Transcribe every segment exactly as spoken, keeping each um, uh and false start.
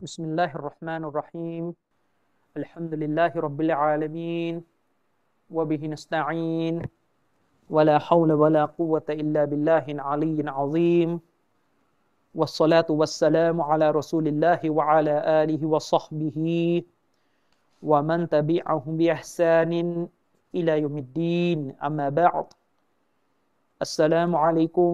بسم الله الرحمن الرحيم الحمد لله رب العالمين وبه نستعين ولا حول ولا قوة إلا بالله العلي العظيم والصلاة والسلام على رسول الله وعلى آله وصحبه ومن تبعهم بإحسان إلى يوم الدين أما بعد السلام عليكم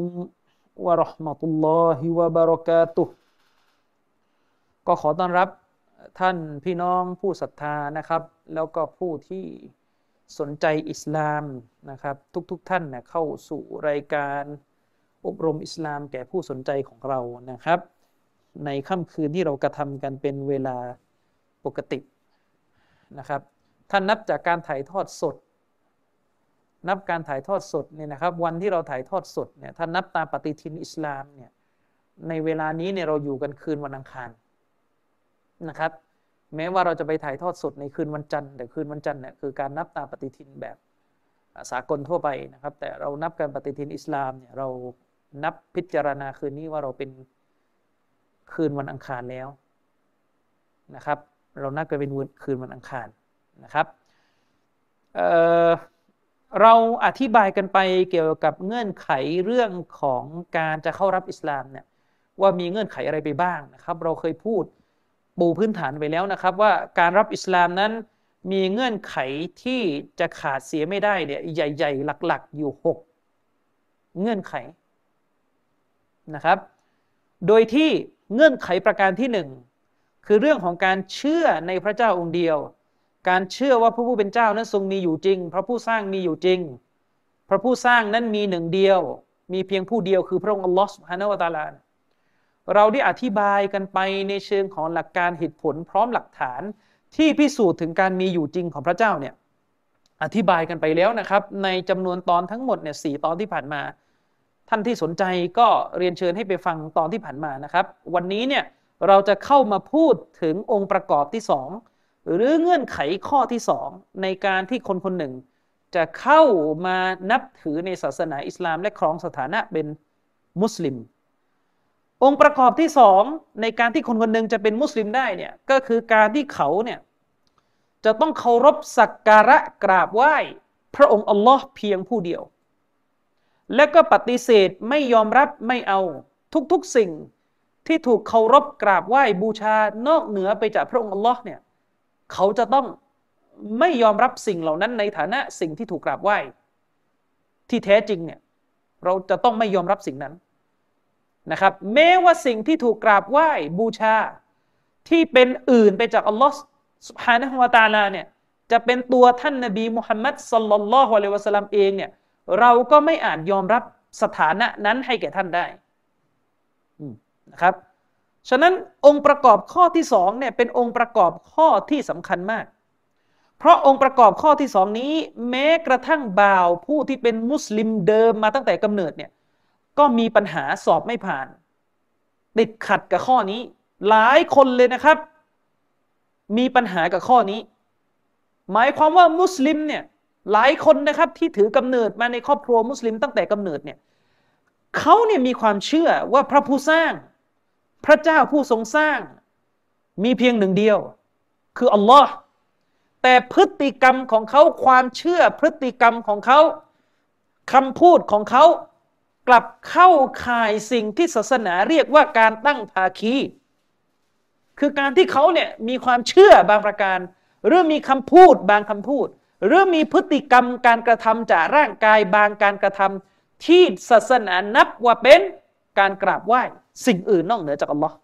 ورحمة الله وبركاته ก็ขอต้อนรับท่านพี่น้องผู้ศรัทธานะครับแล้วก็ผู้ที่สนใจอิสลามนะครับทุกๆ ท่านเนี่ยเข้าสู่รายการอบรมอิสลามแก่ผู้สนใจของเรานะครับในค่ำคืนที่เรากระทำกันเป็นเวลาปกตินะครับท่านนับจากการถ่ายทอดสดนับการถ่ายทอดสดเนี่ยนะครับวันที่เราถ่ายทอดสดเนี่ยท่านนับตามปฏิทินอิสลามเนี่ยในเวลานี้เนี่ยเราอยู่กันคืนวันอังคารนะครับแม้ว่าเราจะไปถ่ายทอดสดในคืนวันจันทร์แต่คืนวันจันทร์เนี่ยคือการนับตามปฏิทินแบบสากลทั่วไปนะครับแต่เรานับกันปฏิทินอิสลามเนี่ยเรานับพิจารณาคืนนี้ว่าเราเป็นคืนวันอังคารแล้วนะครับเรานับกันเป็นคืนวันอังคารนะครับ เอ่อ เราอธิบายกันไปเกี่ยวกับเงื่อนไขเรื่องของการจะเข้ารับอิสลามเนี่ยว่ามีเงื่อนไขอะไรไปบ้างนะครับเราเคยพูดปูพื้นฐานไปแล้วนะครับว่าการรับอิสลามนั้นมีเงื่อนไขที่จะขาดเสียไม่ได้เนี่ยใหญ่ๆหลักๆอยู่หกเงื่อนไขนะครับโดยที่เงื่อนไขประการที่หนึ่งคือเรื่องของการเชื่อในพระเจ้าองค์เดียวการเชื่อว่าพระผู้เป็นเจ้านั้นทรงมีอยู่จริงพระผู้สร้างมีอยู่จริงพระผู้สร้างนั้นมีหนึ่งเดียวมีเพียงผู้เดียวคือพระองค์อัลลอฮฺซุบฮานะฮูวะตะอาลาเราได้อธิบายกันไปในเชิงของหลักการเหตุผลพร้อมหลักฐานที่พิสูจน์ถึงการมีอยู่จริงของพระเจ้าเนี่ยอธิบายกันไปแล้วนะครับในจำนวนตอนทั้งหมดเนี่ยสี่ตอนที่ผ่านมาท่านที่สนใจก็เรียนเชิญให้ไปฟังตอนที่ผ่านมานะครับวันนี้เนี่ยเราจะเข้ามาพูดถึงองค์ประกอบที่สองหรือเงื่อนไขข้อที่สองในการที่คนคนหนึ่งจะเข้ามานับถือในศาสนาอิสลามและครองสถานะเป็นมุสลิมองค์ประกอบที่สองในการที่คนคนหนึ่งจะเป็นมุสลิมได้เนี่ยก็คือการที่เขาเนี่ยจะต้องเคารพสักการะกราบไหว้พระองค์อัลลอฮ์เพียงผู้เดียวและก็ปฏิเสธไม่ยอมรับไม่เอาทุกๆสิ่งที่ถูกเคารพกราบไหว้บูชานอกเหนือไปจากพระองค์อัลลอฮ์เนี่ยเขาจะต้องไม่ยอมรับสิ่งเหล่านั้นในฐานะสิ่งที่ถูกกราบไหว้ที่แท้จริงเนี่ยเราจะต้องไม่ยอมรับสิ่งนั้นนะครับแม้ว่าสิ่งที่ถูกกราบไหว้บูชาที่เป็นอื่นไปจากอัลลอฮ์ซุบฮานะฮูวะตะอาลาเนี่ยจะเป็นตัวท่านนบีมุฮัมมัดศ็อลลัลลอฮุอะลัยฮิวะซัลลัมเองเนี่ยเราก็ไม่อาจยอมรับสถานะนั้นให้แก่ท่านได้นะครับฉะนั้นองค์ประกอบข้อที่สองเนี่ยเป็นองค์ประกอบข้อที่สำคัญมากเพราะองค์ประกอบข้อที่สองนี้แม้กระทั่งบ่าวผู้ที่เป็นมุสลิมเดิมมาตั้งแต่กำเนิดเนี่ยก็มีปัญหาสอบไม่ผ่านติดขัดกับข้อนี้หลายคนเลยนะครับมีปัญหากับข้อนี้หมายความว่ามุสลิมเนี่ยหลายคนนะครับที่ถือกำเนิดมาในครอบครัวมุสลิมตั้งแต่กำเนิดเนี่ยเขาเนี่ยมีความเชื่อว่าพระผู้สร้างพระเจ้าผู้ทรงสร้างมีเพียงหนึ่งเดียวคืออัลลอฮ์แต่พฤติกรรมของเขาความเชื่อพฤติกรรมของเขาคำพูดของเขากลับเข้าข่ายสิ่งที่ศาสนาเรียกว่าการตั้งภาคีคือการที่เขาเนี่ยมีความเชื่อบางประการหรือมีคำพูดบางคำพูดหรือมีพฤติกรรมการกระทำจากร่างกายบางการกระทำที่ศาสนานับว่าเป็นการกราบไหว้สิ่งอื่นนอกเหนือจากอัลลอฮ์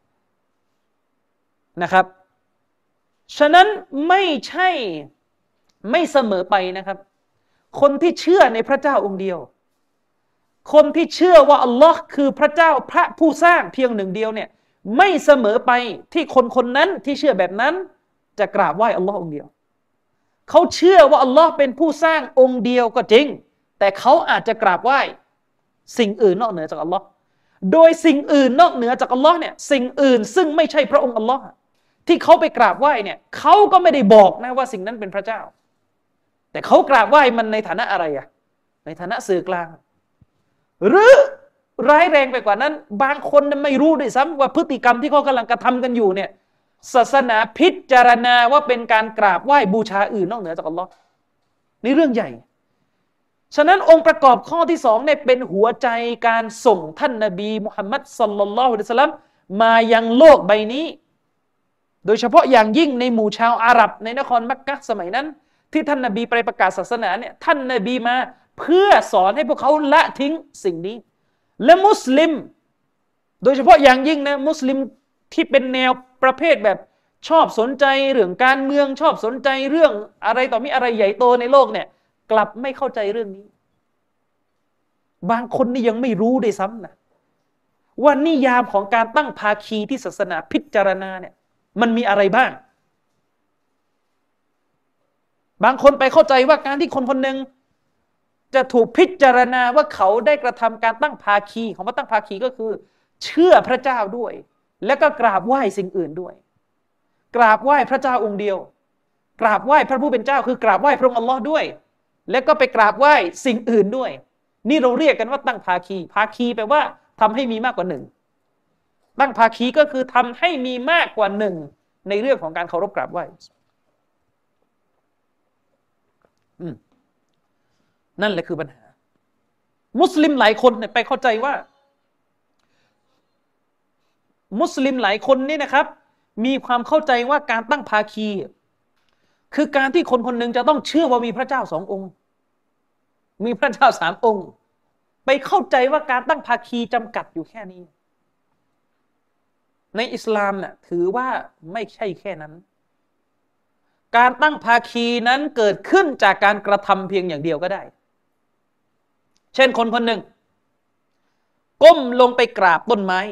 นะครับฉะนั้นไม่ใช่ไม่เสมอไปนะครับคนที่เชื่อในพระเจ้าองค์เดียวคนที่เชื่อว่าอัลลอฮ์คือพระเจ้าพระผู้สร้างเพียงหนึ่งเดียวเนี่ยไม่เสมอไปที่คนคนนั้นที่เชื่อแบบนั้นจะกราบไหว้อัลลอฮ์องค์เดียวเขาเชื่อว่าอัลลอฮ์เป็นผู้สร้างองค์เดียวก็จริงแต่เขาอาจจะกราบไหว้สิ่งอื่นนอกเหนือจากอัลลอฮ์โดยสิ่งอื่นนอกเหนือจากอัลลอฮ์เนี่ยสิ่งอื่นซึ่งไม่ใช่พระองค์อัลลอฮ์ที่เขาไปกราบไหว้เนี่ยเขาก็ไม่ได้บอกนะว่าสิ่งนั้นเป็นพระเจ้าแต่เขากราบไหว้มันในฐานะอะไรอะในฐานะสื่อกลางหรือร้ายแรงไปกว่านั้นบางคนไม่รู้ด้วยซ้ำว่าพฤติกรรมที่เขากำลังกระทำกันอยู่เนี่ยศาสนาพิจารณาว่าเป็นการกราบไหว้บูชาอื่นนอกเหนือจากอัลลอฮ์นี่เรื่องใหญ่ฉะนั้นองค์ประกอบข้อที่สองเนี่ยเป็นหัวใจการส่งท่านนบีมุฮัมมัดศ็อลลัลลอฮุอะลัยฮิวะซัลลัมมายังโลกใบนี้โดยเฉพาะอย่างยิ่งในหมู่ชาวอาหรับในนครมักกะฮ์สมัยนั้นที่ท่านนบีไปประกาศศาสนาเนี่ยท่านนบีมาเพื่อสอนให้พวกเขาละทิ้งสิ่งนี้และมุสลิมโดยเฉพาะอย่างยิ่งนะมุสลิมที่เป็นแนวประเภทแบบชอบสนใจเรื่องการเมืองชอบสนใจเรื่องอะไรต่อมีอะไรใหญ่โตในโลกเนี่ยกลับไม่เข้าใจเรื่องนี้บางคนนี่ยังไม่รู้ด้วยซ้ำนะว่านิยามของการตั้งภาคีที่ศาสนาพิจารณาเนี่ยมันมีอะไรบ้างบางคนไปเข้าใจว่าการที่คนคนหนึ่งจะถูกพิจารณาว่าเขาได้กระทำการตั้งภาคีของว่าตั้งภาคีก็คือเชื่อพระเจ้าด้วยแล้วก็กราบไหว้สิ่งอื่นด้วยกราบไหว้พระเจ้าองค์เดียวกราบไหว้พระผู้เป็นเจ้าคือกราบไหว้พระองค์อัลลอฮ์ด้วยแล้วก็ไปกราบไหว้สิ่งอื่นด้วยนี่เราเรียกกันว่าตั้งภาคีภาคีแปลว่าทำให้มีมากกว่าหนึ่งตั้งภาคีก็คือทำให้มีมากกว่าหนึ่งในเรื่องของการเคารพกราบไหว้นั่นแหละคือปัญหามุสลิมหลายคนเนี่ยไปเข้าใจว่ามุสลิมหลายคนนี่นะครับมีความเข้าใจว่าการตั้งภาคีคือการที่คนคนหนึ่งจะต้องเชื่อว่ามีพระเจ้าสององค์มีพระเจ้าสามองค์ไปเข้าใจว่าการตั้งภาคีจำกัดอยู่แค่นี้ในอิสลามเนี่ยถือว่าไม่ใช่แค่นั้นการตั้งภาคีนั้นเกิดขึ้นจากการกระทำเพียงอย่างเดียวก็ได้เช่นคนคนหนึ่งก้มลงไปกราบต้นไม้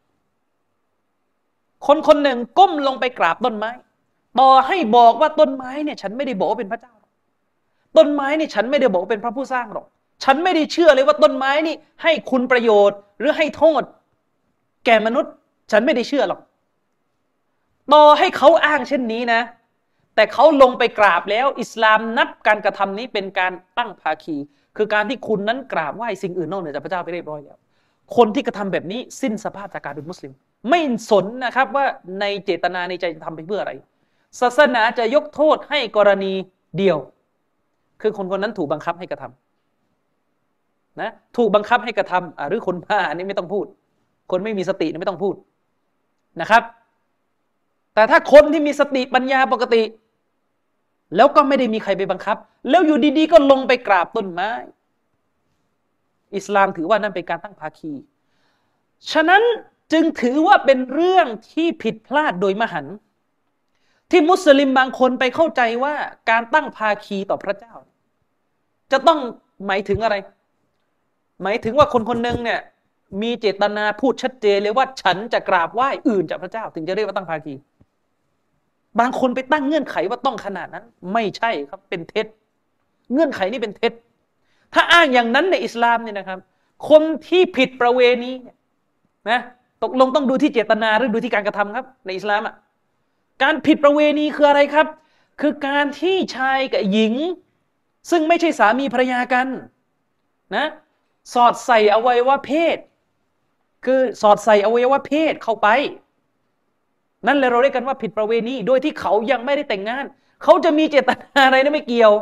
คนคนหนึ่งก้มลงไปกราบต้นไม้ต่อให้บอกว่าต้นไม้เนี่ยฉันไม่ได้บอกว่าเป็นพระเจ้าต้นไม้นี่ฉันไม่ได้บอกว่าเป็นพระผู้สร้างหรอกฉันไม่ได้เชื่อเลยว่าต้นไม้นี่ให้คุณประโยชน์หรือให้โทษแก่มนุษย์ฉันไม่ได้เชื่อหรอกต่อให้เขาอ้างเช่นนี้นะแต่เขาลงไปกราบแล้วอิสลามนับการกระทำนี้เป็นการตั้งภาคีคือการที่คุณนั้นกราบไหว้สิ่งอื่นนอกเหนือจากพระเจ้าไปเรียบร้อยแล้วคนที่กระทำแบบนี้สิ้นสภาพจากการเป็นมุสลิมไม่สนนะครับว่าในเจตนาในใจจะทำไปเพื่ออะไรศาสนาจะยกโทษให้กรณีเดียวคือคนคนนั้นถูกบังคับให้กระทำนะถูกบังคับให้กระทำหรือคนบ้าอันนี้ไม่ต้องพูดคนไม่มีสติไม่ต้องพูดนะครับแต่ถ้าคนที่มีสติปัญญาปกติแล้วก็ไม่ได้มีใครไปบังคับแล้วอยู่ดีๆก็ลงไปกราบต้นไม้อิสลามถือว่านั่นเป็นการตั้งภาคีฉะนั้นจึงถือว่าเป็นเรื่องที่ผิดพลาดโดยมหันต์ที่มุสลิมบางคนไปเข้าใจว่าการตั้งภาคีต่อพระเจ้าจะต้องหมายถึงอะไรหมายถึงว่าคนคนหนึ่งเนี่ยมีเจตนาพูดชัดเจนเลยว่าฉันจะกราบไหว้อื่นจากพระเจ้าถึงจะเรียกว่าตั้งภาคีบางคนไปตั้งเงื่อนไขว่าต้องขนาดนั้นไม่ใช่ครับเป็นเท็จเงื่อนไขนี้เป็นเท็จถ้าอ้างอย่างนั้นในอิสลามเนี่ยนะครับคนที่ผิดประเวณีนะตกลงต้องดูที่เจตนาหรือดูที่การกระทำครับในอิสลามอ่ะการผิดประเวณีคืออะไรครับคือการที่ชายกับหญิงซึ่งไม่ใช่สามีภรรยากันนะสอดใส่อวัยวะเพศคือสอดใส่อวัยวะเพศเข้าไปนั่นเลยเราเรียกกันว่าผิดประเวณีโดยที่เขายังไม่ได้แต่งงานเขาจะมีเจตนาอะไรนะไม่เกี่ยว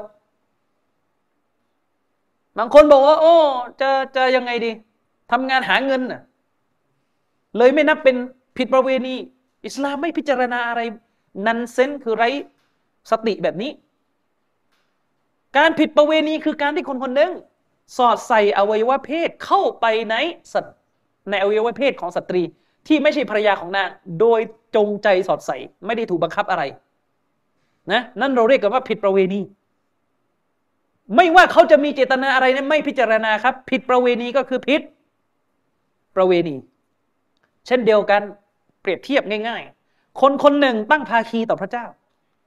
บางคนบอกว่าโอ้จะจะยังไงดีทำงานหาเงินน่ะเลยไม่นับเป็นผิดประเวณีอิสลามไม่พิจารณาอะไรนันเซนคือไร้สติแบบนี้การผิดประเวณีคือการที่คนคนหนึ่งสอดใส่อวัยวะเพศเข้าไปในสัตว์ในอวัยวะเพศของสตรีที่ไม่ใช่ภรรยาของนางโดยจงใจสอดใส่ไม่ได้ถูกบังคับอะไรนะนั่นเราเรียกกันว่าผิดประเวณีไม่ว่าเขาจะมีเจตนาอะไรนั้นไม่พิจารณาครับผิดประเวณีก็คือผิดประเวณีเช่นเดียวกันเปรียบเทียบง่ายๆคนคนหนึ่งตั้งภาคีต่อพระเจ้า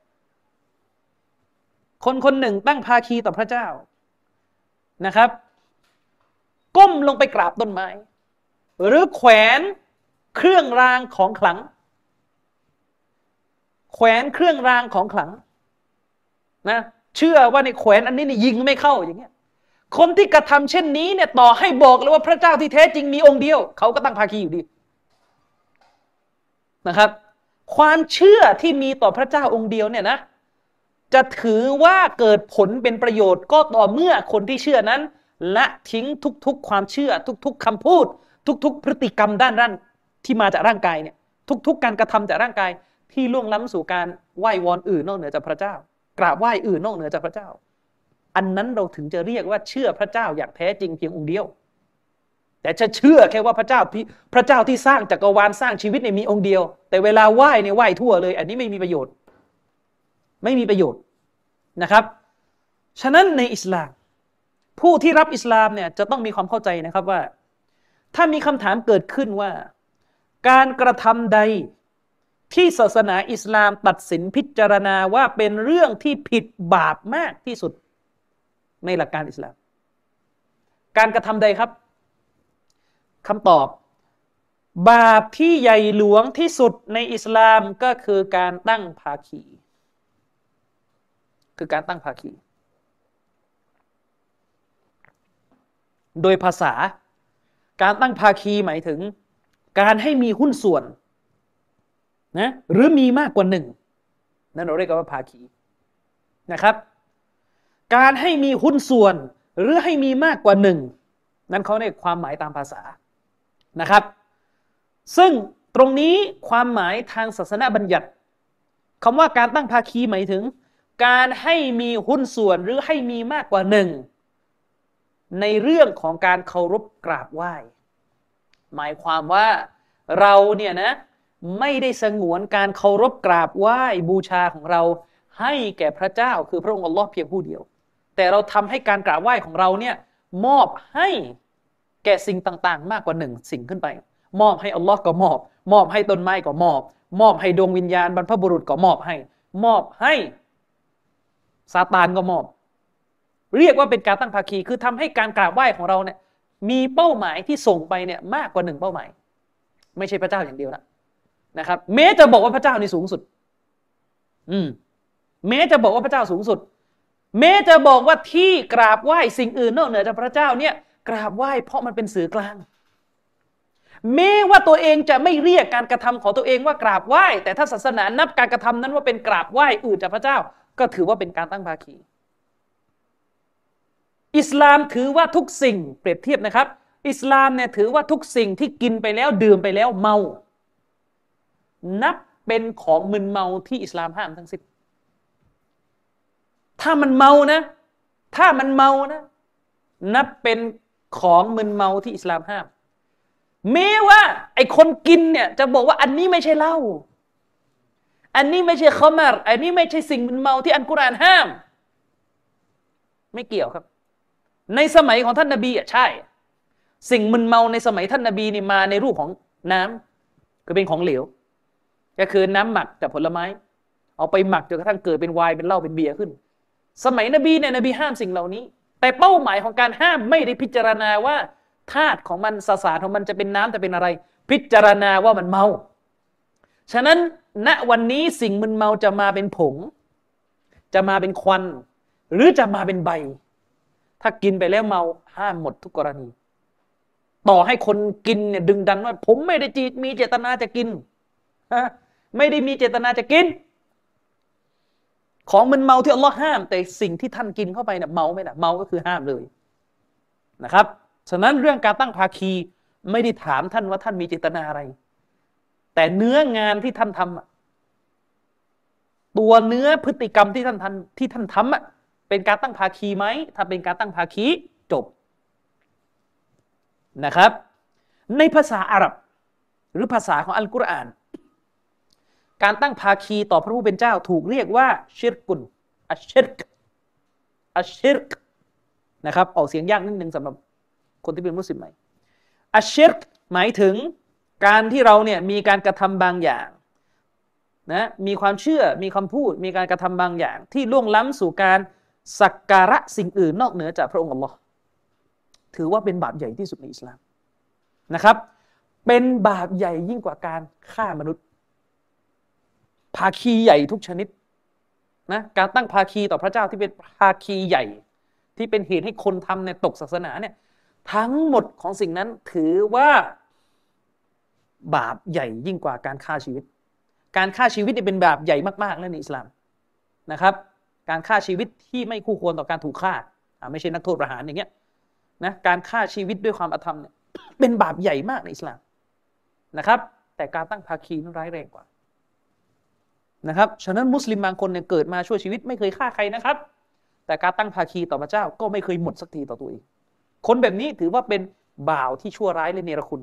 คนคนหนึ่งตั้งภาคีต่อพระเจ้านะครับก้มลงไปกราบต้นไม้หรือแขวนเครื่องรางของขลังแขวนเครื่องรางของขลังนะเชื่อว่าในแขวนอันนี้นี่ยิงไม่เข้าอย่างเงี้ยคนที่กระทำเช่นนี้เนี่ยต่อให้บอกเลยว่าพระเจ้าที่แท้จริงมีองค์เดียวเขาก็ตั้งภาคีอยู่ดีนะครับความเชื่อที่มีต่อพระเจ้าองค์เดียวเนี่ยนะจะถือว่าเกิดผลเป็นประโยชน์ก็ต่อเมื่อคนที่เชื่อนั้นละทิ้งทุกๆความเชื่อทุกๆคำพูดทุกๆพฤติกรรมด้านด้านที่มาจากร่างกายเนี่ยทุกๆการกระทำจากร่างกายที่ล่วงล้ำสู่การไหว้วอนอื่นนอกเหนือจากพระเจ้ากราบไหว้อื่นนอกเหนือจากพระเจ้าอันนั้นเราถึงจะเรียกว่าเชื่อพระเจ้าอย่างแท้จริงเพียงองค์เดียวแต่จะเชื่อแค่ว่าพระเจ้าพระเจ้าที่สร้างจักรวาลสร้างชีวิตเนี่ยมีองค์เดียวแต่เวลาไหว้เนี่ยไหว้ทั่วเลยอันนี้ไม่มีประโยชน์ไม่มีประโยชน์นะครับฉะนั้นในอิสลามผู้ที่รับอิสลามเนี่ยจะต้องมีความเข้าใจนะครับว่าถ้ามีคำถามเกิดขึ้นว่าการกระทำใดที่ศาสนาอิสลามตัดสินพิจารณาว่าเป็นเรื่องที่ผิดบาปมากที่สุดในหลักการอิสลามการกระทำใดครับคำตอบบาปที่ใหญ่หลวงที่สุดในอิสลามก็คือการตั้งภาคีคือการตั้งภาคีโดยภาษาการตั้งภาคีหมายถึงการให้มีหุ้นส่วนนะหรือมีมากกว่าหนึ่งนั่นเราเรียกว่าภาคีนะครับการให้มีหุ้นส่วนหรือให้มีมากกว่าหนึ่งนั่นเขาเรียกความหมายตามภาษานะครับซึ่งตรงนี้ความหมายทางศาสนาบัญญัติคำว่าการตั้งภาคีหมายถึงการให้มีหุ้นส่วนหรือให้มีมากกว่าหนึ่งในเรื่องของการเคารพกราบไหว้หมายความว่าเราเนี่ยนะไม่ได้สงวนการเคารพกราบไหว้บูชาของเราให้แก่พระเจ้าคือพระองค์อัลลอฮ์เพียงผู้เดียวแต่เราทำให้การกราบไหว้ของเราเนี่ยมอบให้แก่สิ่งต่างๆมากกว่าหนึ่งสิ่งขึ้นไปมอบให้อัลลอฮ์ก็มอบมอบให้ต้นไม้ก็มอบมอบให้ดวงวิญญาณบรรพบุรุษก็มอบให้มอบให้ซาตานก็มอบเรียกว่าเป็นการตั้งภาคีคือทำให้การกราบไหว้ของเราเนี่ยมีเป้าหมายที่ส่งไปเนี่ยมากกว่าหนึ่งเป้าหมายไม่ใช่พระเจ้าอย่างเดียวนะนะครับแม้จะบอกว่าพระเจ้านี่สูงสุดอืมแม้จะบอกว่าพระเจ้าสูงสุดแม้จะบอกว่าที่กราบไหว้สิ่งอื่นนอกเหนือจากพระเจ้าเนี่ยกราบไหว้เพราะมันเป็นสื่อกลางแม้ว่าตัวเองจะไม่เรียกการกระทำของตัวเองว่ากราบไหว้แต่ถ้าศาสนานับการกระทำนั้นว่าเป็นกราบไหว้อื่นจากพระเจ้าก็ถือว่าเป็นการตั้งภาคีอิสลามถือว่าทุกสิ่งเปรียบเทียบนะครับอิสลามเนี่ยถือว่าทุกสิ่งที่กินไปแล้วดื่มไปแล้วเมานับเป็นของมึนเมาที่อิสลามห้ามทั้งสิ้นถ้ามันเมานะถ้ามันเมานะนับเป็นของมึนเมาที่อิสลามห้ามแม้ว่าไอ้คนกินเนี่ยจะบอกว่าอันนี้ไม่ใช่เหล้าอันนี้ไม่ใช่ขมรอันนี้ไม่ใช่สิ่งมึนเมาที่อัลกุรอานห้ามไม่เกี่ยวครับในสมัยของท่านนบีอ่ะใช่สิ่งมึนเมาในสมัยท่านนบีนี่มาในรูปของน้ำคือเป็นของเหลวก็คือน้ำหมักจากผลไม้เอาไปหมักจนกระทั่งเกิดเป็นไวน์เป็นเหล้าเป็นเบียร์ขึ้นสมัยนบีเนี่ยนบีห้ามสิ่งเหล่านี้แต่เป้าหมายของการห้ามไม่ได้พิจารณาว่าธาตุของมันสสารของมันจะเป็นน้ำจะเป็นอะไรพิจารณาว่ามันเมาฉะนั้นณวันนี้สิ่งมึนเมาจะมาเป็นผงจะมาเป็นควันหรือจะมาเป็นใบถ้ากินไปแล้วเมาห้ามหมดทุกกรณีต่อให้คนกินเนี่ยดึงดันว่าผมไม่ได้จีมีเจตนาจะกินไม่ได้มีเจตนาจะกินของมึนเมาที่อัลลอฮ์ห้ามแต่สิ่งที่ท่านกินเข้าไปเนี่ยเมาไหมล่ะเมาก็คือห้ามเลยนะครับฉะนั้นเรื่องการตั้งภาคีไม่ได้ถามท่านว่าท่านมีเจตนาอะไรแต่เนื้องานที่ท่านทำตัวเนื้อพฤติกรรมที่ท่านทำที่ท่านทำอ่ะเป็นการตั้งภาคีไหมถ้าเป็นการตั้งภาคีจบนะครับในภาษาอาหรับหรือภาษาของอัลกุรอานการตั้งภาคีต่อพระผู้เป็นเจ้าถูกเรียกว่าชิรกุนอัชชิรกอัชชิรกนะครับออกเสียงยากนิดนึงสำหรับคนที่เป็นมุสลิมใหม่อัชชิรกหมายถึงการที่เราเนี่ยมีการกระทำบางอย่างนะมีความเชื่อมีคำพูดมีการกระทำบางอย่างที่ล่วงล้ำสู่การสักการะสิ่งอื่นนอกเหนือจากพระองค์อัลลอฮ์ถือว่าเป็นบาปใหญ่ที่สุดในอิสลามนะครับเป็นบาปใหญ่ยิ่งกว่าการฆ่ามนุษย์ภาคีใหญ่ทุกชนิดนะการตั้งภาคีต่อพระเจ้าที่เป็นภาคีใหญ่ที่เป็นเหตุให้คนทำเนี่ยตกศาสนาเนี่ยทั้งหมดของสิ่งนั้นถือว่าบาปใหญ่ยิ่งกว่าการฆ่าชีวิตการฆ่าชีวิตเนี่ยเป็นบาปใหญ่มากๆแล้วในอิสลามนะครับการฆ่าชีวิตที่ไม่คู่ควรต่อการถูกฆ่าไม่ใช่นักโทษประหารอย่างเงี้ยนะการฆ่าชีวิตด้วยความอธรรมเนี่ยเป็นบาปใหญ่มากในอิสลามนะครับแต่การตั้งภาคีนั้นร้ายแรงกว่านะครับฉะนั้นมุสลิมบางคนเนี่ยเกิดมาชั่วชีวิตไม่เคยฆ่าใครนะครับแต่การตั้งภาคีต่อพระเจ้าก็ไม่เคยหมดสักทีต่อตัวเองคนแบบนี้ถือว่าเป็นบ่าวที่ชั่วร้ายและเนรคุณ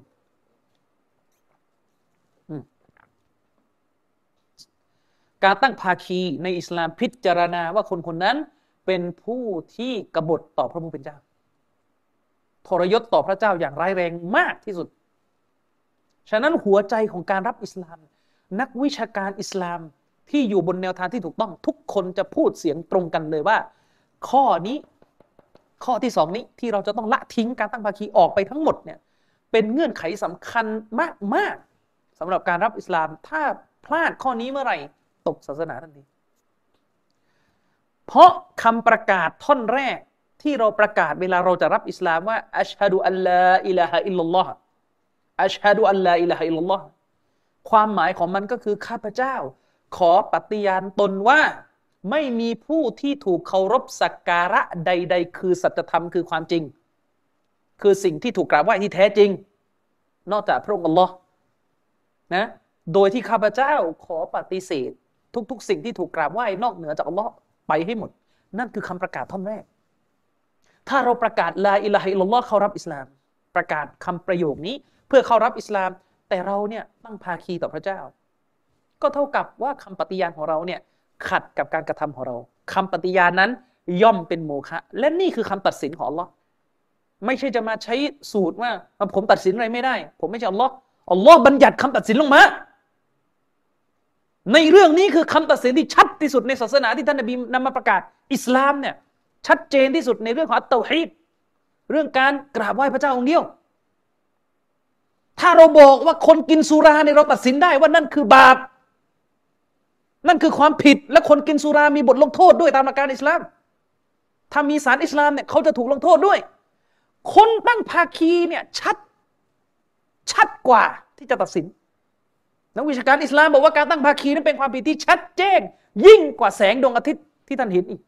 การตั้งภาคีในอิสลามพิจารณาว่าคนคนนั้นเป็นผู้ที่กบฏต่อพระผู้เป็นเจ้าทรยศต่อพระเจ้าอย่างร้ายแรงมากที่สุดฉะนั้นหัวใจของการรับอิสลามนักวิชาการอิสลามที่อยู่บนแนวทางที่ถูกต้องทุกคนจะพูดเสียงตรงกันเลยว่าข้อนี้ข้อที่สองนี้ที่เราจะต้องละทิ้งการตั้งภาคีออกไปทั้งหมดเนี่ยเป็นเงื่อนไขสำคัญมากๆสำหรับการรับอิสลามถ้าพลาดข้อนี้เมื่อไหร่ตกศาสนาทันทีเพราะคำประกาศท่อนแรกที่เราประกาศเวลาเราจะรับอิสลามว่าอัชฮะดุอัลลาอิลาฮะอิลลัลลอฮ์อัชฮะดุอัลลาอิลาฮะอิลลัลลอฮ์ความหมายของมันก็คือข้าพเจ้าขอปฏิญาณตนว่าไม่มีผู้ที่ถูกเคารพสักการะใดๆคือสัจธรรมคือความจริงคือสิ่งที่ถูกกราบไหว้ที่แท้จริงนอกจากพระองค์อัลลอฮ์นะโดยที่ข้าพเจ้าขอปฏิเสธทุกๆสิ่งที่ถูกกราบไหว้นอกเหนือจากอัลลอฮ์ไปให้หมดนั่นคือคำประกาศท่อนแรกถ้าเราประกาศลาอิลาฮะอิลลัลลอฮ์เข้ารับอิสลามประกาศคำประโยคนี้เพื่อเข้ารับอิสลามแต่เราเนี่ยตั้งภาคีต่อพระเจ้าก็เท่ากับว่าคำปฏิญาณของเราเนี่ยขัดกับการกระทำของเราคำปฏิญาณนั้นย่อมเป็นโมฆะและนี่คือคำตัดสินของอัลลอฮ์ไม่ใช่จะมาใช้สูตรว่าผมตัดสินอะไรไม่ได้ผมไม่ใช่อัลลอฮ์อัลลอฮ์บัญญัติคำตัดสินลงมาในเรื่องนี้คือคำตัดสินที่ชัดที่สุดในศาสนาที่ท่านนบีนำมาประกาศอิสลามเนี่ยชัดเจนที่สุดในเรื่องของอัตเตาฮีดเรื่องการกราบไหว้พระเจ้าองค์เดียวถ้าเราบอกว่าคนกินสุราเนี่ยเราตัดสินได้ว่านั่นคือบาปนั่นคือความผิดและคนกินสุรามีบทลงโทษด้วยตามหลักการอิสลามถ้ามีศาลอิสลามเนี่ยเขาจะถูกลงโทษด้วยคนตั้งภาคีเนี่ยชัดชัดกว่าที่จะตัดสินนักวิชาการอิสลามบอกว่าการตั้งภาคีนั้นเป็นความผิดที่ชัดเจนยิ่งกว่าแสงดวงอาทิตย์ที่ท่านเห็นอีก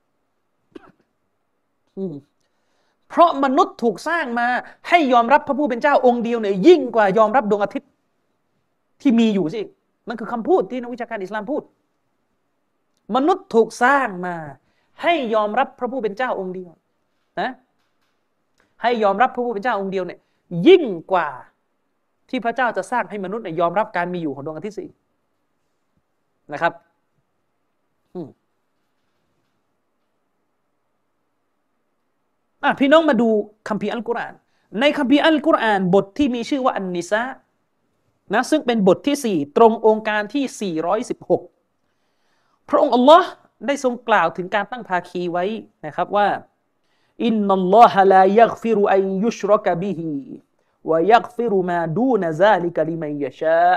เพราะมนุษย์ถูกสร้างมาให้ยอมรับพระผู้เป็นเจ้าองค์เดียวเนี่ยยิ่งกว่ายอมรับดวงอาทิตย์ที่มีอยู่สินั่นคือคำพูดที่นักวิชาการอิสลามพูดมนุษย์ถูกสร้างมาให้ยอมรับพระผู้เป็นเจ้าองค์เดียวนะให้ยอมรับพระผู้เป็นเจ้าองค์เดียวเนี่ยยิ่งกว่าที่พระเจ้าจะสร้างให้มนุษย์เนี่ยยอมรับการมีอยู่ของดวงอาทิตย์สินะครับอ่ะพี่น้องมาดูคัมภีร์อัลกุรอานในคัมภีร์อัลกุรอานบทที่มีชื่อว่าอันนิสานะซึ่งเป็นบทที่สี่ตรงองค์การที่สี่ร้อยสิบหกพระองค์อัลลอฮ์ได้ทรงกล่าวถึงการตั้งภาคีไว้นะครับว่าอินนัลลอฮะลายัฆฟิรุอันยุชรกะบิฮิวะยัฆฟิรุมาดูนะซาลิกะลิมัยยะชา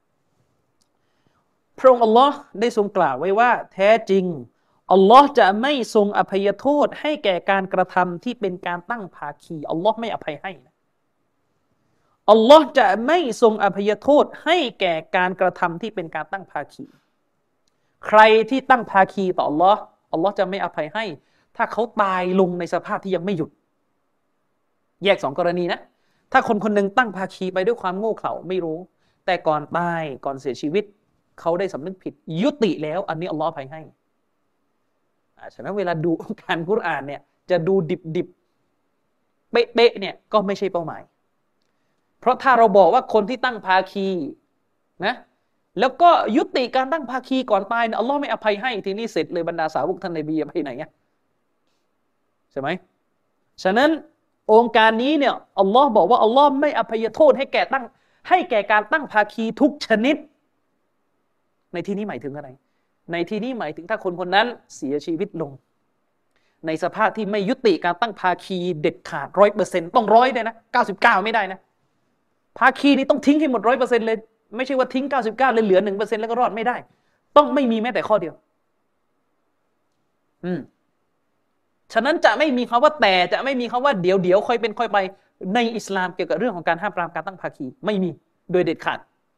พระองค์อัลลอฮ์ได้ทรงกล่าวไว้ว่าแท้จริงอัลลอฮ์จะไม่ทรงอภัยโทษให้แก่การกระทำที่เป็นการตั้งภาคีอัลลอฮ์ไม่อภัยให้นะอัลลอฮ์จะไม่ทรงอภัยโทษให้แก่การกระทำที่เป็นการตั้งภาคีใครที่ตั้งภาคีต่ออัลลอฮ์อัลลอฮ์จะไม่อภัยให้ถ้าเขาตายลงในสภาพที่ยังไม่หยุดแยกสองกรณีนะถ้าคนคนหนึ่งตั้งภาคีไปด้วยความโง่เขลาไม่รู้แต่ก่อนตายก่อนเสียชีวิตเขาได้สำนึกผิดยุติแล้วอันนี้อัลลอฮ์อภัยให้ฉะนั้นเวลาดูการกุรอานเนี่ยจะดูดิบๆเป๊ะๆเนี่ยก็ไม่ใช่เป้าหมายเพราะถ้าเราบอกว่าคนที่ตั้งภาคีนะแล้วก็ยุติการตั้งภาคีก่อนตายเนี่ยอัลลอฮ์ไม่อภัยให้ทีนี้เสร็จเลยบรรดาสาวกท่านนบีไปไหนอ่ะใช่ไหมฉะนั้นองค์การนี้เนี่ยอัลลอฮ์บอกว่าอัลลอฮ์ไม่อภัยโทษให้แก่ตั้งให้แก่การตั้งภาคีทุกชนิดในที่นี้หมายถึงอะไรในที่นี้หมายถึงถ้าคนคนนั้นเสียชีวิตลงในสภาพที่ไม่ยุติการตั้งภาคีเด็ดขาดร้อยเปอร์เซ็นต์ต้องร้อยเลยนะเก้าสิบเก้าไม่ได้นะภาคีนี้ต้องทิ้งให้หมดร้อยเปอร์เซ็นต์เลยไม่ใช่ว่าทิ้งเก้าสิบเก้าเลยเหลือหนึ่งเปอร์เซ็นต์แล้วก็รอดไม่ได้ต้องไม่มีแม้แต่ข้อเดียวอืมฉะนั้นจะไม่มีคำว่าแต่จะไม่มีคำว่าเดี๋ยวเดี๋ยวค่อยเป็นค่อยไปในอิสลามเกี่ยวกับเรื่องของการห้ามปรามการตั้งภาคีไม่มีโดยเด็ดขาด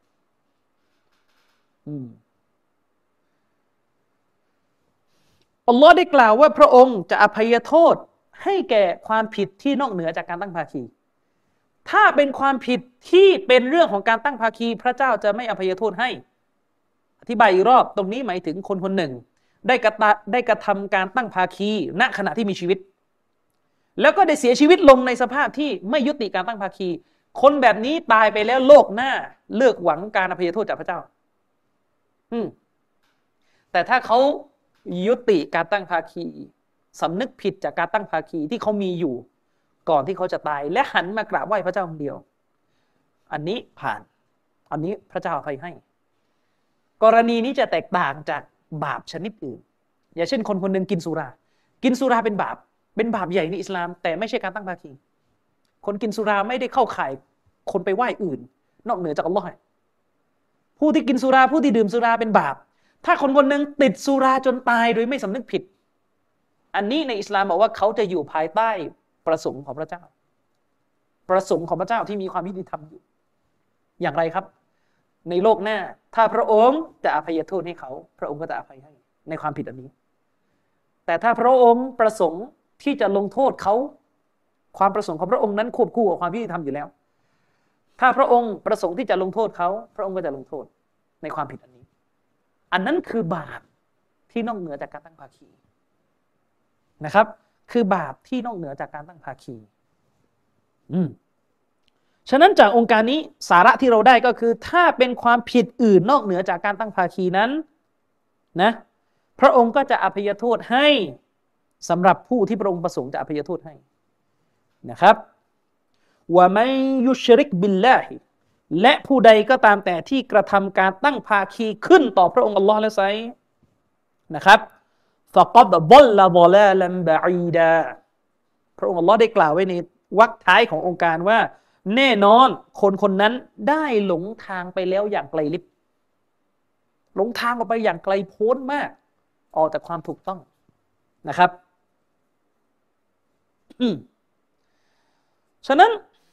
อัลลอฮ์ได้กล่าวว่าพระองค์จะอภัยโทษให้แก่ความผิดที่นอกเหนือจากการตั้งภาคีถ้าเป็นความผิดที่เป็นเรื่องของการตั้งภาคีพระเจ้าจะไม่อภัยโทษให้อธิบายอีกรอบตรงนี้หมายถึงคนคนหนึ่งได้กระได้กระทำการตั้งภาคีณขณะที่มีชีวิตแล้วก็ได้เสียชีวิตลงในสภาพที่ไม่ยุติการตั้งภาคีคนแบบนี้ตายไปแล้วโลกหน้าเลิกหวังการอภัยโทษจากพระเจ้าอืมแต่ถ้าเขายุติการตั้งภาคีสำนึกผิดจากการตั้งภาคีที่เขามีอยู่ก่อนที่เขาจะตายและหันมากราบไหว้พระเจ้าคนเดียวอันนี้ผ่านอันนี้พระเจ้าอภัยให้กรณีนี้จะแตกต่างจากบาปชนิดอื่นอย่างเช่นคนคนหนึ่งกินสุรากินสุราเป็นบาปเป็นบาปใหญ่ในอิสลามแต่ไม่ใช่การตั้งภาคีคนกินสุราไม่ได้เข้าข่ายคนไปไหว้อื่นนอกเหนือจากอัลลอฮ์ผู้ที่กินสุราผู้ที่ดื่มสุราเป็นบาปถ้าคนคนหนึ่งติดสุราจนตายโดยไม่สำนึกผิดอันนี้ในอิสลามบอกว่าเขาจะอยู่ภายใต้ประสงค์ของพระเจ้าประสงค์ของพระเจ้าที่มีความยุติธรรมอยู่อย่างไรครับในโลกหน้าถ้าพระองค์จะอภัยโทษให้เขาพระองค์ก็จะอภัยให้ในความผิดอันนี้แต่ถ้าพระองค์ประสงค์ที่จะลงโทษเขาความประสงค์ของพระองค์นั้นควบคู่กับความยุติธรรมอยู่แล้วถ้าพระองค์ประสงค์ที่จะลงโทษเขาพระองค์ก็จะลงโทษในความผิดอันนี้อันนั้นคือบาปที่นอกเหนือจากการตั้งภาคีนะครับคือบาปที่นอกเหนือจากการตั้งภาคีอืมฉะนั้นจากองค์การนี้สาระที่เราได้ก็คือถ้าเป็นความผิดอื่นนอกเหนือจากการตั้งภาคีนั้นนะพระองค์ก็จะอภัยโทษให้สำหรับผู้ที่พระองค์ประสงค์จะอภัยโทษให้นะครับวะมัยยุชริกบิลลาฮิและผู้ใดก็ตามแต่ที่กระทำการตั้งภาคีขึ้นต่อพระองค์อัลลอฮ์และไซนะครับฟะกัดฎอลลฎอลาลันบะอีดาพระองค์อัลลอฮ์ได้กล่าวไว้ในวรรคท้ายขององค์การว่าแน่นอนคนคนนั้นได้หลงทางไปแล้วอย่างไกลลิบหลงทางออกไปอย่างไกลโพ้นมากออกจากความถูกต้องนะครับอืมฉะนั้น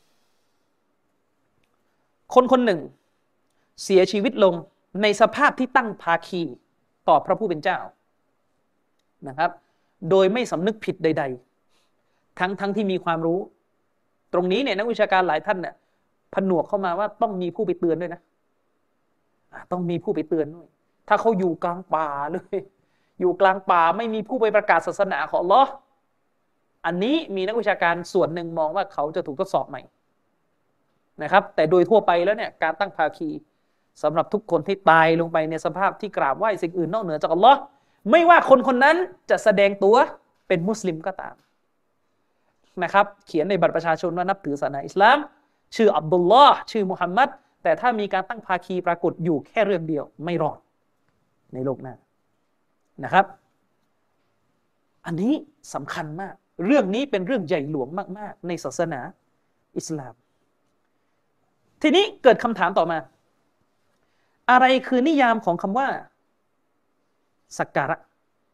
คนคนหนึ่งเสียชีวิตลงในสภาพที่ตั้งภาคีต่อพระผู้เป็นเจ้านะครับโดยไม่สำนึกผิดใดๆทั้งทั้งที่มีความรู้ตรงนี้เนี่ยนักวิชาการหลายท่านเนี่ยผนวกเข้ามาว่าต้องมีผู้ไปเตือนด้วยนะต้องมีผู้ไปเตือนด้วยถ้าเขาอยู่กลางป่าเลยอยู่กลางป่าไม่มีผู้ไปประกาศศาสนาของอัลเลาะห์อันนี้มีนักวิชาการส่วนหนึ่งมองว่าเขาจะถูกทดสอบใหม่นะครับแต่โดยทั่วไปแล้วเนี่ยการตั้งภาคีสำหรับทุกคนที่ตายลงไปในสภาพที่กราบไหว้สิ่งอื่นนอกเหนือจากอัลเลาะห์ไม่ว่าคนคนนั้นจะแสดงตัวเป็นมุสลิมก็ตามนะครับเขียนในบัตรประชาชนว่านับถือศาสนาอิสลามชื่ออับดุลลอฮ์ชื่อมุฮัมมัดแต่ถ้ามีการตั้งภาคีปรากฏอยู่แค่เรื่องเดียวไม่รอดในโลกหน้านะครับอันนี้สำคัญมากเรื่องนี้เป็นเรื่องใหญ่หลวงมากๆในศาสนาอิสลามทีนี้เกิดคำถามต่อมาอะไรคือนิยามของคำว่าสักการะ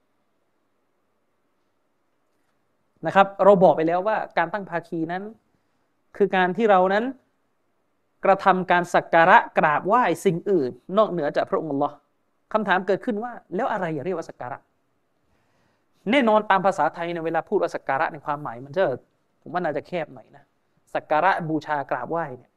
นะครับเราบอกไปแล้วว่าการตั้งภาคีนั้นคือการที่เรานั้นกระทำการสักการะกราบไหว้สิ่งอื่นนอกเหนือจากพระองค์อัลลอฮ์คำถามเกิดขึ้นว่าแล้วอะไรเรียกว่าสักการะแน่นอนตามภาษาไทยในเวลาพูดว่าสักการะในความหมายมันจะผมว่าน่าจะแคบหน่อยนะสักการะบูชากราบไหว้เนี่ย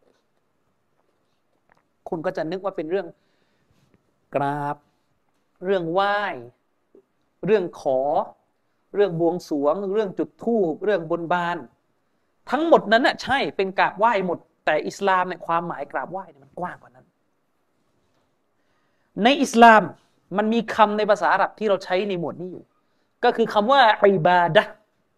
คุณก็จะนึกว่าเป็นเรื่องกราบเรื่องไหว้เรื่องขอเรื่องบวงสรวงเรื่องจุดธูปเรื่องบนบานทั้งหมดนั้นน่ะใช่เป็นกราบไหว้หมดแต่อิสลามในความหมายกราบไหว้เนี่ยมันกว้างกว่านั้นในอิสลามมันมีคำในภาษาอาหรับที่เราใช้ในหมวดนี้อยู่ก็คือคำว่าอิบาดะห์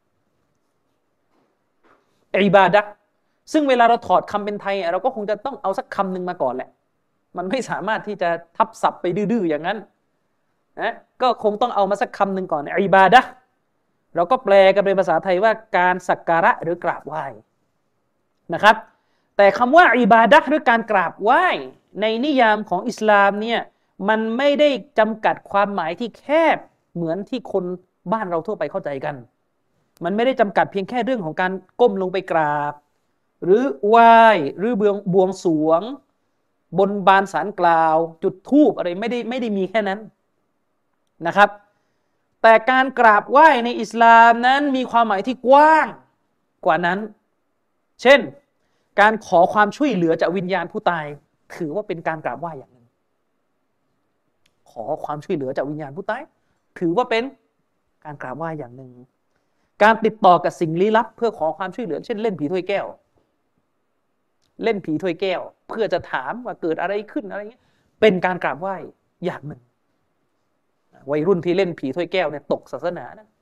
อิบาดะห์ซึ่งเวลาเราถอดคำเป็นไทยเราก็คงจะต้องเอาสักคำหนึ่งมาก่อนแหละมันไม่สามารถที่จะทับศัพท์ไปดื้อๆอย่างนั้นนะก็คงต้องเอามาสักคำหนึ่งก่อนอิบาดะห์เราก็แปลกันเป็นภาษาไทยว่าการสักการะหรือกราบไหว้นะครับแต่คำว่าอิบาดะห์หรือการกราบไหว้ในนิยามของอิสลามเนี่ยมันไม่ได้จำกัดความหมายที่แคบเหมือนที่คนบ้านเราทั่วไปเข้าใจกันมันไม่ได้จำกัดเพียงแค่เรื่องของการก้มลงไปกราบหรือไหว้หรือบวงบวงสรวงบนบานศาลกล่าวจุดธูปอะไรไม่ได้ไม่ได้มีแค่นั้นนะครับแต่การกราบไหว้ในอิสลามนั้นมีความหมายที่กว้างกว่านั้นเช่นการขอความช่วยเหลือจากวิญญาณผู้ตายถือว่าเป็นการกราบไหว้อย่างหนึ่งขอความช่วยเหลือจากวิญญาณผู้ตายถือว่าเป็นการกราบไหว้อย่างหนึ่งการติดต่อกับสิ่งลี้ลับเพื่อขอความช่วยเหลือเช่นเล่นผีถ้วยแก้วเล่นผีถ้วยแก้วเพื่อจะถามว่าเกิดอะไรขึ้นอะไรเงี้ยเป็นการกราบไหว้อย่างหนึ่งวัยรุ่นที่เล่นผีถ้วยแก้วเนี่ยตกศาสนานะ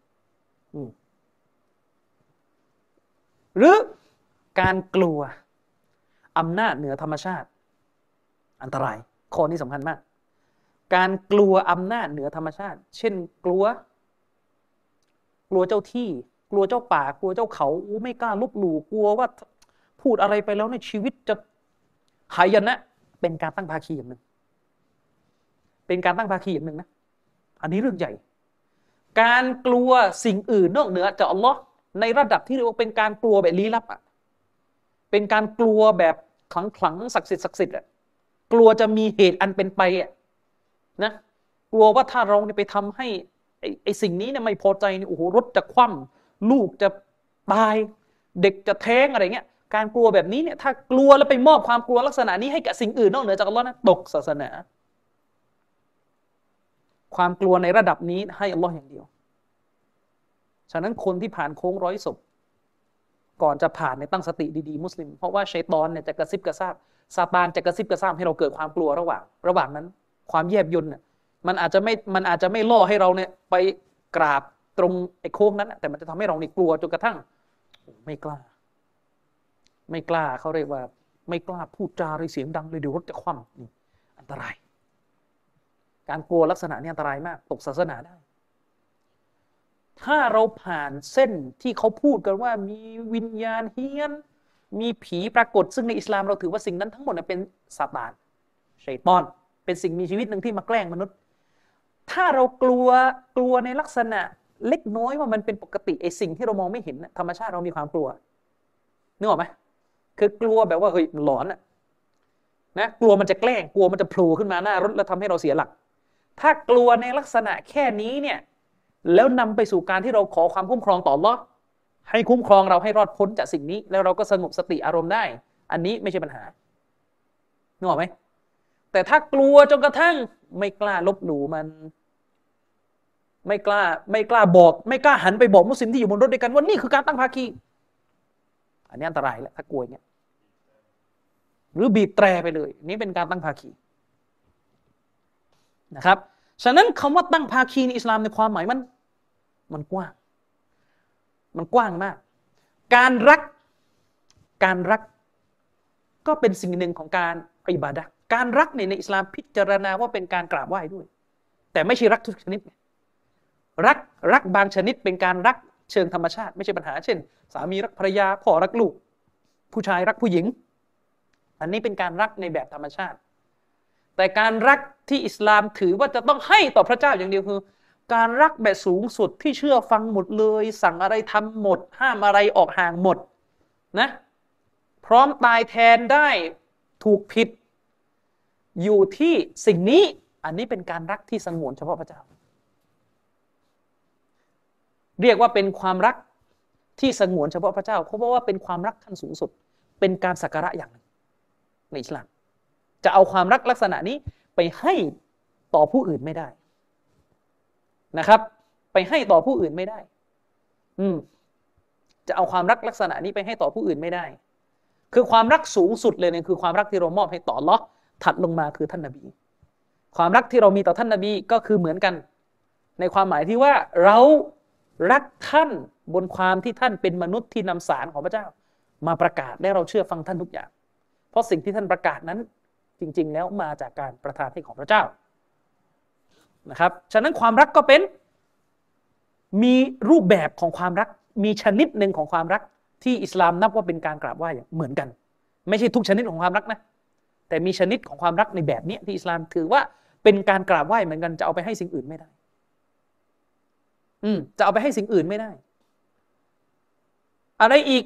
หรือการกลัวอำนาจเหนือธรรมชาติอันตรายข้อนี้สำคัญมากการกลัวอำนาจเหนือธรรมชาติเช่นกลัวกลัวเจ้าที่กลัวเจ้าป่ากลัวเจ้าเขาไม่กล้าลบหลู่กลัวว่าพูดอะไรไปแล้วในชีวิตจะหายนะเป็นการตั้งภาคีอย่างหนึ่งเป็นการตั้งภาคีอย่างหนึ่งนะอันนี้เรื่องใหญ่การกลัวสิ่งอื่นนอกเหนือจากอัลลอฮ์ในระดับที่เรียกว่าเป็นการกลัวแบบลี้ลับอ่ะเป็นการกลัวแบบขลังขลังศักดิ์สิทธิ์ศักดิ์สิทธิ์อ่ะกลัวจะมีเหตุอันเป็นไปอ่ะนะกลัวว่าถ้าเราไปทำให้ไอ้ไอ้สิ่งนี้เนี่ยไม่พอใจนี่โอ้โหรถจะคว่ำลูกจะตายเด็กจะแท้งอะไรเงี้ยการกลัวแบบนี้เนี่ยถ้ากลัวแล้วไปมอบความกลัวลักษณะนี้ให้กับสิ่งอื่นนอกเหนือจากอัลลอฮ์นะตกศาสนาความกลัวในระดับนี้ให้อัลลอฮ์อย่างเดียวฉะนั้นคนที่ผ่านโค้งร้อยศพก่อนจะผ่านในตั้งสติดีๆมุสลิมเพราะว่าชัยฏอนเนี่ยจะกระซิบกระซาบซาตานจะกระซิบกระซาบให้เราเกิดความกลัวระหว่างระหว่างนั้นความแยบยลเนี่ยมันอาจจะไม่มันอาจจะไม่ล่อให้เราเนี่ยไปกราบตรงไอ้โค้งนั้นแต่มันจะทำให้เราเนี่ยกลัวจนกระทั่งไม่กล้าไม่กล้าเขาเรียกว่าไม่กล้าพูดจาเสียงดังเลยเดี๋ยวรถจะคว่ำนี่อันตรายการกลัวลักษณะนี้อันตรายมากตกศาสนาได้ถ้าเราผ่านเส้นที่เขาพูดกันว่ามีวิญญาณเฮี้ยนมีผีปรากฏซึ่งในอิสลามเราถือว่าสิ่งนั้นทั้งหมดเป็นซาตานชัยฏอนเป็นสิ่งมีชีวิตหนึ่งที่มาแกล้งมนุษย์ถ้าเรากลัวกลัวในลักษณะเล็กน้อยว่ามันเป็นปกติไอ้สิ่งที่เรามองไม่เห็นธรรมชาติเรามีความกลัวนึกออกไหมคือกลัวแบบว่าเฮ้ยหลอนอะนะกลัวมันจะแกล้งกลัวมันจะโผล่ขึ้นมาหน้ารถแล้วทำให้เราเสียหลักถ้ากลัวในลักษณะแค่นี้เนี่ยแล้วนำไปสู่การที่เราขอความคุ้มครองต่ออัลเลาะห์ให้คุ้มครองเราให้รอดพ้นจากสิ่งนี้แล้วเราก็สงบสติอารมณ์ได้อันนี้ไม่ใช่ปัญหานึกออกไหมแต่ถ้ากลัวจนกระทั่งไม่กล้าลบหลู่มันไม่กล้าไม่กล้าบอกไม่กล้าหันไปบอกมุสลิมที่อยู่บนรถด้วยกันว่านี่คือการตั้งภาคีอันนี้อันตรายแล้วถ้ากลัวอย่างเงี้ยหรือบีบแตรไปเลยนี่เป็นการตั้งภาคีนะครับฉะนั้นคำว่าตั้งภาคีในอิสลามในความหมายมันมันกว้างมันกว้างมากการรักการรักก็เป็นสิ่งหนึ่งของการอิบาดะห์การรักในในอิสลามพิจารณาว่าเป็นการกราบไหว้ด้วยแต่ไม่ใช่รักทุกชนิดรักรักบางชนิดเป็นการรักเชิงธรรมชาติไม่ใช่ปัญหาเช่นสามีรักภรรยาพ่อรักลูกผู้ชายรักผู้หญิงอันนี้เป็นการรักในแบบธรรมชาติแต่การรักที่อิสลามถือว่าจะต้องให้ต่อพระเจ้าอย่างเดียวคือการรักแบบสูงสุดที่เชื่อฟังหมดเลยสั่งอะไรทำหมดห้ามอะไรออกห่างหมดนะพร้อมตายแทนได้ถูกผิดอยู่ที่สิ่งนี้อันนี้เป็นการรักที่สงวนเฉพาะพระเจ้าเรียกว่าเป็นความรักที่สงวนเฉพาะพระเจ้าเพราะว่าเป็นความรักขั้นสูงสุดเป็นการสักการะอย่างหนึ่งในอิสลามจะเอาความรักลักษณะนี้ไปให้ต่อผู้อื่นไม่ได้นะครับไปให้ต่อผู้อื่นไม่ได้อืมจะเอาความรักลักษณะนี้ไปให้ต่อผู้อื่นไม่ได้คือความรักสูงสุดเลยเนี่ยคือความรักที่เรามอบให้ต่ออัลเลาะห์ถัดลงมาคือท่านนบีความรักที่เรามีต่อท่านนบีก็คือเหมือนกันในความหมายที่ว่าเรารักท่านบนความที่ท่านเป็นมนุษย์ที่นำสารของพระเจ้ามาประกาศและเราเชื่อฟังท่านทุกอย่างเพราะสิ่งที่ท่านประกาศนั้นจริงๆแล้วมาจากการประทานให้ของพระเจ้านะครับฉะนั้นความรักก็เป็นมีรูปแบบของความรักมีชนิดหนึ่งของความรักที่อิสลามนับว่าเป็นการกราบไหว้อย่างเหมือนกันไม่ใช่ทุกชนิดของความรักนะแต่มีชนิดของความรักในแบบนี้ที่อิสลามถือว่าเป็นการกราบไหว้เหมือนกันจะเอาไปให้สิ่งอื่นไม่ได้อืมจะเอาไปให้สิ่งอื่นไม่ได้อะไรอีก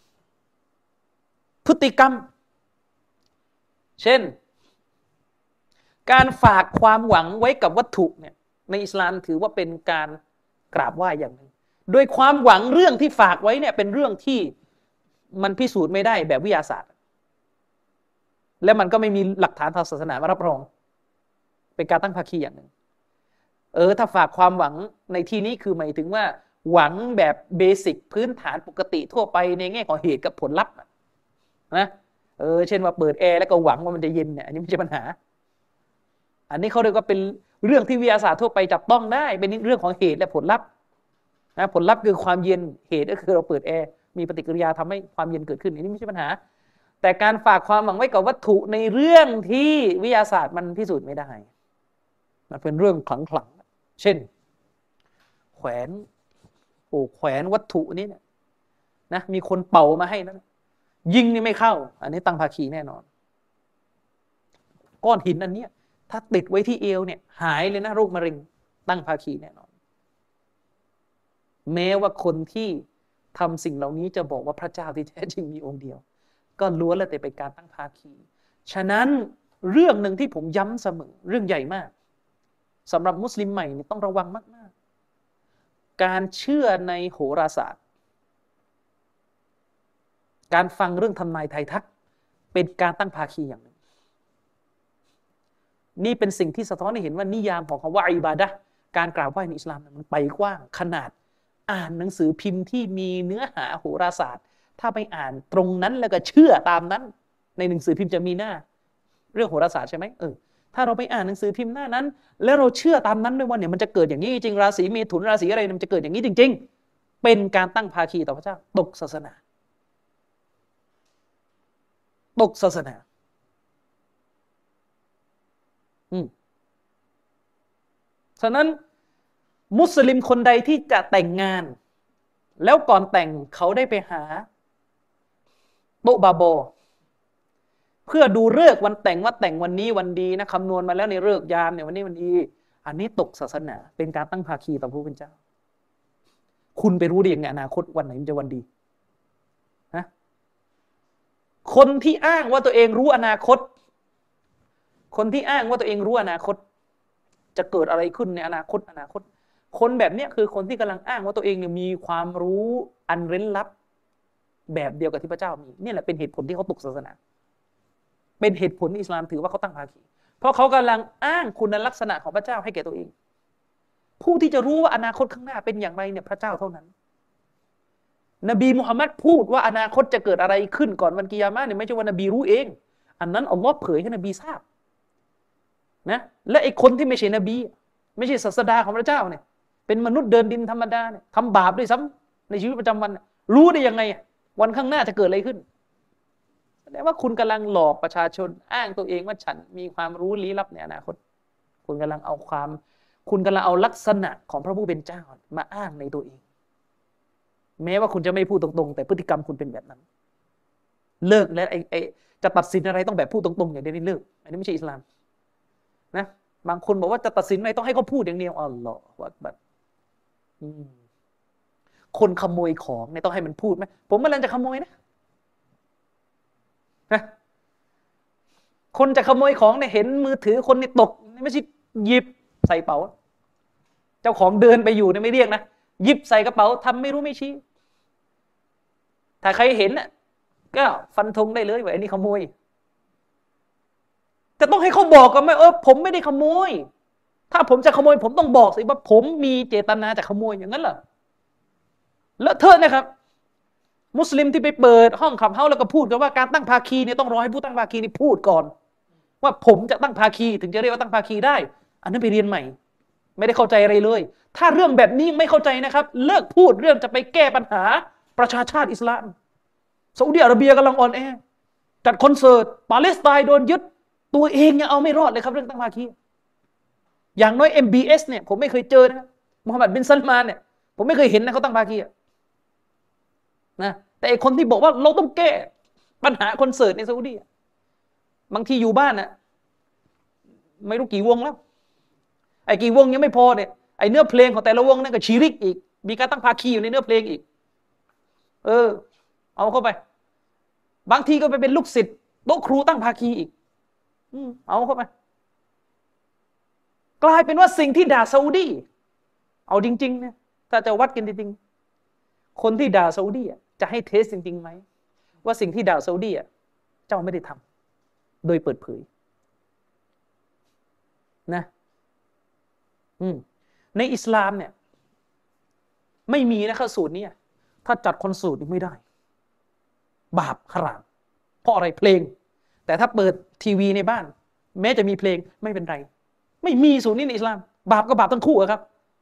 พฤติกรรมเช่นการฝากความหวังไว้กับวัตถุเนี่ยในอิสลามถือว่าเป็นการกราบไหว้อย่างหนึ่งโดยความหวังเรื่องที่ฝากไว้เนี่ยเป็นเรื่องที่มันพิสูจน์ไม่ได้แบบวิทยาศาสตร์และมันก็ไม่มีหลักฐานทางศาสนามารับรองเป็นการตั้งภาคีอย่างหนึ่งเออถ้าฝากความหวังในที่นี้คือหมายถึงว่าหวังแบบเบสิกพื้นฐานปกติทั่วไปในแง่ของเหตุกับผลลัพธ์นะเออเช่นว่าเปิดแอร์แล้วก็หวังว่ามันจะเย็นเนี่ยอันนี้ไม่ใช่ปัญหาอันนี้เขาเรียกว่าเป็นเรื่องที่วิทยาศาสตร์ทั่วไปจับต้องได้เป็นเรื่องของเหตุและผลลัพธ์นะผลลัพธ์คือความเย็นเหตุก็คือเราเปิดแอร์มีปฏิกิริยาทำให้ความเย็นเกิดขึ้นอันนี้ไม่ใช่ปัญหาแต่การฝากความหวังไว้กับวัตถุในเรื่องที่วิทยาศาสตร์มันพิสูจน์ไม่ได้มันเป็นเรื่องขลังๆเช่นแขวนโอ้แขวนวัตถุนี้เนี่ยนะมีคนเป่ามาให้นะยิงนี่ไม่เข้าอันนี้ตั้งภาคีแน่นอนก้อนหินอันนี้ถ้าติดไว้ที่เอวเนี่ยหายเลยนะโรคมะเร็งตั้งภาคีแน่นอนแม้ว่าคนที่ทำสิ่งเหล่านี้จะบอกว่าพระเจ้าที่แท้จริงมีองค์เดียวก็ล้วนแล้วแต่เป็นการตั้งภาคีฉะนั้นเรื่องหนึ่งที่ผมย้ำเสมอเรื่องใหญ่มากสำหรับมุสลิมใหม่นี่ต้องระวังมากๆการเชื่อในโหราศาสตร์การฟังเรื่องทำนายไทายทักเป็นการตั้งภาคีอย่างหนึ่งนี่เป็นสิ่งที่สะท้อนให้เห็นว่านิยามของคำว่าอิบาดะห์การกราบไหว้ในอิสลามมันไปกว้างขนาดอ่านหนังสือพิมพ์ที่มีเนื้อหาโหราศาสตร์ถ้าไปอ่านตรงนั้นแล้วก็เชื่อตามนั้นในหนังสือพิมพ์จะมีหน้าเรื่องโหราศาสตร์ใช่ไหมเออถ้าเราไปอ่านหนังสือพิมพ์หน้านั้นแล้วเราเชื่อตามนั้นด้วยว่าเนี่ยมันจะเกิดอย่างนี้จริงราศีเมถุนราศีอะไรมันจะเกิดอย่างนี้จริงๆเป็นการตั้งภาคีต่อพระเจ้าตกศาสนาตกศาสนาอืมฉะนั้นมุสลิมคนใดที่จะแต่งงานแล้วก่อนแต่งเขาได้ไปหาโต๊ะบาโบเพื่อดูฤกษ์วันแต่งว่าแต่งวันนี้วันดีนะคำนวณมาแล้วในฤกษ์ยามเนี่ยวันนี้วันดีอันนี้ตกศาสนาเป็นการตั้งภาคีต่อพระผู้เป็นเจ้าคุณไปรู้ได้ยังไงอนาคตวันไหนมันจะวันดีฮะคนที่อ้างว่าตัวเองรู้อนาคตคนที่อ้างว่าตัวเองรู้อนาคตจะเกิดอะไรขึ้นในอนาคตอนาคตคนแบบนี้คือคนที่กำลังอ้างว่าตัวเองเนี่ยมีความรู้อันเร้นลับแบบเดียวกับที่พระเจ้ามีนี่แหละเป็นเหตุผลที่เขาตกศาสนาเป็นเหตุผลที่อิสลามถือว่าเขาตั้งภาคีเพราะเขากำลังอ้างคุณลักษณะของพระเจ้าให้แก่ตัวเองผู้ที่จะรู้ว่าอนาคตข้างหน้าเป็นอย่างไรเนี่ยพระเจ้าเท่านั้นนบีมุฮัมมัดพูดว่าอนาคตจะเกิดอะไรขึ้นก่อนวันกิยามะห์เนี่ยไม่ใช่ว่านบีรู้เองอันนั้นอัลลอฮ์เผยให้นบีทราบนะและไอ้คนที่ไม่ใช่นบีไม่ใช่ศาสดาของพระเจ้าเนี่ยเป็นมนุษย์เดินดินธรรมดาเนี่ยทำบาปด้วยซ้ำในชีวิตประจำวันรู้ได้ยังไงวันข้างหน้าจะเกิดอะไรขึ้นแสดงว่าคุณกำลังหลอกประชาชนอ้างตัวเองว่าฉันมีความรู้ลี้ลับในอนาคตคุณกำลังเอาความคุณกำลังเอาลักษณะของพระผู้เป็นเจ้ามาอ้างในตัวเองแม้ว่าคุณจะไม่พูดตรงๆแต่พฤติกรรมคุณเป็นแบบนั้นเลิกแล้วไอ้ไอ้จะตัดสินอะไรต้องแบบพูดตรงๆอย่างเดียวนี่เลิกอันนี้ไม่ใช่อิสลามนะบางคนบอกว่าจะตัดสินอะไรต้องให้เขาพูดอย่างเดียวอัลลอฮฺอักบัรคนขโมยของเนี่ยต้องให้มันพูดไหมผมกำลังจะขโมยนะนะคนจะขโมยของเนี่ยเห็นมือถือคนนี่ตกไม่ใช่หยิบใส่เป๋าเจ้าของเดินไปอยู่เนี่ยไม่เรียกนะหยิบใส่กระเป๋าทำไม่รู้ไม่ชี้ถ้าใครเห็นน่ะก็ฟันธงได้เลยว่าไอ้นี่ขโมยจะต้องให้เขาบอกกันไหมเออผมไม่ได้ขโมยถ้าผมจะขโมยผมต้องบอกสิว่าผมมีเจตนาจะขโมยอย่างนั้นเหรอแล้วเธอนะครับมุสลิมที่ไปเปิดห้องขับเฮ้าแล้วก็พูดกันว่าการตั้งภาคีเนี่ยต้องรอให้ผู้ตั้งภาคีนี่พูดก่อนว่าผมจะตั้งภาคีถึงจะเรียกว่าตั้งภาคีได้อันนั้นไปเรียนใหม่ไม่ได้เข้าใจอะไรเลยถ้าเรื่องแบบนี้ไม่เข้าใจนะครับเลิกพูดเรื่องจะไปแก้ปัญหาประชาชาติอิสลามซาอุดิอาระเบียกำลังอ่อนแอจัดคอนเสิร์ตปาเลสไตน์โดนยึดตัวเองยังเอาไม่รอดเลยครับเรื่องตั้งภาคีอย่างน้อย เอ็ม บี เอส เนี่ยผมไม่เคยเจอนะมูฮัมหมัดบินซัลมานเนี่ยผมไม่เคยเห็นนะเขาตั้งภาคีนะแต่ไอคนที่บอกว่าเราต้องแก้ปัญหาคอนเสิร์ตในซาอุดีบางทีอยู่บ้านน่ะไม่รู้กี่วงแล้วไอ้กี่วงยังไม่พอเนี่ยไอ้เนื้อเพลงของแต่ละวงนั่นก็ชีริกอีกมีการตั้งภาคีอยู่ในเนื้อเพลงอีกเออเอาเข้าไปบางทีก็ไปเป็นลูกศิษย์โต๊ะครูตั้งภาคีอีกอืมเอาเข้าไปกลายเป็นว่าสิ่งที่ด่าซาอุดีเอาจริงๆเนี่ยถ้าจะวัดกันจริงๆคนที่ด่าซาอุดีจะให้เทสจริงๆไหมว่าสิ่งที่ด่าซาอุดีเจ้าไม่ได้ทำโดยเปิดเผยนะอืมในอิสลามเนี่ยไม่มีนะครับสูตรนี้ถ้าจัดคอนเสิร์ตไม่ได้บาปฮารามเพราะอะไรเพลงแต่ถ้าเปิดทีวีในบ้านแม้จะมีเพลงไม่เป็นไรไม่มีสูตรนี้ในอิสลามบาปก็บาปทั้งคู่ครับ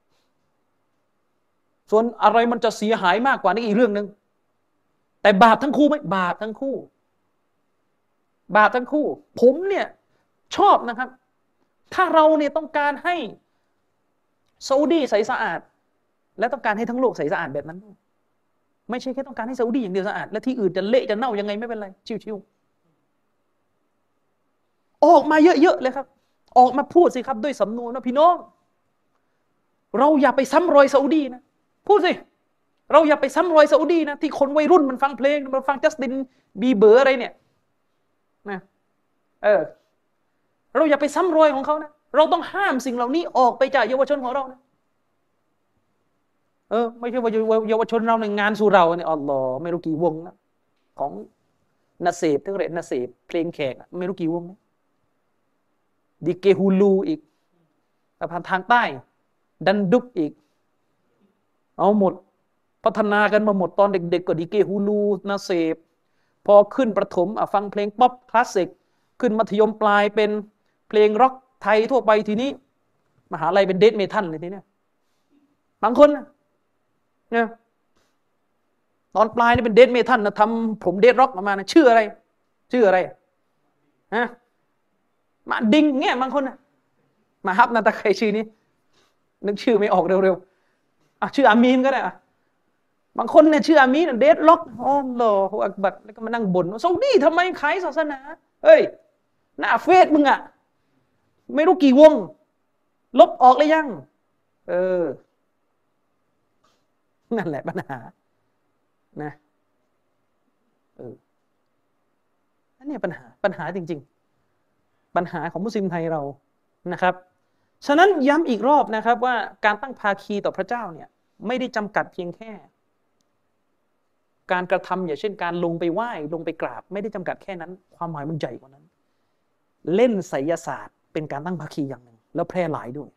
ส่วนอะไรมันจะเสียหายมากกว่านี้อีกเรื่องนึงแต่บาปทั้งคู่ไหมบาปทั้งคู่บาปทั้งคู่ผมเนี่ยชอบนะครับถ้าเราเนี่ยต้องการให้ซาอุดีใสสะอาดและต้องการให้ทั้งโลกใสสะอาดแบบนั้นไม่ใช่แค่ต้องการให้ซาอุดีอย่างเดียวสะอาดและที่อื่นจะเละจะเน่ายังไงไม่เป็นไรชิวๆออกมาเยอะๆเลยครับออกมาพูดสิครับด้วยสำนวนว่าพี่น้องเราอย่าไปซ้ำรอยซาอุดีนะพูดสิเราอย่าไปซ้ำรอยซาอุดีนะที่คนวัยรุ่นมันฟังเพลงมันฟังจัสตินบีเบอร์อะไรเนี่ยนะเออเราอย่าไปซ้ำรอยของเขานะเราต้องห้ามสิ่งเหล่านี้ออกไปจากเยาวชนของเรานะเออไม่ใช่ว่าเยาวชนเราในงานสู่เราเนี่ยอัลลอฮ์ไม่รู้กี่วงนะของนาเซฟทั้งเรศนาเซฟเพลงแขกไม่รู้กี่วงนะดิเกฮูลูอีกสะพานทางใต้ดันดุกอีกเอาหมดพัฒนากันมาหมดตอนเด็กๆก็ดิเกฮูลูนาเซฟพอขึ้นประถมอ่ะฟังเพลงป๊อปคลาสสิกขึ้นมัธยมปลายเป็นเพลงร็อกไทยทั่วไปทีนี้มหาลัยเป็นเดธเมทัลเลยทีนี้บางคนเนี่ยตอนปลายนี่เป็นเดธเมทัลนะทำผมเดธร็อกออกมานะชื่ออะไรชื่ออะไรฮะมาดิงเงี้ยบางคนนะมาฮับนาตาใครชื่อนี้นึกชื่อไม่ออกเร็วๆอ่ะชื่ออามีนก็ได้อ่ะบางคนเนี่ยชื่ออามีนเดธร็อกอ๋อโลฮอักบัรแล้วก็มานั่งบ่นว่าซาอุดีทำไมขายศาสนาเฮ้ยหน้าเฟซมึงอ่ะไม่รู้กี่วงลบออกเลยยังเออนั่นแหละปัญหานะเออนั่นเนี่ยปัญหาปัญหาจริงๆปัญหาของมุสลิมไทยเรานะครับฉะนั้นย้ำอีกรอบนะครับว่าการตั้งภาคีต่อพระเจ้าเนี่ยไม่ได้จำกัดเพียงแค่การกระทำอย่างเช่นการลงไปไหว้ลงไปกราบไม่ได้จำกัดแค่นั้นความหมายมันใหญ่กว่านั้นเล่นไสยศาสตร์เป็นการตั้งภาคีอย่างหนึ่งแล้วแพร่หลายด้วย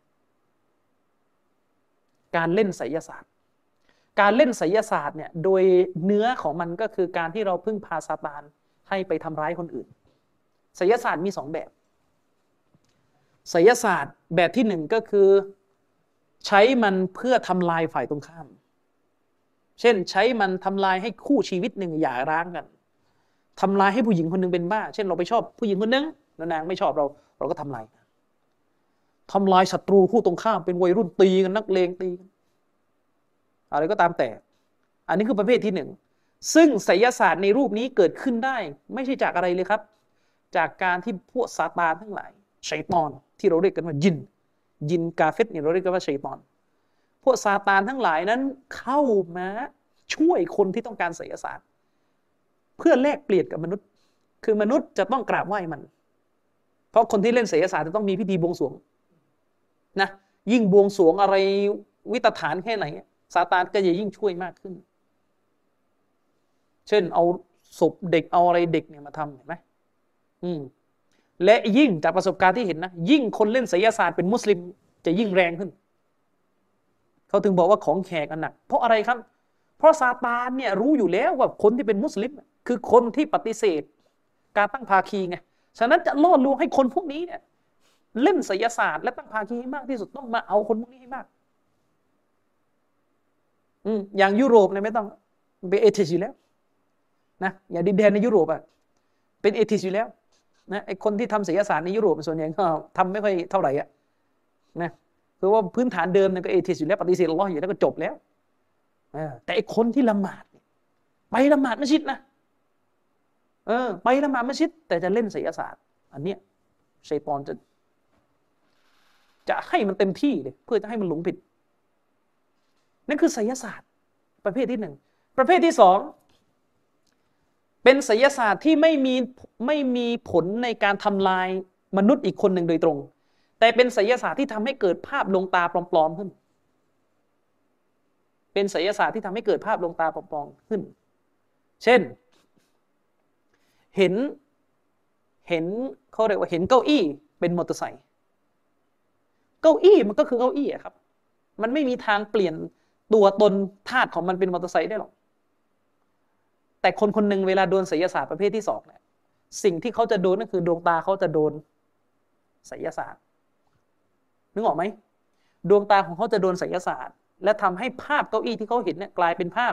การเล่นไสยศาสตร์การเล่นไสยศาสตร์เนี่ยโดยเนื้อของมันก็คือการที่เราพึ่งพาซาตานให้ไปทำร้ายคนอื่นไสยศาสตร์มีสองแบบไสยศาสตร์แบบที่หนึ่งก็คือใช้มันเพื่อทำลายฝ่ายตรงข้ามเช่นใช้มันทำลายให้คู่ชีวิตหนึ่งหย่าร้างกันทำลายให้ผู้หญิงคนหนึ่งเป็นบ้าเช่นเราไปชอบผู้หญิงคนนึงแล้วนางไม่ชอบเราเราก็ทำลายทำลายศัตรูคู่ตรงข้ามเป็นวัยรุ่นตีกันนักเลงตีกันอะไรก็ตามแต่อันนี้คือประเภทที่หนึ่งซึ่งไสยศาสตร์ในรูปนี้เกิดขึ้นได้ไม่ใช่จากอะไรเลยครับจากการที่พวกซาตานทั้งหลายชัยฏอนที่เราเรียกกันว่ายินยินกาเฟรเนี่ยเราเรียกกันว่าชัยฏอนพวกซาตานทั้งหลายนั้นเข้ามาช่วยคนที่ต้องการไสยศาสตร์เพื่อแลกเปลี่ยนกับมนุษย์คือมนุษย์จะต้องกราบไหว้มันเพราะคนที่เล่นไสยศาสตร์จะต้องมีพิธีบวงสรวงนะยิ่งบวงสรวงอะไรวิตฐานแค่ไหนซาตานก็จะยิ่งช่วยมากขึ้นเช่นเอาศพเด็กเอาอะไรเด็กเนี่ยมาทำเห็นไหมอืมและยิ่งจากประสบการณ์ที่เห็นนะยิ่งคนเล่นไสยศาสตร์เป็นมุสลิมจะยิ่งแรงขึ้นเขาถึงบอกว่าของแขกอันหนักเพราะอะไรครับเพราะซาตานเนี่ยรู้อยู่แล้วว่าคนที่เป็นมุสลิมคือคนที่ปฏิเสธการตั้งภาคีไงฉะนั้นจะล่อลวงให้คนพวกนี้เนี่ยเล่นไสยศาสตร์และตั้งภาคีให้มากที่สุดต้องมาเอาคนพวกนี้ให้มากอืมอย่างยุโรปเนี่ยไม่ต้องเป็นเอทิสอยู่แล้วนะอย่างดินแดนในยุโรปอ่ะเป็นเอทิสอยู่แล้วนะไอคนที่ทำไสยศาสตร์ในยุโรปส่วนใหญ่ก็ทำไม่ค่อยเท่าไหร่อ่ะนะคือว่าพื้นฐานเดิมเนี่ยก็เอทิสอยู่แล้วปฏิเสธอัลเลาะห์อยู่แล้วก็จบแล้วแต่ไอคนที่ละหมาดไปละหมาดมัสยิดนะเออไปละหมาดมัสยิดแต่จะเล่นไสยศาสตร์อันเนี้ยชัยฏอนจะจะให้มันเต็มที่เลยเพื่อจะให้มันหลงผิดนั่นคือไสยศาสตร์ประเภทที่หนึ่งประเภทที่สองเป็นไสยศาสตร์ที่ไม่มีไม่มีผลในการทำลายมนุษย์อีกคนหนึ่งโดยตรงแต่เป็นไสยศาสตร์ที่ทำให้เกิดภาพลวงตาปลอมๆขึ้นเป็นไสยศาสตร์ที่ทำให้เกิดภาพลวงตาปลอมๆขึ้นเช่นเห็นเห็นเขาเรียกว่าเห็นเก้าอี้เป็นมอเตอร์ไซค์เก้าอี้มันก็คือเก้าอี้ครับมันไม่มีทางเปลี่ยนตัวตนธาตุของมันเป็นมอเตอร์ไซค์ได้หรอกแต่คนคนหนึ่งเวลาโดนไสยศาสตร์ประเภทที่สองเนี่ยสิ่งที่เขาจะโดนก็คือดวงตาเขาจะโดนไสยศาสตร์นึกออกไหมดวงตาของเขาจะโดนไสยศาสตร์และทำให้ภาพเก้าอี้ที่เขาเห็นเนี่ยกลายเป็นภาพ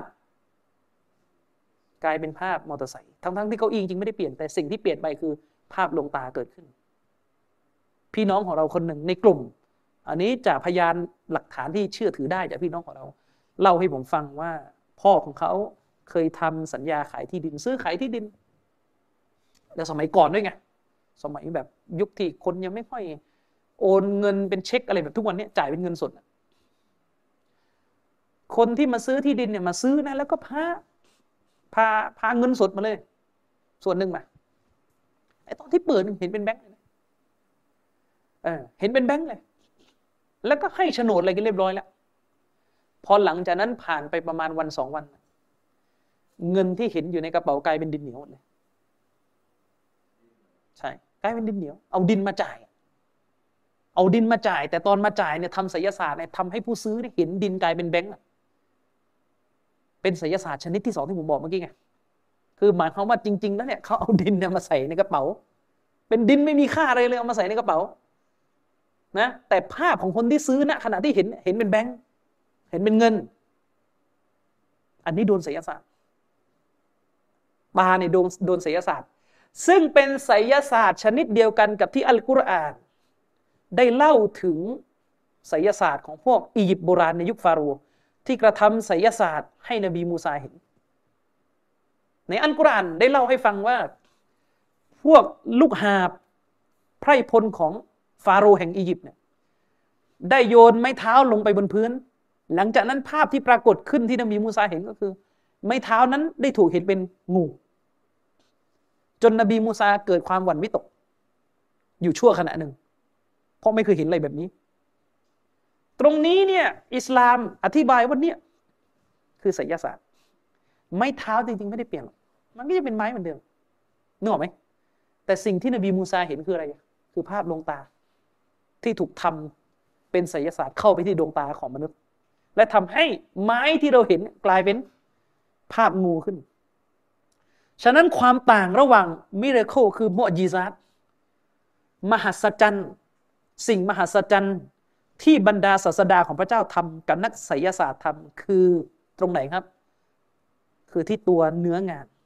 กลายเป็นภาพมอเตอร์ไซค์ทั้งๆที่เก้าอี้จริงไม่ได้เปลี่ยนแต่สิ่งที่เปลี่ยนไปคือภาพลวงตาเกิดขึ้นพี่น้องของเราคนหนึ่งในกลุ่มอันนี้จากพยานหลักฐานที่เชื่อถือได้จากพี่น้องของเราเล่าให้ผมฟังว่าพ่อของเขาเคยทำสัญญาขายที่ดินซื้อขายที่ดินแล้วสมัยก่อนด้วยไงสมัยแบบยุคที่คนยังไม่ค่อยโอนเงินเป็นเช็คอะไรแบบทุกวันนี้จ่ายเป็นเงินสดคนที่มาซื้อที่ดินเนี่ยมาซื้อนะแล้วก็พาพาพาเงินสดมาเลยส่วนหนึ่งมาไอ้ตอนที่เปิดเห็นเป็นแบงค์เลยนะเออเห็นเป็นแบงค์เลยแล้วก็ให้โฉนดอะไรกันเรียบร้อยแล้วพอหลังจากนั้นผ่านไปประมาณวันสองวันเงินที่เห็นอยู่ในกระเป๋ากลายเป็นดินเหนียวเลยใช่กลายเป็นดินเหนียวเอาดินมาจ่ายเอาดินมาจ่ายแต่ตอนมาจ่ายเนี่ยทำไสยศาสตร์เนี่ยทำให้ผู้ซื้อเห็นดินกลายเป็นแบงค์เป็นไสยศาสตร์ชนิดที่สองที่ผมบอกเมื่อกี้ไงคือหมายความว่าจริงๆแล้วเนี่ยเขาเอาดินเนี่ยมาใส่ในกระเป๋าเป็นดินไม่มีค่าอะไรเลยเอามาใส่ในกระเป๋านะแต่ภาพของคนที่ซื้อณขณะที่เห็นเห็นเป็นแบงค์เห็นเป็นเงินอันนี้โดนไสยศาสตร์ตาเนี่ยโดนโดนไสยศาสตร์ซึ่งเป็นไสยศาสตร์ชนิดเดียวกันกับที่อัลกุรอานได้เล่าถึงไสยศาสตร์ของพวกอียิปต์โบราณในยุคฟาโรห์ที่กระทำไสยศาสตร์ให้นบีมูซาเห็นในอัลกุรอานได้เล่าให้ฟังว่าพวกลูกหาบไพร่พลของฟาโรห์แห่งอียิปต์เนี่ยได้โยนไม้เท้าลงไปบนพื้นหลังจากนั้นภาพที่ปรากฏขึ้นที่นบีมูซาเห็นก็คือไม้เท้านั้นได้ถูกเห็นเป็นงูจนนบีมูซาเกิดความหวั่นวิตกอยู่ชั่วขณะหนึ่งเพราะไม่เคยเห็นอะไรแบบนี้ตรงนี้เนี่ยอิสลามอธิบายว่าเนี่ยคือไสยศาสตร์ไม้เท้าจริงๆไม่ได้เปลี่ยนหรอกมันก็จะเป็นไม้เหมือนเดิมนึกออกไหมแต่สิ่งที่นบีมูซาเห็นคืออะไรคือภาพดวงตาที่ถูกทำเป็นไสยศาสตร์เข้าไปที่ดวงตาของมนุษย์และทำให้ไม้ที่เราเห็นกลายเป็นภาพงูขึ้นฉะนั้นความต่างระหว่างมิราเคิลคือมุอญิซาตมหัศจรรย์สิ่งมหัศจรรย์ที่บรรดาศาสดาของพระเจ้าทำกับนักไสยศาสตร์ทำคือตรงไหนครับคือที่ตัวเนื้องาน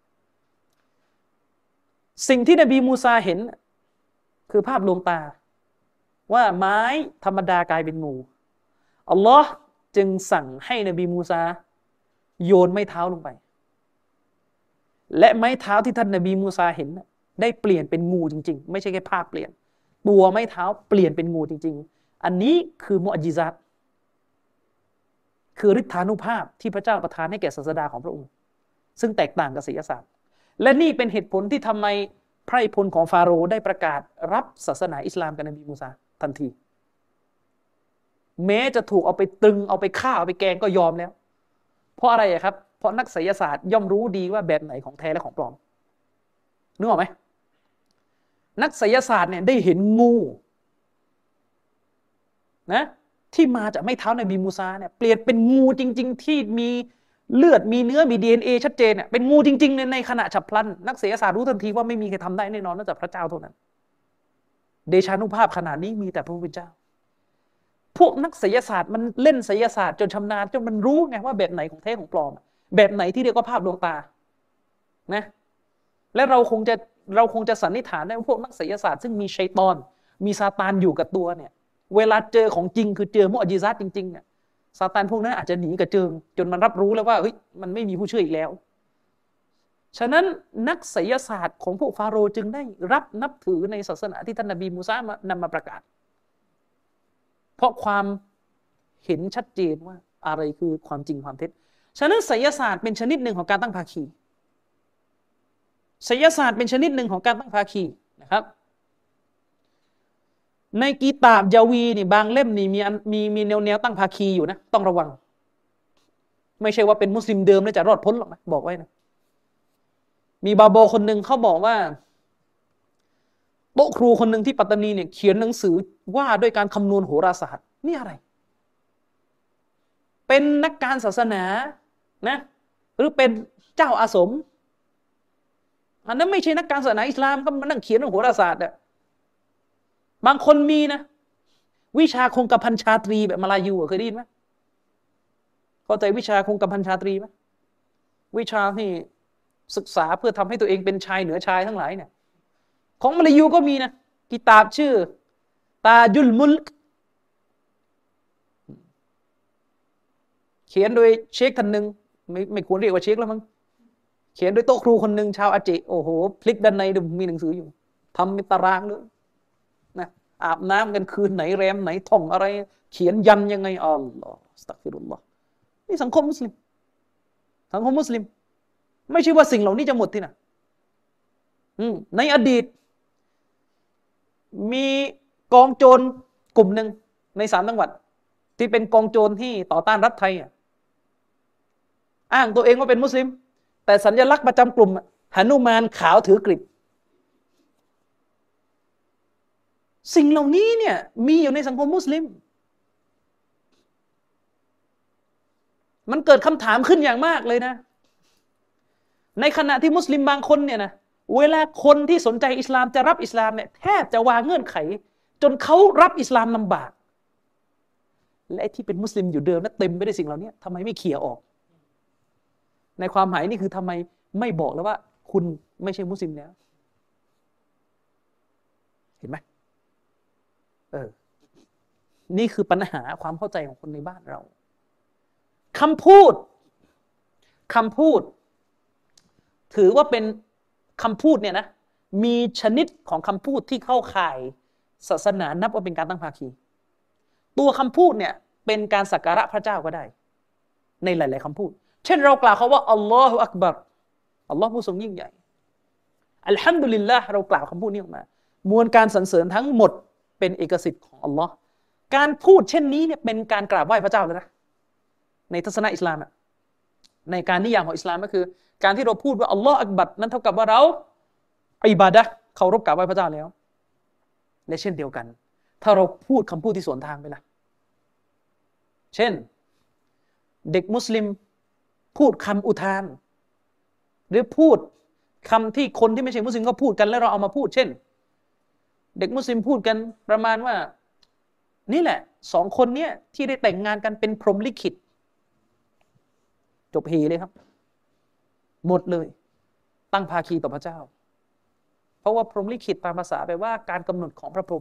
สิ่งที่นบีมูซาเห็นคือภาพลวงตาว่าไม้ธรรมดากลายเป็นงูอัลลอฮ์จึงสั่งให้นบีมูซาโยนไม้เท้าลงไปและไม้เท้าที่ท่านนบีมูซาเห็นได้เปลี่ยนเป็นงูจริงๆไม่ใช่แค่ภาพเปลี่ยนตัวไม้เท้าเปลี่ยนเป็นงูจริงๆอันนี้คือมุอญิซาตคือฤทธานุภาพที่พระเจ้าประทานให้แก่ศาสดาของพระองค์ซึ่งแตกต่างกับไสยศาสตร์และนี่เป็นเหตุผลที่ทำไมไพร่พลของฟาโรห์ได้ประกาศรับศาสนาอิสลามกับนบีมูซาทันทีแม้จะถูกเอาไปตรึงเอาไปฆ่าเอาไปแกงก็ยอมแล้วเพราะอะไรครับเพราะนักไสยศาสตร์ย่อมรู้ดีว่าแบบไหนของแท้และของปลอมนึกออกไหมนักไสยศาสตร์เนี่ยได้เห็นงูนะที่มาจากไม้เท้านบีมูซาเนี่ยเปลี่ยนเป็นงูจริงๆที่มีเลือดมีเนื้อมี ดี เอ็น เอ ชัดเจนเนี่ยเป็นงูจริงๆในขณะฉับพลันนักไสยศาสตร์รู้ทันทีว่าไม่มีใครทำได้แน่นอนนอกจากพระเจ้าเท่านั้นเดชานุภาพขนาดนี้มีแต่พระผู้เป็นเจ้าพวกนักไสยศาสตร์มันเล่นไสยศาสตร์จนชำนาญจนมันรู้ไงว่าแบบไหนของแท้ของปลอมแบบไหนที่เรียกว่าภาพดวงตานะและเราคงจะเราคงจะสันนิษฐานได้ว่าพวกนักไสยศาสตร์ซึ่งมีชัยฏอนมีซาตานอยู่กับตัวเนี่ยเวลาเจอของจริงคือเจอมุอญิซาตจริงๆเนี่ยซาตานพวกนั้นอาจจะหนีกระเจิงจนมันรับรู้แล้วว่าเฮ้ยมันไม่มีผู้ช่วยอีกแล้วฉะนั้นนักไสยศาสตร์ของพวกฟาโรห์จึงได้รับนับถือในศาสนาที่ท่านนบีมูซานำมาประกาศเพราะความเห็นชัดเจนว่าอะไรคือความจริงความเท็จฉะนั้นไสยศาสตร์เป็นชนิดหนึ่งของการตั้งภาคีไสยศาสตร์เป็นชนิดหนึ่งของการตั้งภาคีนะครับในกีตาบยาวีนี่บางเล่มนี่มีมีมีแนวแนวตั้งภาคีอยู่นะต้องระวังไม่ใช่ว่าเป็นมุสลิมเดิมแล้วจะรอดพ้นหรอกนะบอกไว้นะมีบาโบคนหนึ่งเขาบอกว่าโต๊ะครูคนหนึ่งที่ปัตตานีเนี่ยเขียนหนังสือว่าด้วยการคำนวณโหราศาสตร์นี่อะไรเป็นนักการศาสนานะหรือเป็นเจ้าอาสมอันนั้นไม่ใช่นักการศาสนาอิสลามก็มานั่งเขียนเรื่องโหราศาสตร์อ่ะบางคนมีนะวิชาคงกระพันชาตรีแบบมาลายูเคยได้ยินไหมเข้าใจวิชาคงกระพันชาตรีไหมวิชาที่ศึกษาเพื่อทำให้ตัวเองเป็นชายเหนือชายทั้งหลายเนี่ยของมาลายูก็มีนะกิตาบชื่อตาจุลมุลกเขียนโดยเชคท่านหนึ่งไม่ไม่ควรเรียกว่าเชคแล้วมั้งเขียนโดยโต๊ะครูคนหนึ่งชาวอาเจโอ้โหพลิกด้านในดูมีหนังสืออยู่ทำเป็นตารางเลยนะอาบน้ำกันคืนไหนแรมไหนท่องอะไรเขียนยันยังไงอัลลอฮฺอัสตัฆฟิรุลลอฮ์นี่สังคมมุสลิมสังคมมุสลิมไม่ใช่ว่าสิ่งเหล่านี้จะหมดที่ไหนในอดีตมีกองโจรกลุ่มหนึ่งในสามจังหวัดที่เป็นกองโจรที่ต่อต้านรัฐไทยอ้างตัวเองว่าเป็นมุสลิมแต่สัญลักษณ์ประจำกลุ่มหนุมานขาวถือกริดสิ่งเหล่านี้เนี่ยมีอยู่ในสังคมมุสลิมมันเกิดคำถามขึ้นอย่างมากเลยนะในขณะที่มุสลิมบางคนเนี่ยนะเวลาคนที่สนใจอิสลามจะรับอิสลามเนี่ยแทบจะวางเงื่อนไขจนเขารับอิสลามลำบากและไอ้ที่เป็นมุสลิมอยู่เดิมนั้นเต็มไปด้วยสิ่งเหล่านี้ทำไมไม่เขี่ยออกในความหมายนี่คือทำไมไม่บอกแล้วว่าคุณไม่ใช่มุสลิมแล้วเห็นไหมเออนี่คือปัญหาความเข้าใจของคนในบ้านเราคำพูดคำพูดถือว่าเป็นคำพูดเนี่ยนะมีชนิดของคำพูดที่เข้าข่ายศาสนานับว่าเป็นการตั้งภาคีตัวคำพูดเนี่ยเป็นการสักการะพระเจ้าก็ได้ในหลายๆคำพูดเช่นเรากล่าวคำว่าอัลลอฮฺอักบัรอัลลอฮฺผู้ทรงยิ่งใหญ่อัลฮัมดุลิลลาห์เรากล่าวคำพูดนี้ออกมามวลการสรรเสริญทั้งหมดเป็นเอกสิทธิ์ของอัลลอฮ์การพูดเช่นนี้เนี่ยเป็นการกราบไหว้พระเจ้าแล้วนะในทัศนะอิสลามอ่ะในการนิยามของอิสลามก็คือการที่เราพูดว่าอัลลอฮฺอักบัรนั้นเท่ากับว่าเราอิบาดะห์เคารพกราบไหว้พระเจ้าแล้วและเช่นเดียวกันถ้าเราพูดคำพูดที่สวนทางไปล่ะเช่นเด็กมุสลิมพูดคำอุทานหรือพูดคำที่คนที่ไม่ใช่มุสลิมก็พูดกันแล้วเราเอามาพูดเช่นเด็กมุสลิมพูดกันประมาณว่านี่แหละสองคนเนี้ยที่ได้แต่งงานกันเป็นพรหมลิขิตจบเฮเลยครับหมดเลยตั้งภาคีต่อพระเจ้าเพราะว่าพรหมลิขิตตามภาษาแปลว่าการกำหนดของพระพรหม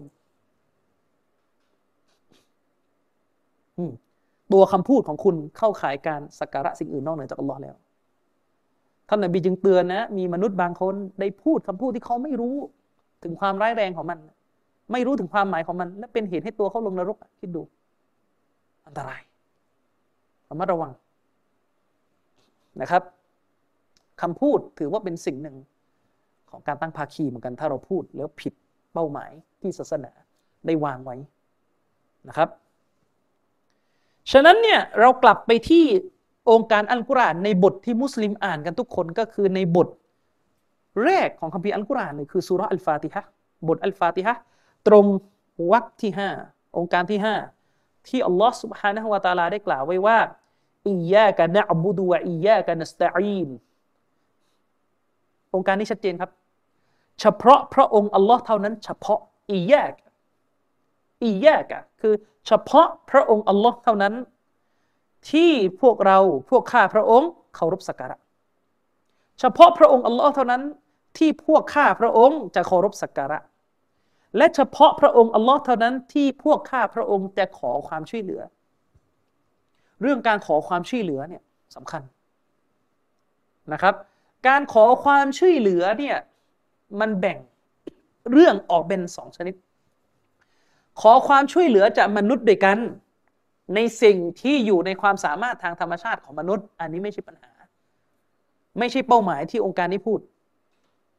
ตัวคำพูดของคุณเข้าข่ายการสักการะสิ่งอื่นนอกเหนือจากอัลลอฮ์แล้วท่านนบีจึงเตือนนะมีมนุษย์บางคนได้พูดคำพูดที่เขาไม่รู้ถึงความร้ายแรงของมันไม่รู้ถึงความหมายของมันและเป็นเหตุให้ตัวเขาลงนรกคิดดูอันตรายระมัดระวังนะครับคำพูดถือว่าเป็นสิ่งหนึ่งของการตั้งภาคีเหมือนกันถ้าเราพูดแล้วผิดเป้าหมายที่ศาสนาได้วางไว้นะครับฉะนั้นเนี่ยเรากลับไปที่องค์การอัลกุรอานในบทที่มุสลิมอ่านกันทุกคนก็คือในบทแรกของคัมภีร์อัลกุรอานนี่คือซูเราะห์อัลฟาติฮะห์บทอัลฟาติฮะห์ตรงวรรคที่ห้าองค์การที่ห้าที่อัลลอฮฺ سبحانه และ تعالى ได้กล่าวไว้ว่าอิยยากะนะอ์บุดุวะอิยยากะนัสตะอีนองค์การนี้ชัดเจนครับเฉพาะพระองค์อัลลอฮ์เท่านั้นเฉพาะอิยยากะอิยยากะคือเฉพาะพระองค์อัลลอฮ์เท่านั้นที่พวกเราพวกข้าพระองค์เคารพสักการะเฉพาะพระองค์อัลลอฮ์เท่านั้นที่พวกข้าพระองค์จะเคารพสักการะและเฉพาะพระองค์อัลลอฮ์เท่านั้นที่พวกข้าพระองค์จะขอความช่วยเหลือเรื่องการขอความช่วยเหลือเนี่ยสำคัญนะครับการขอความช่วยเหลือเนี่ยมันแบ่งเรื่องออกเป็นสองชนิดขอความช่วยเหลือจากมนุษย์ด้วยกันในสิ่งที่อยู่ในความสามารถทางธรรมชาติของมนุษย์อันนี้ไม่ใช่ปัญหาไม่ใช่เป้าหมายที่องค์การนี้พูด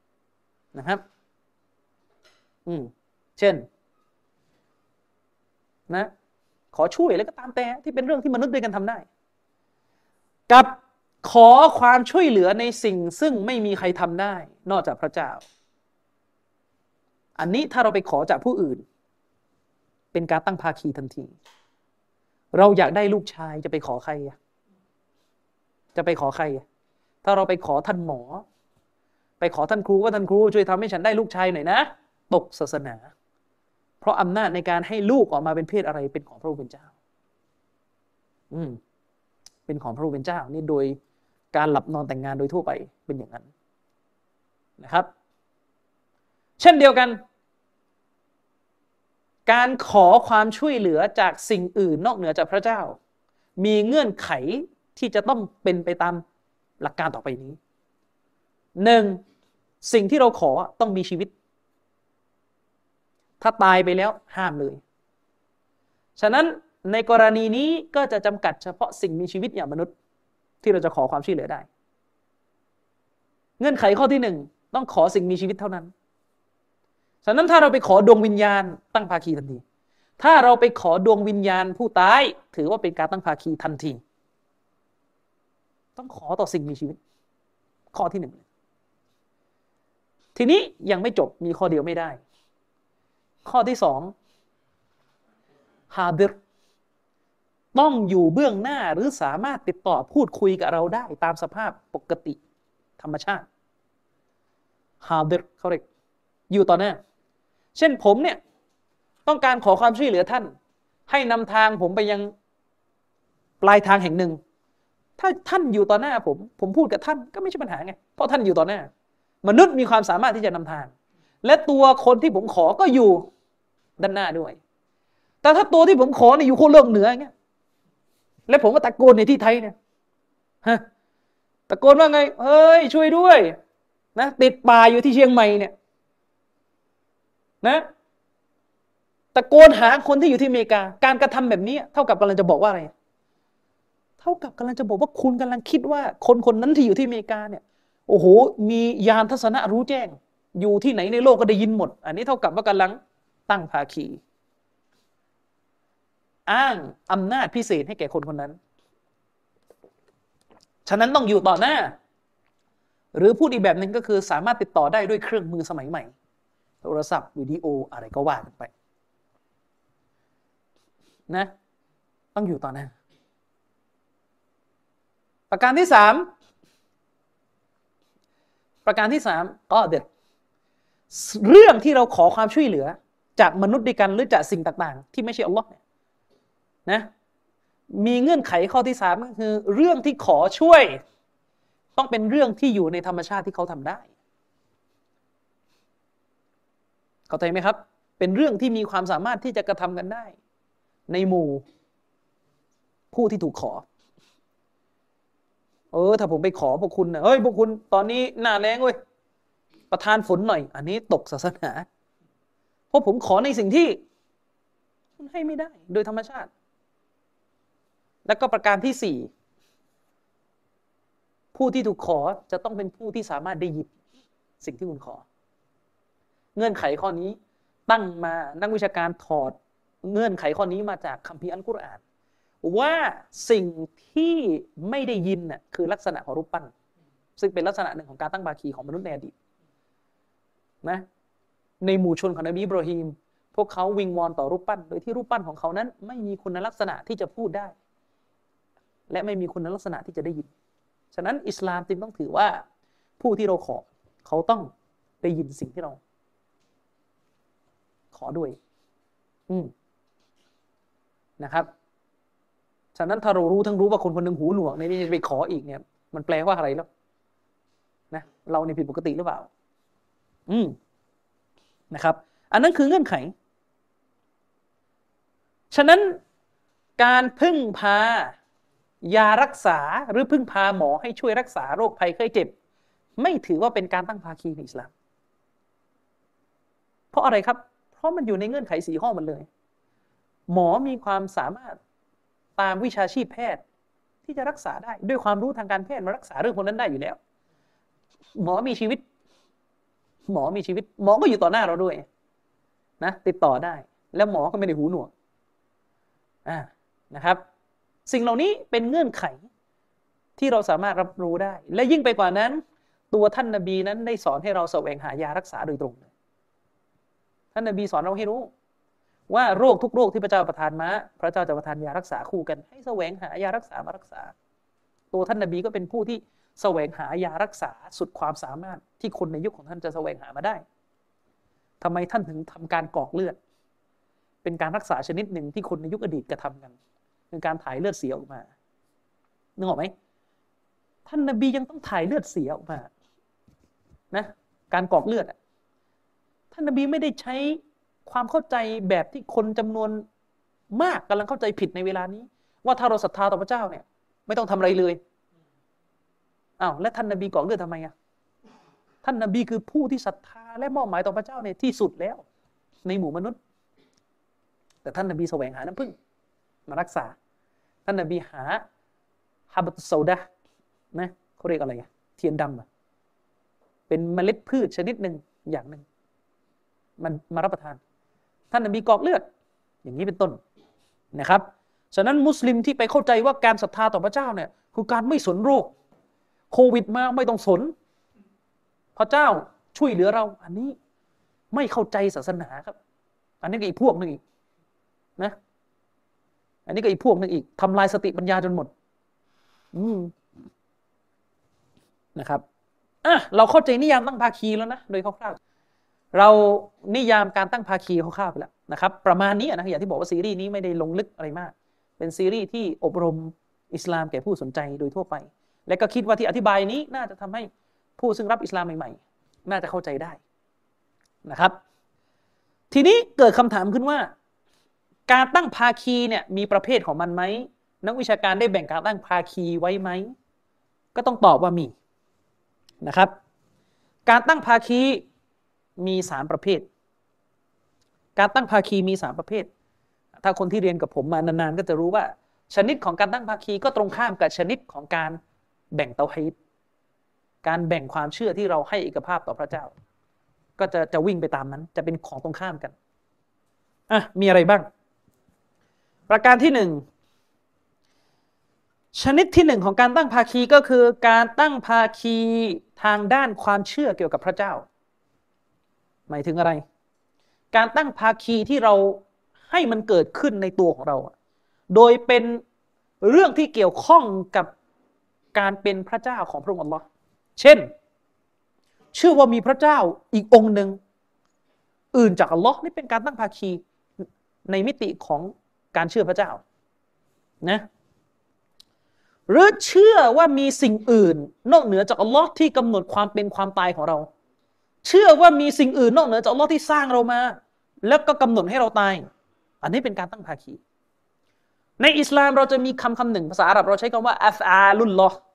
นะครับอืมเช่นนะขอช่วยแล้วก็ตามแต่ที่เป็นเรื่องที่มนุษย์ด้วยกันทำได้กับขอความช่วยเหลือในสิ่งซึ่งไม่มีใครทำได้นอกจากพระเจ้าอันนี้ถ้าเราไปขอจากผู้อื่นเป็นการตั้งภาคีทันทีเราอยากได้ลูกชายจะไปขอใครจะไปขอใครถ้าเราไปขอท่านหมอไปขอท่านครูว่าท่านครูช่วยทำให้ฉันได้ลูกชายหน่อยนะตกศาสนาเพราะอำนาจในการให้ลูกออกมาเป็นเพศอะไรเป็นของพระผู้เป็นเจ้าอืมเป็นของพระผู้เป็นเจ้านี่โดยการหลับนอนแต่งงานโดยทั่วไปเป็นอย่างนั้นนะครับเช่นเดียวกันการขอความช่วยเหลือจากสิ่งอื่นนอกเหนือจากพระเจ้ามีเงื่อนไขที่จะต้องเป็นไปตามหลักการต่อไปนี้หนึ่งสิ่งที่เราขอต้องมีชีวิตถ้าตายไปแล้วห้ามเลยฉะนั้นในกรณีนี้ก็จะจำกัดเฉพาะสิ่งมีชีวิตอย่างมนุษย์ที่เราจะขอความช่วยเหลือได้เงื่อนไขข้อที่หนึ่งต้องขอสิ่งมีชีวิตเท่านั้นฉะนั้นถ้าเราไปขอดวงวิญญาณตั้งภาคีทันทีถ้าเราไปขอดวงวิญญาณผู้ตายถือว่าเป็นการตั้งภาคีทันทีต้องขอต่อสิ่งมีชีวิตข้อที่หนึ่งทีนี้ยังไม่จบมีข้อเดียวไม่ได้ข้อที่สองฮาดิรต้องอยู่เบื้องหน้าหรือสามารถติดต่อพูดคุยกับเราได้ตามสภาพปกติธรรมชาติฮาดิรเขาเรียกอยู่ต่อหน้าเช่นผมเนี่ยต้องการขอความช่วยเหลือท่านให้นำทางผมไปยังปลายทางแห่งหนึ่งถ้าท่านอยู่ต่อหน้าผมผมพูดกับท่านก็ไม่ใช่ปัญหาไงเพราะท่านอยู่ต่อหน้ามนุษย์มีความสามารถที่จะนำทางและตัวคนที่ผมขอก็อยู่ด้านหน้าด้วยแต่ถ้าตัวที่ผมขอเนี่ยอยู่โคตรโลกเหนืออย่างเงี้ยและผมก็ตะโกนในที่ไทยเนี่ยฮะตะโกนว่าไงเฮ้ยช่วยด้วยนะติดป่าอยู่ที่เชียงใหม่เนี่ยนะตะโกนหาคนที่อยู่ที่อเมริกาการกระทำแบบนี้เท่ากับกำลังจะบอกว่าอะไรเท่ากับกำลังจะบอกว่าคุณกำลังคิดว่าคนคนนั้นที่อยู่ที่อเมริกาเนี่ยโอ้โหมีญาณทัศนะรู้แจ้งอยู่ที่ไหนในโลกก็ได้ยินหมดอันนี้เท่ากับว่ากำลังตั้งภาคีอ้างอำนาจพิเศษให้แก่คนคนนั้นฉะนั้นต้องอยู่ต่อหน้าหรือพูดอีกแบบหนึ่งก็คือสามารถติดต่อได้ด้วยเครื่องมือสมัยใหม่โทรศัพท์วิดีโออะไรก็ว่ากันไปนะต้องอยู่ต่อหน้าประการที่สามประการที่สามก็เด็ดเรื่องที่เราขอความช่วยเหลือจากมนุษย์ด้วยกันหรือจากสิ่งต่างๆที่ไม่ใช่อัลลอฮ์เนี่ยนะมีเงื่อนไขข้อที่สามก็คือเรื่องที่ขอช่วยต้องเป็นเรื่องที่อยู่ในธรรมชาติที่เขาทำได้เข้าใจไหมครับเป็นเรื่องที่มีความสามารถที่จะกระทำกันได้ในหมู่ผู้ที่ถูกขอเออถ้าผมไปขอพวกคุณนะเฮ้ยพวกคุณตอนนี้หน้าแล้งเว้ยประทานฝนหน่อยอันนี้ตกศาสนาเพราะผมขอในสิ่งที่มันให้ไม่ได้โดยธรรมชาติแล้วก็ประการที่สี่ผู้ที่ถูกขอจะต้องเป็นผู้ที่สามารถได้ยินสิ่งที่คุณขอเงื่อนไขข้อนี้ตั้งมานักวิชาการถอดเงื่อนไขข้อนี้มาจากคัมภีร์อัลกุรอานว่าสิ่งที่ไม่ได้ยินน่ะคือลักษณะของรูปปั้นซึ่งเป็นลักษณะหนึ่งของการตั้งภาคีของมนุษย์ในอดีตนะในหมู่ชนของนบีอิบราฮิมพวกเขาวิงวอนต่อรูปปั้นโดยที่รูปปั้นของเขานั้นไม่มีคุณลักษณะที่จะพูดได้และไม่มีคุณลักษณะที่จะได้ยินฉะนั้นอิสลามจึงต้องถือว่าผู้ที่เราขอเขาต้องได้ยินสิ่งที่เราขอด้วยอืมนะครับฉะนั้นถ้าเรารู้ทั้งรู้ว่าคนคนหนึ่งหูหนวกในนี้จะไปขออีกเนี่ยมันแปลว่าอะไรแล้วนะเราในผิดปกติหรือเปล่าอืมนะครับอันนั้นคือเงื่อนไขฉะนั้นการพึ่งพายารักษาหรือพึ่งพาหมอให้ช่วยรักษาโรคภัยไข้เจ็บไม่ถือว่าเป็นการตั้งภาคีในอิสลามเพราะอะไรครับเพราะมันอยู่ในเงื่อนไขสี่ข้อมันเลยหมอมีความสามารถตามวิชาชีพแพทย์ที่จะรักษาได้ด้วยความรู้ทางการแพทย์มารักษาเรื่องพวกนั้นได้อยู่แล้วหมอมีชีวิตหมอมีชีวิตหมอก็อยู่ต่อหน้าเราด้วยนะติดต่อได้แล้วหมอก็ไม่ได้หูหนวกอ่านะครับสิ่งเหล่านี้เป็นเงื่อนไขที่เราสามารถรับรู้ได้และยิ่งไปกว่านั้นตัวท่านนบีนั้นได้สอนให้เราแสวงหายารักษาโดยตรงเลยท่านนบีสอนเราให้รู้ว่าโรคทุกโรคที่พระเจ้าประทานมาพระเจ้าจะประทานยารักษาคู่กันให้แสวงหายารักษามารักษาตัวท่านนบีก็เป็นผู้ที่แสวงหายารักษาสุดความสามารถที่คนในยุคของท่านจะแสวงหามาได้ทำไมท่านถึงทำการกรอกเลือดเป็นการรักษาชนิดหนึ่งที่คนในยุคอดีตกระทำกันเป็นการถ่ายเลือดเสียออกมานึกออกไหมท่านนบียังต้องถ่ายเลือดเสียออกมานะการกรอกเลือดท่านนบีไม่ได้ใช้ความเข้าใจแบบที่คนจำนวนมากกำลังเข้าใจผิดในเวลานี้ว่าถ้าเราศรัทธาต่อพระเจ้าเนี่ยไม่ต้องทำอะไรเลยอ้าวและท่านนบีกรอกเลือดทำไมอ่ะท่านนบีคือผู้ที่ศรัทธาและมอบหมายต่อพระเจ้าเนี่ยที่สุดแล้วในหมู่มนุษย์แต่ท่านนบีแสวงหาน้ำผึ้งมารักษาท่านนบีหาฮาบะตุสซาดะนะเขาเรียกอะไรอ่ะเทียนดำอ่ะเป็นเมล็ดพืชชนิดหนึ่งอย่างหนึ่งมันมารับประทานท่านนบีกรอกเลือดอย่างนี้เป็นต้นนะครับฉะนั้นมุสลิมที่ไปเข้าใจว่าการศรัทธาต่อพระเจ้าเนี่ยคือการไม่สนโรคโควิดมาไม่ต้องสนพระเจ้าช่วยเหลือเราอันนี้ไม่เข้าใจศาสนาครับอันนี้ก็อีกพวกนึงอีกนะอันนี้ก็อีกพวกนึงอีกทำลายสติปัญญาจนหมดอืมนะครับอ่ะเราเข้าใจนิยามตั้งภาคีแล้วนะโดยคร่าวๆเรานิยามการตั้งภาคีคร่าวๆไปแล้วนะครับประมาณนี้นะอย่างที่บอกว่าซีรีส์นี้ไม่ได้ลงลึกอะไรมากเป็นซีรีส์ที่อบรมอิสลามแก่ผู้สนใจโดยทั่วไปและก็คิดว่าที่อธิบายนี้น่าจะทำให้ผู้ซึ่งรับอิสลามใหม่ๆน่าจะเข้าใจได้นะครับทีนี้เกิดคำถามขึ้นว่าการตั้งภาคีเนี่ยมีประเภทของมันไหมนักวิชาการได้แบ่งการตั้งภาคีไว้ไหมก็ต้องตอบว่ามีนะครับการตั้งภาคีมีสามประเภทการตั้งภาคีมีสามประเภทถ้าคนที่เรียนกับผมมานานๆก็จะรู้ว่าชนิดของการตั้งภาคีก็ตรงข้ามกับชนิดของการแบ่งเตาฮีดการแบ่งความเชื่อที่เราให้เอกภาพต่อพระเจ้าก็จะจะวิ่งไปตามนั้นจะเป็นของตรงข้ามกันอ่ะมีอะไรบ้างประการที่หนึ่งชนิดที่หนึ่งของการตั้งภาคีก็คือการตั้งภาคีทางด้านความเชื่อเกี่ยวกับพระเจ้าหมายถึงอะไรการตั้งภาคีที่เราให้มันเกิดขึ้นในตัวของเราโดยเป็นเรื่องที่เกี่ยวข้องกับการเป็นพระเจ้าของพระองค์อัลลอฮ์เช่นเชื่อว่ามีพระเจ้าอีกองค์หนึ่งอื่นจากอัลลอฮ์นี่เป็นการตั้งภาคีในมิติของการเชื่อพระเจ้านะหรือเชื่อว่ามีสิ่งอื่นนอกเหนือจากอัลลอฮ์ที่กำหนดความเป็นความตายของเราเชื่อว่ามีสิ่งอื่นนอกเหนือจากอัลลอฮ์ที่สร้างเรามาแล้วก็กำหนดให้เราตายอันนี้เป็นการตั้งภาคีในอิสลามเราจะมีคำคำหนึ่งภาษาอาหรับเราใช้คำว่าอัฟอาลุลลอฮ์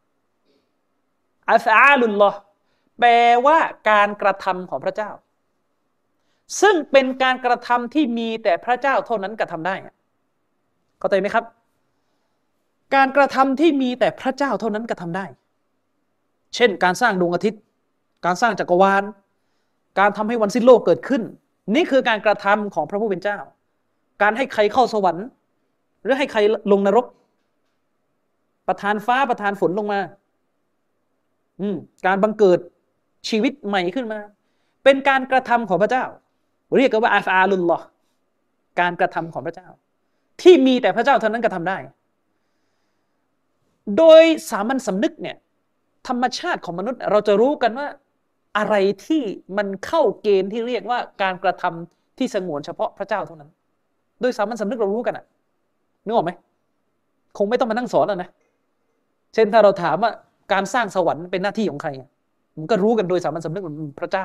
อัฟอาลุลลอฮ์แปลว่าการกระทำของพระเจ้าซึ่งเป็นการกระทำที่มีแต่พระเจ้าเท่านั้นกระทำได้เข้าใจไหมครับการกระทำที่มีแต่พระเจ้าเท่านั้นกระทำได้เช่นการสร้างดวงอาทิตย์การสร้างจักรวาลการทำให้วันสิ้นโลกเกิดขึ้นนี่คือการกระทำของพระผู้เป็นเจ้าการให้ใครเข้าสวรรค์หรือให้ใครลงนรกประทานฟ้าประทานฝนลงมาอืมการบังเกิดชีวิตใหม่ขึ้นมาเป็นการกระทำของพระเจ้าเรียกกันว่าอัฟอาลุลลอฮ์การกระทำของพระเจ้าที่มีแต่พระเจ้าเท่านั้นกระทำได้โดยสามัญสำนึกเนี่ยธรรมชาติของมนุษย์เราจะรู้กันว่าอะไรที่มันเข้าเกณฑ์ที่เรียกว่าการกระทำที่สงวนเฉพาะพระเจ้าเท่านั้นโดยสามัญสำนึกเรารู้กันอ่ะนึกออกไหมคงไม่ต้องมานั่งสอนแล้วนะเช่นถ้าเราถามว่าการสร้างสวรรค์เป็นหน้าที่ของใครมันก็รู้กันโดยสามัญสำนึกพระเจ้า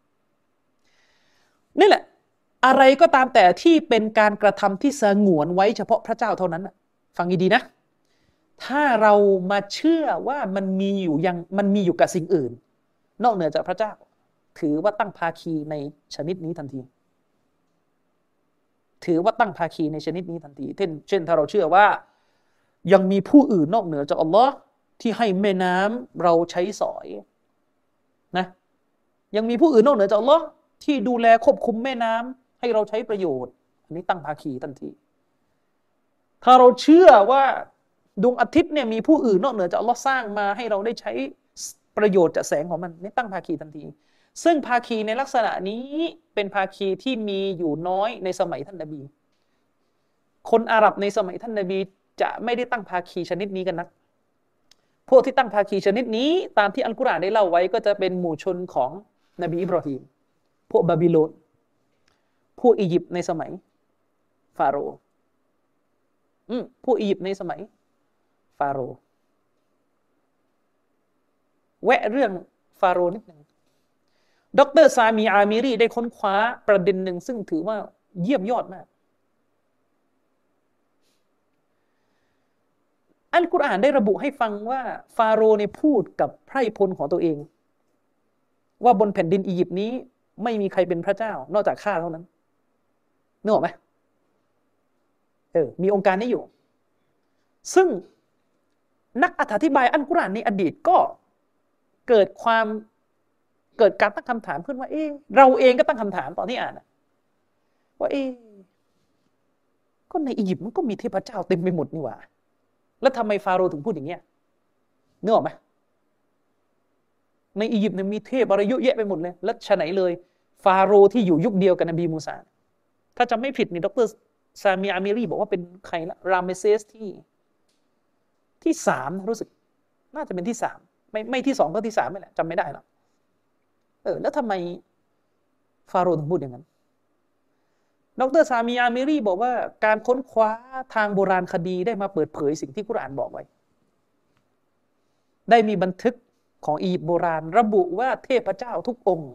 นี่แหละอะไรก็ตามแต่ที่เป็นการกระทำที่สงวนไว้เฉพาะพระเจ้าเท่านั้นฟังดีๆนะถ้าเรามาเชื่อว่ามันมีอยู่ยังมันมีอยู่กับสิ่งอื่นนอกเหนือจากพระเจ้าถือว่าตั้งภาคีในชนิดนี้ทันทีถือว่าตั้งภาคีในชนิดนี้ทันทีเช่นเช่นถ้าเราเชื่อว่ายังมีผู้อื่นนอกเหนือจากอัลลอฮ์ที่ให้แม่น้ำเราใช้สอยนะยังมีผู้อื่นนอกเหนือจากอัลลอฮ์ที่ดูแลควบคุมแม่น้ำให้เราใช้ประโยชน์อันนี้ตั้งภาคีทันทีถ้าเราเชื่อว่าดวงอาทิตย์เนี่ยมีผู้อื่นนอกเหนือจากอัลลอฮ์สร้างมาให้เราได้ใช้ประโยชน์จากแสงของมันนี่ตั้งภาคีทันทีซึ่งภาคีในลักษณะนี้เป็นภาคีที่มีอยู่น้อยในสมัยท่านนบีคนอาหรับในสมัยท่านนบีจะไม่ได้ตั้งภาคีชนิดนี้กันนักพวกที่ตั้งภาคีชนิดนี้ตามที่อัลกุรอานได้เล่าไว้ก็จะเป็นหมู่ชนของนบีอิบราฮิมพวกบาบิโลนพวกอียิปต์ในสมัยฟาโรห์อืมพวกอียิปต์ในสมัยฟาโรห์แวะเรื่องฟาโรห์นิดหนึ่งดรซามีอามิรีได้ค้นคว้าประเด็นหนึ่งซึ่งถือว่าเยี่ยมยอดมากอัลกุรอานได้ระบุให้ฟังว่าฟาโรห์เนี่ยพูดกับไพร่พลของตัวเองว่าบนแผ่นดินอียิปต์นี้ไม่มีใครเป็นพระเจ้านอกจากข้าเท่านั้นนึกออกไหมเออมีองค์การนี้อยู่ซึ่งนักอธิบายอัลกุรอานในอดีตก็เกิดความเกิดการตั้งคำถามขึ้นว่าเอ๊ะเราเองก็ตั้งคำถามตอนที่อ่านว่าเอ๊ะก็ในอียิปต์มันก็มีเทพเจ้าเต็มไปหมดนี่หว่าแล้วทำไมฟาโรห์ถึงพูดอย่างเงี้ยนึกออกไหมในอียิปต์เนี่ยมีเทพอะไรเยอะแยะไปหมดเลยแล้วฉะไหนเลยฟาโรห์ที่อยู่ยุคเดียวกับนบีมูซาถ้าจำไม่ผิดนี่ดรซามีอามิรีบอกว่าเป็นใครละรามเมเซสที่ที่สามรู้สึกน่าจะเป็นที่สามไม่ไม่ที่สองก็ที่สามไม่แหละจำไม่ได้หรอกเออแล้วทำไมฟาโรห์ถึงพูดอย่างนั้นดรซามีอามิรีบอกว่าการค้นคว้าทางโบราณคดีได้มาเปิดเผยสิ่งที่กุรอานบอกไว้ได้มีบันทึกของอียิปต์โบราณระบุว่าเทพเจ้าทุกองค์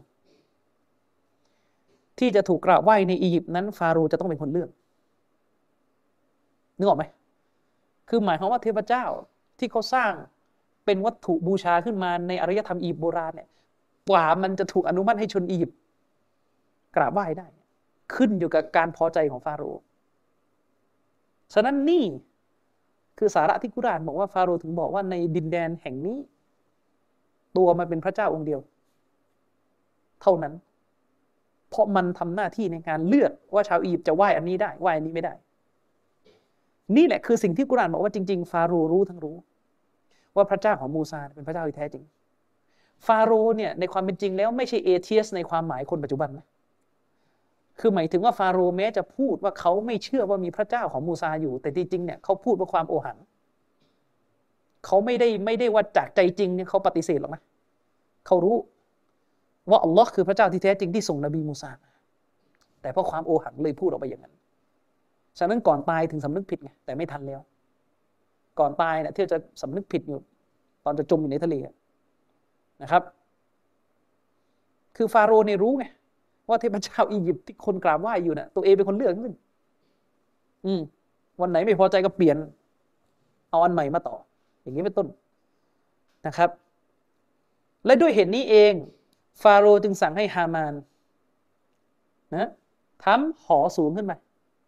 ที่จะถูกกราบไหว้ในอียิปต์นั้นฟาโรห์จะต้องเป็นคนเลือกนึกออกไหมคือหมายความว่าเทพเจ้าที่เขาสร้างเป็นวัตถุบูชาขึ้นมาในอารยธรรมอียิปต์โบราณเนี่ยกว่ามันจะถูกอนุมัติให้ชนอียิปต์กราบไหว้ได้ขึ้นอยู่กับการพอใจของฟาโรห์ฉะนั้นนี่คือสาระที่กุรอานบอกว่าฟาโรห์ถึงบอกว่าในดินแดนแห่งนี้ตัวมันเป็นพระเจ้าองค์เดียวเท่านั้นเพราะมันทำหน้าที่ในการเลือกว่าชาวอียิปต์จะไหว้อันนี้ได้ไหว้อันนี้ไม่ได้นี่แหละคือสิ่งที่กุรอานบอกว่าจริงๆฟาโรห์รู้ทั้งรู้ว่าพระเจ้าของมูซาเป็นพระเจ้าที่แท้จริงฟาโรห์เนี่ยในความเป็นจริงแล้วไม่ใช่เอเทียสในความหมายคนปัจจุบันนะคือหมายถึงว่าฟาโรห์แม้จะพูดว่าเขาไม่เชื่อว่ามีพระเจ้าของมูซาอยู่แต่จริงๆเนี่ยเขาพูดว่าความโอหังเขาไม่ได้ไม่ได้ว่าจากใจจริงเนี่ยเขาปฏิเสธหรอกนะเขารู้ว่าอัลลอฮ์คือพระเจ้าที่แท้จริงที่ส่งนบีมูซาแต่เพราะความโอหังเลยพูดออกไปอย่างนั้นฉะนั้นก่อนตายถึงสำนึกผิดไงแต่ไม่ทันแล้วก่อนตายเนี่ยที่จะสำนึกผิดอยู่ตอนจะจมอยู่ในทะเลนะครับคือฟาโรห์เนี่ยรู้ไงว่าเทพเจ้าอียิปต์ที่คนกราบไหว้อยู่น่ะตัวเองเป็นคนเลือกขึ้นอืมวันไหนไม่พอใจก็เปลี่ยนเอาอันใหม่มาต่ออย่างนี้เป็นต้นนะครับและด้วยเหตุนี้เองฟาโรห์จึงสั่งให้ฮามานนะทำหอสูงขึ้นไป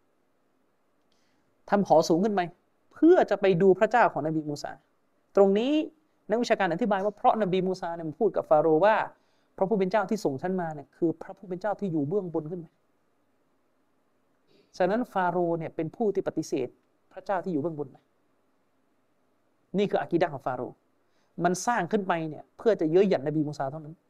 ทำหอสูงขึ้นไปเพื่อจะไปดูพระเจ้าของนบีมูซาตรงนี้นักวิชาการอธิบายว่าเพราะนบีมูซาเนี่ยพูดกับฟาโรห์ว่าพระผู้เป็นเจ้าที่ส่งฉันมาเนี่ยคือพระผู้เป็นเจ้าที่อยู่เบื้องบนขึ้นไปฉะนั้นฟาโรห์เนี่ยเป็นผู้ที่ปฏิเสธพระเจ้าที่อยู่เบื้องบนนี่คืออากีดะห์ของฟาโรห์มันสร้างขึ้นไปเนี่ยเพื่อจะเย้ยหยันนบีมูซาเท่านั้น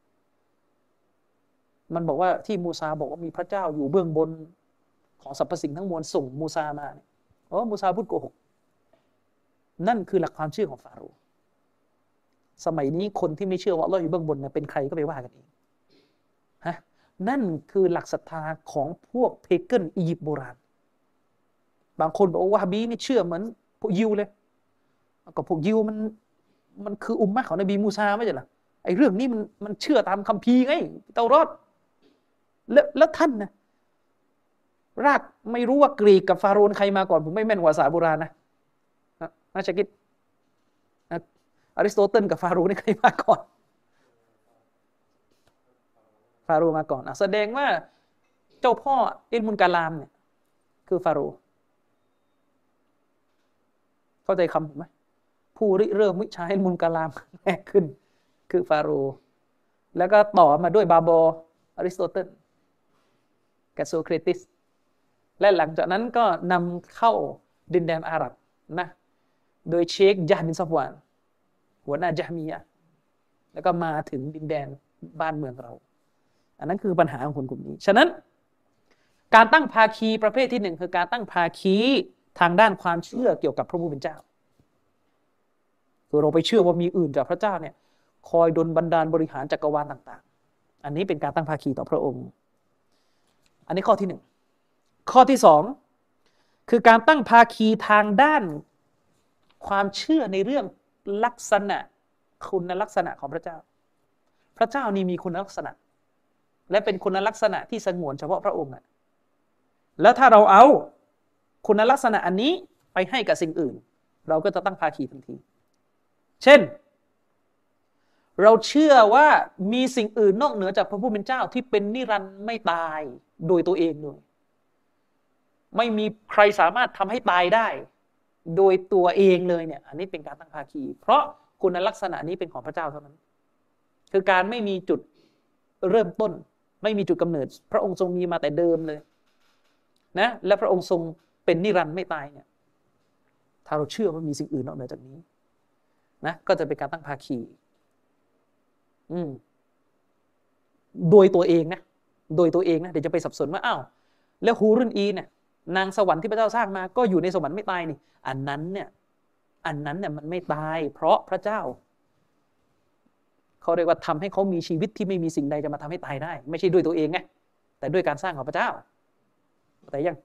มันบอกว่าที่มูซาบอกว่ามีพระเจ้าอยู่เบื้องบนของสรรพสิ่งทั้งมวลส่งมูซามาเนี่ยอ๋อมูซาพูดโกหกนั่นคือหลักความเชื่อของฟาโรห์สมัยนี้คนที่ไม่เชื่อว่าอัลเลาะห์อยู่เบื้องบนเนี่ยเป็นใครก็ไปว่ากันเองฮะนั่นคือหลักศรัทธาของพวกเพเกิลอียิปต์โบราณบางคนบอกว่าวะฮาบีนี่เชื่อเหมือนพวกยิวเลยก็พวกยิวมันมันคืออุมมะห์ของนบีมูซาไม่ใช่เหรอไอ้เรื่องนี้มันมันเชื่อตามคัมภีร์ไงเตารอดแล้วแล้วท่านนะรากไม่รู้ว่ากรีกกับฟาโรห์ใครมาก่อนผมไม่แม่นภาษาโบราณนะน่าจะคิดอริสโตเติลกับฟาโรห์นี่ใครมาก่อนฟาโรห์มาก่อนแสดงว่าเจ้าพ่ออิลมุลกะลามเนี่ยคือฟาโรห์เข้าใจคำผมไหมผู้ริเริ่มวิชาอิลมุลกะลามแรกขึ้นคือฟาโรห์แล้วก็ต่อมาด้วยบาโบอริสโตเติลกับโซเครติสและหลังจากนั้นก็นำเข้าดินแดนอาหรับนะโดยเชคยะห์บินซอฟวานหัวหน้าญะฮ์มียะห์แล้วก็มาถึงดินแดนบ้านเมืองเราอันนั้นคือปัญหาของคนกลุ่มนี้ฉะนั้นการตั้งภาคีประเภทที่หนึ่งคือการตั้งภาคีทางด้านความเชื่อเกี่ยวกับพระผู้เป็นเจ้าคือเราไปเชื่อว่ามีอื่นจากพระเจ้าเนี่ยคอยดลบันดาลบริหารจักรวาลต่างๆอันนี้เป็นการตั้งภาคีต่อพระองค์อันนี้ข้อที่หนึ่งข้อที่สองคือการตั้งภาคีทางด้านความเชื่อในเรื่องลักษณะคุณลักษณะของพระเจ้าพระเจ้านี่มีคุณลักษณะและเป็นคุณลักษณะที่สงวนเฉพาะพระองค์อะแล้วถ้าเราเอาคุณลักษณะอันนี้ไปให้กับสิ่งอื่นเราก็จะตั้งภาคีทันทีเช่นเราเชื่อว่ามีสิ่งอื่นนอกเหนือจากพระผู้เป็นเจ้าที่เป็นนิรันดร์ไม่ตายโดยตัวเองเลยไม่มีใครสามารถทำให้ตายได้โดยตัวเองเลยเนี่ยอันนี้เป็นการตั้งภาคีเพราะคุณลักษณะนี้เป็นของพระเจ้าเท่านั้นคือการไม่มีจุดเริ่มต้นไม่มีจุดกำเนิดพระองค์ทรงมีมาแต่เดิมเลยนะและพระองค์ทรงเป็นนิรันดร์ไม่ตายเนี่ยถ้าเราเชื่อว่ามีสิ่งอื่นนอกเหนือจากนี้นะก็จะเป็นการตั้งภาคีอืมโดยตัวเองนะโดยตัวเองนะเดี๋ยวจะไปสับสนว่าอ้าวแล้วฮูรุนอีเนี่ยนางสวรรค์ที่พระเจ้าสร้างมาก็อยู่ในสวรรค์ไม่ตายนี่อันนั้นเนี่ยอันนั้นเนี่ยมันไม่ตายเพราะพระเจ้าเขาเรียกว่าทำให้เขามีชีวิตที่ไม่มีสิ่งใดจะมาทำให้ตายได้ไม่ใช่ด้วยตัวเองไงแต่ด้วยการสร้างของพระเจ้าแต่ยัง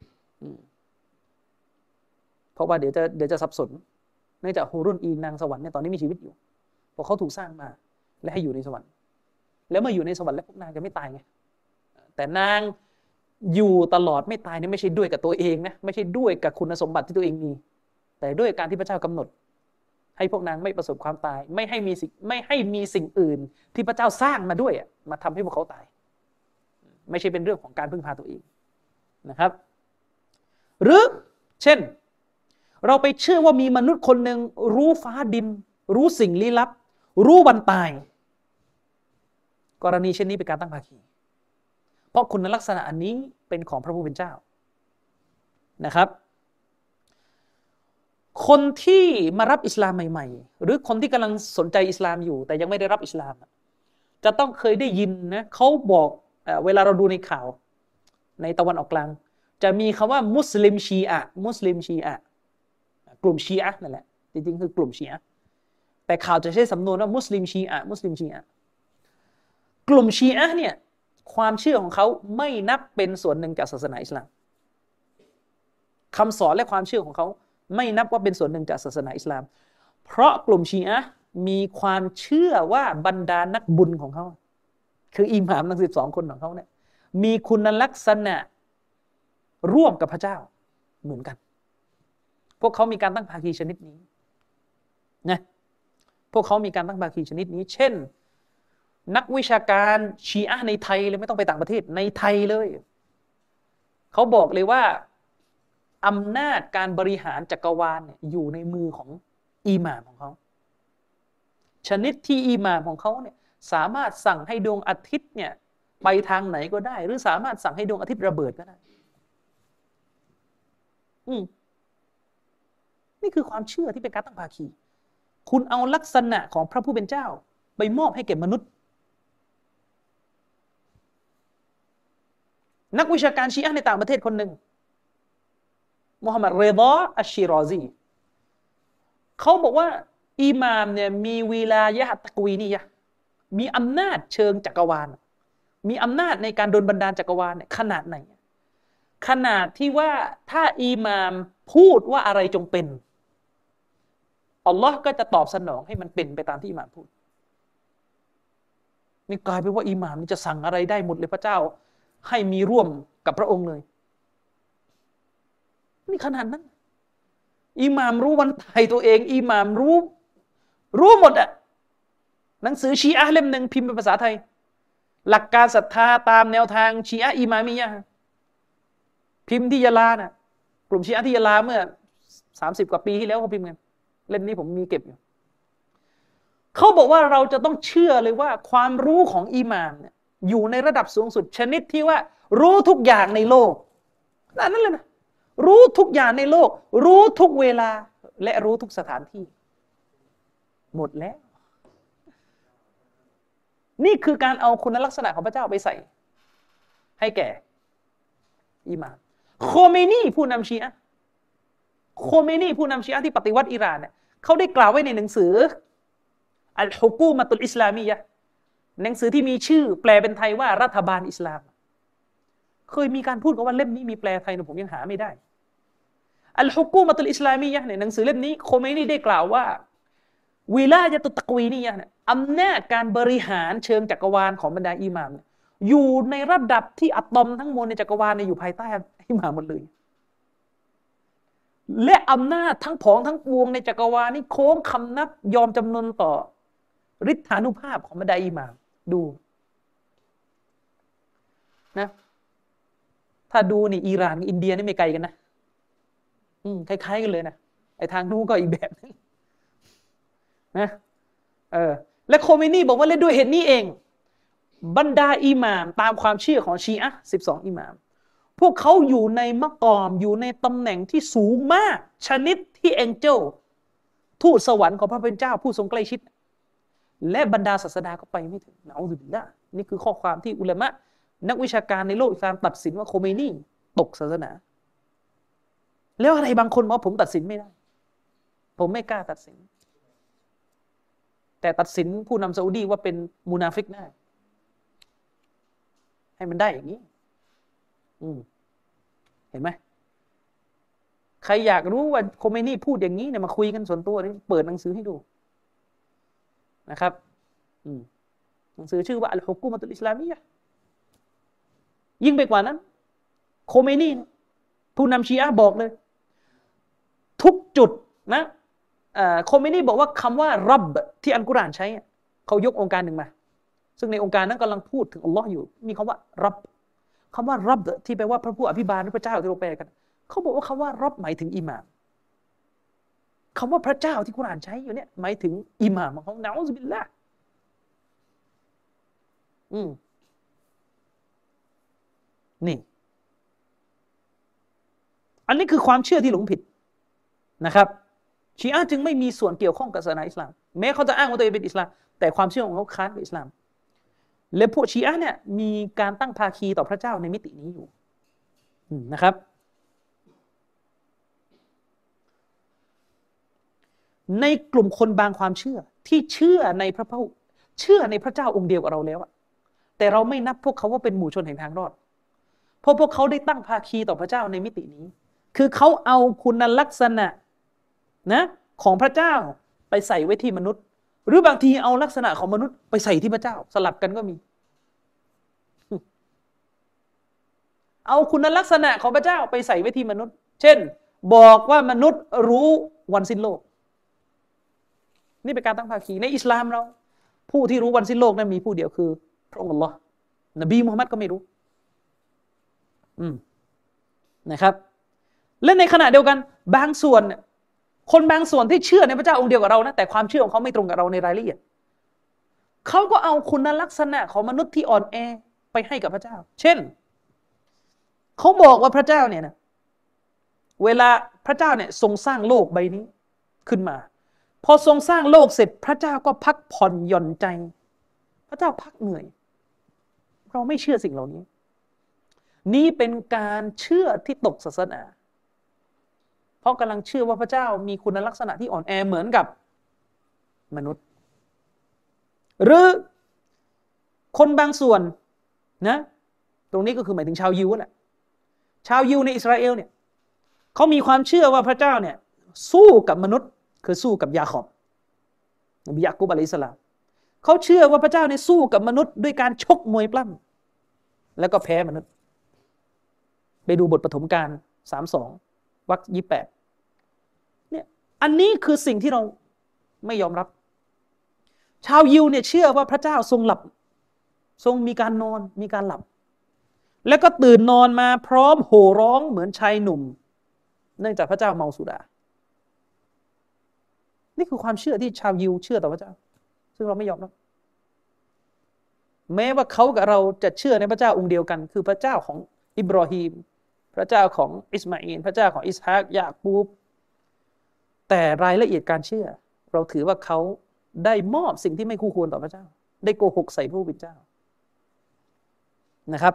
เพราะว่าเดี๋ยวจะเดี๋ยวจะสับสนเนื่องจากฮูรุนอีนางสวรรค์เนี่ยตอนนี้มีชีวิตอยู่เพราะเขาถูกสร้างมาและให้อยู่ในสวรรค์แล้วเมื่ออยู่ในสวรรค์แล้วพวกนางจะไม่ตายไงแต่นางอยู่ตลอดไม่ตายนี่ไม่ใช่ด้วยกับตัวเองนะไม่ใช่ด้วยกับคุณสมบัติที่ตัวเองมีแต่ด้วยการที่พระเจ้ากำหนดให้พวกนางไม่ประสบความตายไม่ให้มีสิ่งไม่ให้มีสิ่งอื่นที่พระเจ้าสร้างมาด้วยมาทำให้พวกเขาตายไม่ใช่เป็นเรื่องของการพึ่งพาตัวเองนะครับหรือเช่นเราไปเชื่อว่ามีมนุษย์คนหนึ่งรู้ฟ้าดินรู้สิ่งลี้ลับรู้วันตายกรณีเช่นนี้เป็นการตั้งภาคีเพราะคุณลักษณะอันนี้เป็นของพระผู้เป็นเจ้านะครับคนที่มารับอิสลามใหม่ๆหรือคนที่กำลังสนใจอิสลามอยู่แต่ยังไม่ได้รับอิสลามจะต้องเคยได้ยินนะเขาบอกเอ่อเวลาเราดูในข่าวในตะวันออกกลางจะมีคำว่ามุสลิมชีอะห์มุสลิมชีอะห์กลุ่มชีอะห์นั่นแหละจริงๆคือกลุ่มชีอะห์แต่ข่าวจะใช้สำนวนว่ามุสลิมชีอะห์มุสลิมชีอะห์กลุ่มชีอะห์เนี่ยความเชื่อของเขาไม่นับเป็นส่วนหนึ่งจากศาสนาอิสลามคำสอนและความเชื่อของเขาไม่นับว่าเป็นส่วนหนึ่งจากศาสนาอิสลามเพราะกลุ่มชีอะห์มีความเชื่อว่าบรรดานักบุญของเขาคืออิหม่ามทั้งสิบสองคนของเขาเนี่ยมีคุณลักษณะร่วมกับพระเจ้าเหมือนกันพวกเขามีการตั้งภาคีชนิดนี้นะพวกเขามีการตั้งภาคีชนิดนี้เช่นนักวิชาการชีอะห์ในไทยเลยไม่ต้องไปต่างประเทศในไทยเลยเขาบอกเลยว่าอำนาจการบริหารจักรวาลเนี่ยอยู่ในมือของอิหม่ามของเขาชนิดที่อิหม่ามของเขาเนี่ยสามารถสั่งให้ดวงอาทิตย์เนี่ยไปทางไหนก็ได้หรือสามารถสั่งให้ดวงอาทิตย์ระเบิดก็ได้อืมนี่คือความเชื่อที่เป็นการตั้งภาคีคุณเอาลักษณะของพระผู้เป็นเจ้าไปมอบให้แก่มนุษย์นักวิชาการชีอะห์ในต่างประเทศคนหนึ่งมุฮัมมัดเรฎออัชชิรอซีเขาบอกว่าอิหม่ามเนี่ยมีวิลายะฮ์ตักวีนียะห์มีอำนาจเชิงจักรวาลมีอำนาจในการดลบันดาลจักรวาลเนี่ยขนาดไหนขนาดที่ว่าถ้าอิหม่ามพูดว่าอะไรจงเป็นอัลลอฮ์ก็จะตอบสนองให้มันเป็นไปตามที่อิหม่ามพูดนี่กลายเป็นว่าอิหม่ามนี่จะสั่งอะไรได้หมดเลยพระเจ้าให้มีร่วมกับพระองค์เลยนี่ขนาดนั้นอิหม่ามรู้วันตายตัวเองอิหม่ามรู้รู้หมดอะหนังสือชีอะห์เล่มหนึ่งพิมพ์เป็นภาษาไทยหลักการศรัทธาตามแนวทางชีอะห์อิหม่ามียะห์พิมพ์ที่ยะลาน่ะกลุ่มชีอะห์ที่ยะลาเมื่อสามสิบกว่าปีที่แล้วเขาพิมพ์กันเล่มนี้ผมมีเก็บอยู่เขาบอกว่าเราจะต้องเชื่อเลยว่าความรู้ของอิหม่ามเนี่ยอยู่ในระดับสูงสุดชนิดที่ว่ารู้ทุกอย่างในโลกนั่นเลยนะรู้ทุกอย่างในโลกรู้ทุกเวลาและรู้ทุกสถานที่หมดแล้วนี่คือการเอาคุณลักษณะของพระเจ้าไปใส่ให้แก่อิหม่ามโคเมนีผู้นำชีอะห์โคเมนีผู้นำชีอะห์ที่ปฏิวัติอิหร่านเนี่ยเขาได้กล่าวไว้ในหนังสืออัลฮุกูมะตุลอิสลามียะห์หนังสือที่มีชื่อแปลเป็นไทยว่ารัฐบาลอิสลามเคยมีการพูดกันว่าเล่มนี้มีแปลไทยนะผมยังหาไม่ได้อัลฮุกูมะตุลอิสลามียะห์เนี่ยหนังสือเล่มนี้โคเมนีได้กล่าวว่าวิลายะตุตตักวีนียะห์เนี่ยอำนาจการบริหารเชิงจักรวาลของบรรดาอิหม่ามอยู่ในระดับที่อะตอมทั้งมวลในจักรวาลเนี่ยอยู่ภายใต้อิหม่ามหมดเลยและอำนาจทั้งผองทั้งปวงในจักรวาลนี่โค้งคำนับยอมจำนนต่อฤทธานุภาพของบรรดาอิหม่ามดูนะถ้าดูนี่อิหร่านกับอินเดียนี่ไม่ไกลกันนะอืมคล้ายๆกันเลยนะไอ้ทางนู้นก็อีกแบบนึงนะเออและโคเมนีบอกว่าและด้วยเหตุนี้เองบรรดาอิหม่ามตามความเชื่อของชีอะห์สิบสองอิหม่ามพวกเขาอยู่ในมะกอมอยู่ในตำแหน่งที่สูงมากชนิดที่เอ็นเจลทูตสวรรค์ของพระผู้เป็นเจ้าผู้ทรงใกล้ชิดและบรรดาศาสดาก็ไปไม่ถึงนะอูซุบิลละห์นี่คือข้อความที่อุลามะนักวิชาการในโลกอิสลามตัดสินว่าโคเมนีตกศาสนาแล้วอะไรบางคนบอกผมตัดสินไม่ได้ผมไม่กล้าตัดสินแต่ตัดสินผู้นำซาอุดีว่าเป็นมุนาฟิกได้ให้มันได้อย่างนี้อืมเห็นไหมใครอยากรู้ว่าโคเมนีพูดอย่างนี้เนี่ยมาคุยกันส่วนตัวนี่เปิดหนังสือให้ดูนะครับอืมหนังสือชื่อว่าอัลฮุกูมะตุลอิสลามียะห์ยิ่งไปกว่านั้นโคเมนีผู้นำชีอะห์บอกเลยทุกจุดนะโคเมนีบอกว่าคำว่ารับที่อัลกุรอานใช้เขายกองค์การหนึ่งมาซึ่งในองค์การนั้นกำลังพูดถึงอัลลอฮ์อยู่มีคำว่ารับคำว่ารับที่แปลว่าพระผู้อภิบาลหรือพระเจ้าที่เราแปลกันเขาบอกว่าคำว่ารับหมายถึงอิหม่ามคำว่าพระเจ้าที่กุรอานใช้อยู่เนี่ยหมายถึงอิหม่ามของเขานะอูซุบิลละห์อืมนี่อันนี้คือความเชื่อที่หลงผิดนะครับชีอะห์จึงไม่มีส่วนเกี่ยวข้องกับศาสนาอิสลามแม้เขาจะอ้างว่าตัวเองเป็นอิสลามแต่ความเชื่อของเขาค้านกับอิสลามและพวกชีอะห์เนี่ยมีการตั้งภาคีต่อพระเจ้าในมิตินี้อยู่นะครับในกลุ่มคนบางความเชื่อที่เชื่อในพระผู้เชื่อในพระเจ้าองค์เดียวกับเราแล้วแต่เราไม่นับพวกเขาว่าเป็นหมู่ชนแห่งทางรอดเพราะพวกเขาได้ตั้งภาคีต่อพระเจ้าในมิตินี้คือเขาเอาคุณลักษณะนะของพระเจ้าไปใส่ไว้ที่มนุษย์หรือบางทีเอาลักษณะของมนุษย์ไปใส่ที่พระเจ้าสลับกันก็มีเอาคุณลักษณะของพระเจ้าไปใส่ไว้ที่มนุษย์เช่นบอกว่ามนุษย์รู้วันสิ้นโลกนี่เป็นการตั้งภาคีในอิสลามเราผู้ที่รู้วันสิ้นโลกนั้นมีผู้เดียวคือพระองค์อัลลอฮ์นบีมุฮัมมัดก็ไม่รู้อืมนะครับและในขณะเดียวกันบางส่วนคนบางส่วนที่เชื่อในพระเจ้าองค์เดียวกับเรานะแต่ความเชื่อของเขาไม่ตรงกับเราในรายละเอียดเขาก็เอาคุณลักษณะของมนุษย์ที่อ่อนแอไปให้กับพระเจ้าเช่นเขาบอกว่าพระเจ้าเนี่ยนะเวลาพระเจ้าเนี่ยทรงสร้างโลกใบนี้ขึ้นมาพอทรงสร้างโลกเสร็จพระเจ้าก็พักผ่อนหย่อนใจพระเจ้าพักเหนื่อยเราไม่เชื่อสิ่งเหล่านี้นี่เป็นการเชื่อที่ตกศาสนาเพราะกำลังเชื่อว่าพระเจ้ามีคุณลักษณะที่อ่อนแอเหมือนกับมนุษย์หรือคนบางส่วนนะตรงนี้ก็คือหมายถึงชาวยิวแหละชาวยิวในอิสราเอลเนี่ยเขามีความเชื่อว่าพระเจ้าเนี่ยสู้กับมนุษย์คือสู้กับยาคอบนบียะกูบอะลัยฮิสสลามเขาเชื่อว่าพระเจ้าเนี่ยสู้กับมนุษย์ด้วยการชกมวยปล้ำแล้วก็แพ้มนุษย์ไปดูบทปฐมกาลสามสิบสองวรรคยี่สิบแปดเนี่ยอันนี้คือสิ่งที่เราไม่ยอมรับชาวยิวเนี่ยเชื่อว่าพระเจ้าทรงหลับทรงมีการนอนมีการหลับแล้วก็ตื่นนอนมาพร้อมโห่ร้องเหมือนชายหนุ่มเนื่องจากพระเจ้าเมาสุรานี่คือความเชื่อที่ชาวยิวเชื่อต่อพระเจ้าซึ่งเราไม่ยอมรับแม้ว่าเขากับเราจะเชื่อในพระเจ้าองค์เดียวกันคือพระเจ้าของอิบรอฮีมพระเจ้าของอิสมาอีลพระเจ้าของอิสฮากยาคูบแต่รายละเอียดการเชื่อเราถือว่าเขาได้มอบสิ่งที่ไม่คู่ควรต่อพระเจ้าได้โกหกใส่ผู้เป็นเจ้านะครับ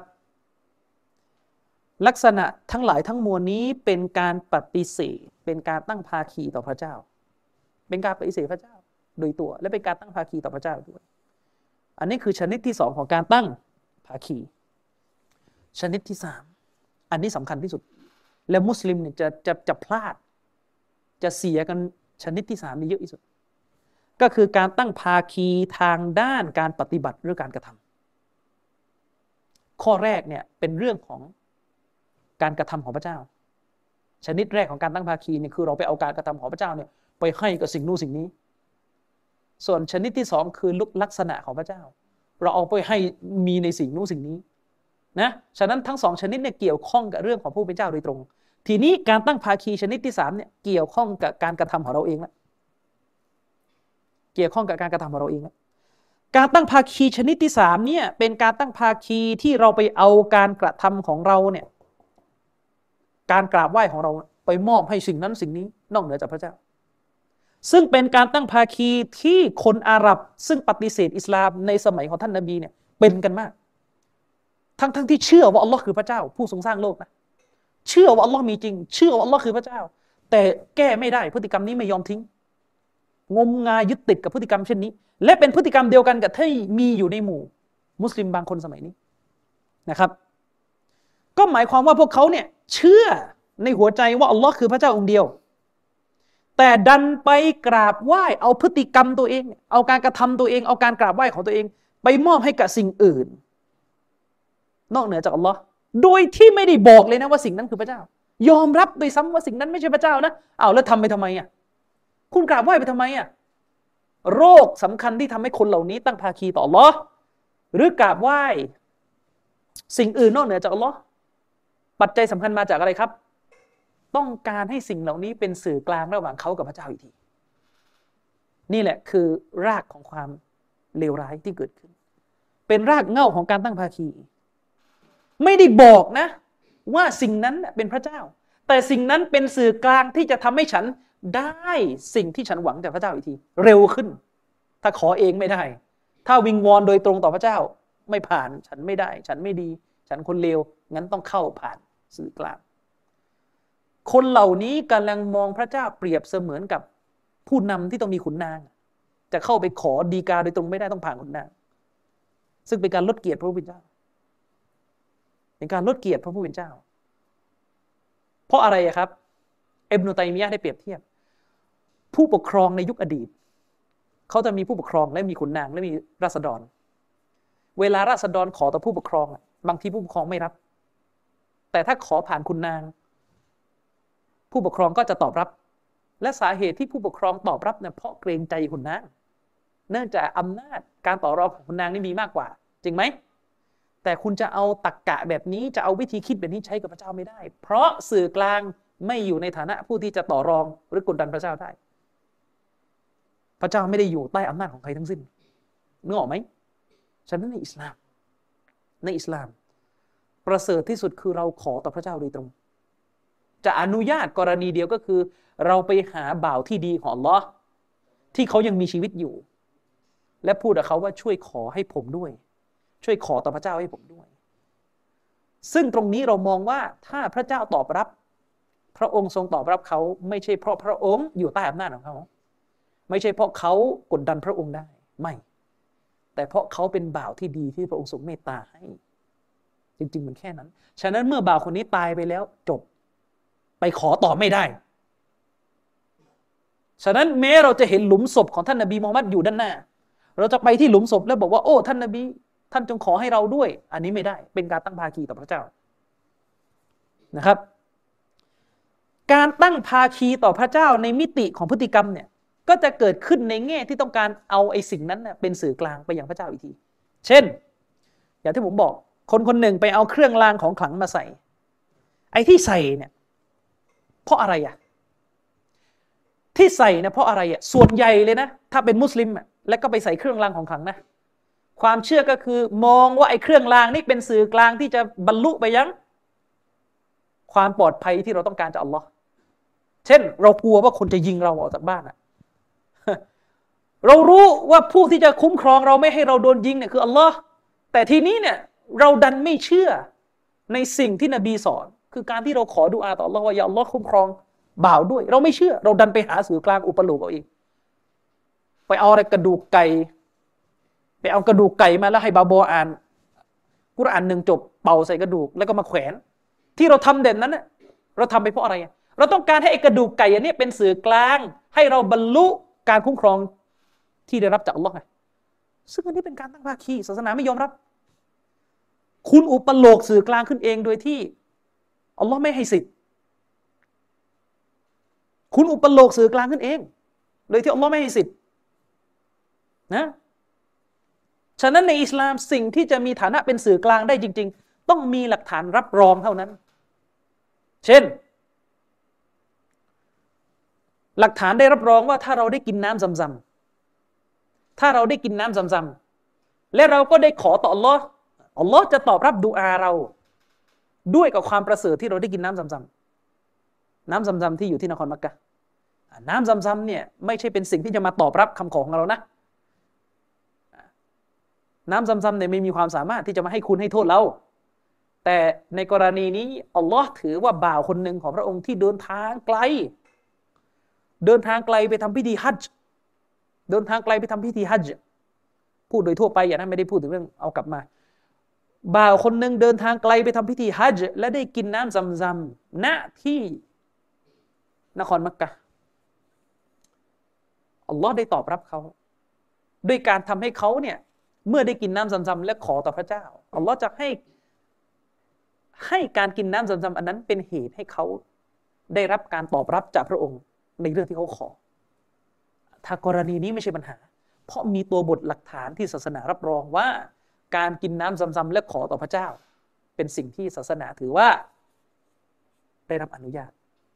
ลักษณะทั้งหลายทั้งมวลนี้เป็นการปฏิเสธเป็นการตั้งภาคีต่อพระเจ้าเป็นการปฏิเสธพระเจ้าโดยตัวและเป็นการตั้งภาคีต่อพระเจ้าด้วยอันนี้คือชนิดที่สองของการตั้งภาคีชนิดที่สามอันนี้สำคัญที่สุดและมุสลิมเนี่ยจะจะจะพลาดจะเสียกันชนิดที่สามนี่เยอะที่สุดก็คือการตั้งภาคีทางด้านการปฏิบัติหรือการกระทำข้อแรกเนี่ยเป็นเรื่องของการกระทำของพระเจ้าชนิดแรกของการตั้งภาคีเนี่ยคือเราไปเอาการกระทำของพระเจ้าเนี่ยไปให้กับสิ่งนู้นสิ่งนี้ส่วนชนิดที่สองคือลักษณะของพระเจ้าเราเอาไปให้มีในสิ่งนู้นสิ่งนี้นะฉะนั้นทั้งสองชนิดเนี่ยเกี่ยวข้องกับเรื่องของผู้เป็นเจ้าโดยตรงทีนี้การตั้งภาคีชนิดที่สามเนี่ยเกี่ยวข้องกับการกระทำของเราเองละเกี่ยวข้องกับการกระทำของเราเองละการตั้งภาคีชนิดที่สามเนี่ยเป็นการตั้งภาคีที่เราไปเอาการกระทำของเราเนี่ยการกราบไหว้ของเราไปมอบให้สิ่งนั้นสิ่งนี้นอกเหนือจากพระเจ้าซึ่งเป็นการตั้งภาคีที่คนอาหรับซึ่งปฏิเสธอิสลามในสมัยของท่านนบีเนี่ยเป็นกันมากทั้งทั้งที่เชื่อว่าอัลลอฮ์คือพระเจ้าผู้ทรงสร้างโลกนะเชื่อว่าอัลลอฮ์มีจริงเชื่อว่าอัลลอฮ์คือพระเจ้าแต่แก้ไม่ได้พฤติกรรมนี้ไม่ยอมทิ้งงมงายยึดติดกับพฤติกรรมเช่นนี้และเป็นพฤติกรรมเดียวกันกับที่มีอยู่ในหมู่มุสลิมบางคนสมัยนี้นะครับก็หมายความว่าพวกเขาเนี่ยเชื่อในหัวใจว่าอัลลอฮ์คือพระเจ้าองค์เดียวแต่ดันไปกราบไหว้เอาพฤติกรรมตัวเองเอาการกระทำตัวเองเอาการกราบไหว้ของตัวเองไปมอบให้กับสิ่งอื่นนอกเหนือจากอัลลอฮ์โดยที่ไม่ได้บอกเลยนะว่าสิ่งนั้นคือพระเจ้ายอมรับโดยซ้ำว่าสิ่งนั้นไม่ใช่พระเจ้านะอ้าวแล้วทำไปทำไมอ่ะคุณกราบไหว้ไปทำไมอ่ะโรคสำคัญที่ทำให้คนเหล่านี้ตั้งภาคีต่ออัลลอฮ์หรือกราบไหว้สิ่งอื่นนอกเหนือจากอัลลอฮ์ปัจจัยสำคัญมาจากอะไรครับต้องการให้สิ่งเหล่านี้เป็นสื่อกลางระหว่างเขากับพระเจ้าอีกทีนี่แหละคือรากของความเลวร้ายที่เกิดขึ้นเป็นรากเหง้าของการตั้งภาคีไม่ได้บอกนะว่าสิ่งนั้นเป็นพระเจ้าแต่สิ่งนั้นเป็นสื่อกลางที่จะทำให้ฉันได้สิ่งที่ฉันหวังจากพระเจ้าอีกทีเร็วขึ้นถ้าขอเองไม่ได้ถ้าวิงวอนโดยตรงต่อพระเจ้าไม่ผ่านฉันไม่ได้ฉันไม่ดีฉันคนเลวงั้นต้องเข้าผ่านสื่อกลางคนเหล่านี้กำลังมองพระเจ้าเปรียบเสมือนกับผู้นำที่ต้องมีขุนนางจะเข้าไปขอดีกาโดยตรงไม่ได้ต้องผ่านขุนนางซึ่งเป็นการลดเกียรติพระผู้เป็นเจ้าเป็นการลดเกียรติพระผู้เป็นเจ้าเพราะอะไรครับอิบนุตัยมียะห์ได้เปรียบเทียบผู้ปกครองในยุคอดีตเขาจะมีผู้ปกครองและมีขุนนางและมีราษฎรเวลาราษฎรขอต่อผู้ปกครองบางทีผู้ปกครองไม่รับแต่ถ้าขอผ่านขุนนางผู้ปกครองก็จะตอบรับและสาเหตุที่ผู้ปกครองตอบรับเนี่ยเพราะเกรงใจขุนนางเนื่องจากอำนาจการต่อรองของขุนนางนี่มีมากกว่าจริงไหมแต่คุณจะเอาตรรกะแบบนี้จะเอาวิธีคิดแบบนี้ใช้กับพระเจ้าไม่ได้เพราะสื่อกลางไม่อยู่ในฐานะผู้ที่จะต่อรองหรือกดดันพระเจ้าได้พระเจ้าไม่ได้อยู่ใต้อำนาจของใครทั้งสิ้นนึกออกไหมฉะนั้นในอิสลามในอิสลามประเสริฐที่สุดคือเราขอต่อพระเจ้าโดยตรงจะอนุญาตกรณีเดียวก็คือเราไปหาบ่าวที่ดีของอัลเลาะห์ที่เขายังมีชีวิตอยู่และพูดกับเขาว่าช่วยขอให้ผมด้วยช่วยขอต่อพระเจ้าให้ผมด้วยซึ่งตรงนี้เรามองว่าถ้าพระเจ้าตอบรับพระองค์ทรงตอบรับเขาไม่ใช่เพราะพระองค์อยู่ใต้อำนาจของเขาไม่ใช่เพราะเขากดดันพระองค์ได้ไม่แต่เพราะเขาเป็นบ่าวที่ดีที่พระองค์ทรงเมตตาให้จริงๆมันแค่นั้นฉะนั้นเมื่อบ่าวคนนี้ตายไปแล้วจบไปขอต่อไม่ได้ฉะนั้นแม้เราจะเห็นหลุมศพของท่านนบีมูฮัมมัดอยู่ด้านหน้าเราจะไปที่หลุมศพแล้วบอกว่าโอ้ท่านนบีท่านจงขอให้เราด้วยอันนี้ไม่ได้เป็นการตั้งภาคีต่อพระเจ้านะครับการตั้งภาคีต่อพระเจ้าในมิติของพฤติกรรมเนี่ยก็จะเกิดขึ้นในแง่ที่ต้องการเอาไอ้สิ่งนั้นเนี่ยเป็นสื่อกลางไปยังพระเจ้าอีกทีเช่นอย่างที่ผมบอกคนคนหนึ่งไปเอาเครื่องรางของขลังมาใส่ไอ้ที่ใส่เนี่ยเพราะอะไรอ่ะที่ใส่นะเพราะอะไรอ่ะส่วนใหญ่เลยนะถ้าเป็นมุสลิมอ่ะแล้วก็ไปใส่เครื่องรางของขลังนะความเชื่อก็คือมองว่าไอ้เครื่องรางนี่เป็นสื่อกลางที่จะบรรลุไปยังความปลอดภัยที่เราต้องการจากอัลลอฮ์เช่นเรากลัวว่าคนจะยิงเราออกจากบ้านอ่ะเรารู้ว่าผู้ที่จะคุ้มครองเราไม่ให้เราโดนยิงเนี่ยคืออัลลอฮ์แต่ทีนี้เนี่ยเราดันไม่เชื่อในสิ่งที่นบีสอนคือการที่เราขอดุอาต่ออัลลอฮ์ว่าอย่าอัลลอฮ์คุ้มครองบ่าวด้วยเราไม่เชื่อเราดันไปหาสื่อกลางอุปโลกเอาเองไปเอาอะไรกระดูกไก่ไปเอากระดูกไก่มาแล้วให้บาบออ่านกุรอานหนึ่งจบเป่าใส่กระดูกแล้วก็มาแขวนที่เราทำเด่นนั้นเนี่ยเราทำไปเพราะอะไรเราต้องการให้ไอ้กระดูกไก่อันนี้เป็นสื่อกลางให้เราบรรลุการคุ้มครองที่ได้รับจากอัลลอฮ์ไงซึ่งอันนี้เป็นการตั้งภาคีศาสนาไม่ยอมรับคุณอุปโลกสื่อกลางขึ้นเองโดยที่อัลลอฮ์ไม่ให้สิทธิ์คุณอุปโลกสื่อกลางขึ้นเองโดยที่อัลลอฮ์ไม่ให้สิทธิ์นะฉะนั้นในอิสลามสิ่งที่จะมีฐานะเป็นสื่อกลางได้จริงๆต้องมีหลักฐานรับรองเท่านั้นเช่นหลักฐานได้รับรองว่าถ้าเราได้กินน้ำซำซำถ้าเราได้กินน้ำซำซำและเราก็ได้ขอต่ออัลลอฮ์อัลลอฮ์จะตอบรับดุอาเราด้วยกับความประเสริฐที่เราได้กินน้ำซำซำน้ำซำซำที่อยู่ที่นครมักกะฮ์น้ำซำซำเนี่ยไม่ใช่เป็นสิ่งที่จะมาตอบรับคำขอของเรานะน้ำซำซำเนี่ยไม่มีความสามารถที่จะมาให้คุณให้โทษเราแต่ในกรณีนี้อัลลอฮ์ถือว่าบ่าวคนหนึ่งของพระองค์ที่เดินทางไกลเดินทางไกลไปทำพิธีฮัจญ์เดินทางไกลไปทำพิธีฮัจญ์พูดโดยทั่วไปอย่างนั้นไม่ได้พูดถึงเรื่องเอากลับมาบ่าวคนหนึ่งเดินทางไกลไปทำพิธีฮัจญ์และได้กินน้ำซำซำณที่นครมักกะฮ์อัลลอฮ์ได้ตอบรับเขาด้วยการทำให้เขาเนี่ยเมื่อได้กินน้ำซำซำและขอต่อพระเจ้าอัลลอฮ์จะให้ให้การกินน้ำซำซำอันนั้นเป็นเหตุให้เขาได้รับการตอบรับจากพระองค์ในเรื่องที่เขาขอถ้ากรณีนี้ไม่ใช่ปัญหาเพราะมีตัวบทหลักฐานที่ศาสนารับรองว่าการกินน้ำซำซำและขอต่อพระเจ้าเป็นสิ่งที่ศาสนาถือว่าได้รับอนุญาต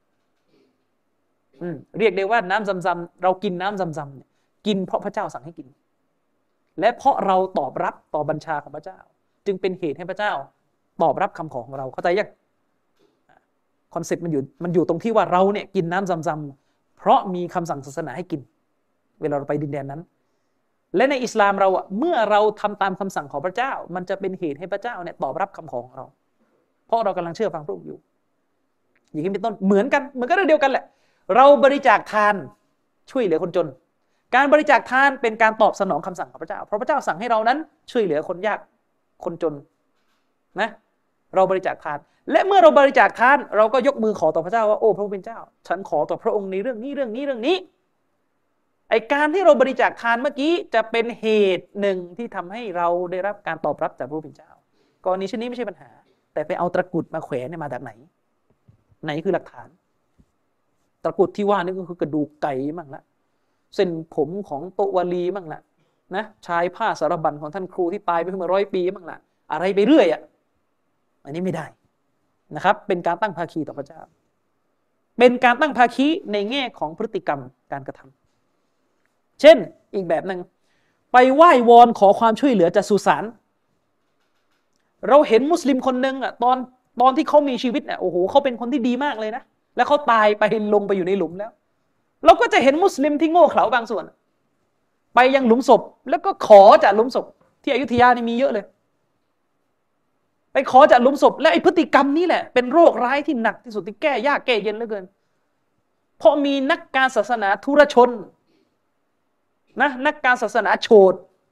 อืมเรียกได้ว่าน้ำซำซำเรากินน้ำซำซำเนี่ยกินเพราะพระเจ้าสั่งให้กินและเพราะเราตอบรับต่อบัญชาของพระเจ้าจึงเป็นเหตุให้พระเจ้าตอบรับคำขอของเราเข้าใจยังคอนเซ็ปต์มันอยู่มันอยู่ตรงที่ว่าเราเนี่ยกินน้ำซำซำเพราะมีคำสั่งศาสนาให้กินเวลาเราไปดินแดนนั้นและในอิสลามเราอ่ะเมื่อเราทำตามคำสั่งของพระเจ้ามันจะเป็นเหตุให้พระเจ้าเนี่ยตอบรับคำขอของเราเพราะเรากำลังเชื่อฟังพระองค์อยู่อย่างนี้เป็นต้นเหมือนกันเหมือนกันเรื่องเดียวกันแหละเราบริจาคทานช่วยเหลือคนจนการบริจาคทานเป็นการตอบสนองคำสั่งของพระเจ้าเพราะพระเจ้าสั่งให้เรานั้นช่วยเหลือคนยากคนจนนะเราบริจาคทานและเมื่อเราบริจาคทานเราก็ยกมือขอต่อพระเจ้าว่าโอ้พระผู้เป็นเจ้าฉันขอต่อพระองค์ในเรื่องนี้เรื่องนี้เรื่องนี้ไอการที่เราบริจาคทานเมื่อกี้จะเป็นเหตุหนึ่งที่ทำให้เราได้รับการตอบรับจากพระผู้เป็นเจ้ากรณีเช่นนี้ไม่ใช่ปัญหาแต่ไปเอาตะกรุดมาแขวนเนี่ยมาจากไหนไหนคือหลักฐานตะกรุดที่ว่านี่ก็คือกระดูกไก่มั่งละเส้นผมของโตวาลีมั่งละนะชายผ้าสารบัญของท่านครูที่ตายไปเมื่อร้อยปีมั่งละอะไรไปเรื่อยอ่ะอันนี้ไม่ได้นะครับเป็นการตั้งภาคีต่อพระเจ้าเป็นการตั้งภาคีในแง่ของพฤติกรรมการกระทำเช่นอีกแบบหนึ่งไปไหว้วอนขอความช่วยเหลือจากสุสานเราเห็นมุสลิมคนหนึ่งอ่ะตอนตอนที่เขามีชีวิตเนี่ยโอ้โหเขาเป็นคนที่ดีมากเลยนะแล้วเขาตายไปลงไปอยู่ในหลุมแล้วเราก็จะเห็นมุสลิมที่โง่เขลาบางส่วนไปยังหลุมศพแล้วก็ขอจากหลุมศพที่อยุธยานี่มีเยอะเลยไปขอจากหลุมศพและไอ้พฤติกรรมนี้แหละเป็นโรคร้ายที่หนักที่สุดที่แก้ยากแก้เย็นเหลือเกินเพราะมีนักการศาสนาทุรชนนะนักการศาสนาโฉด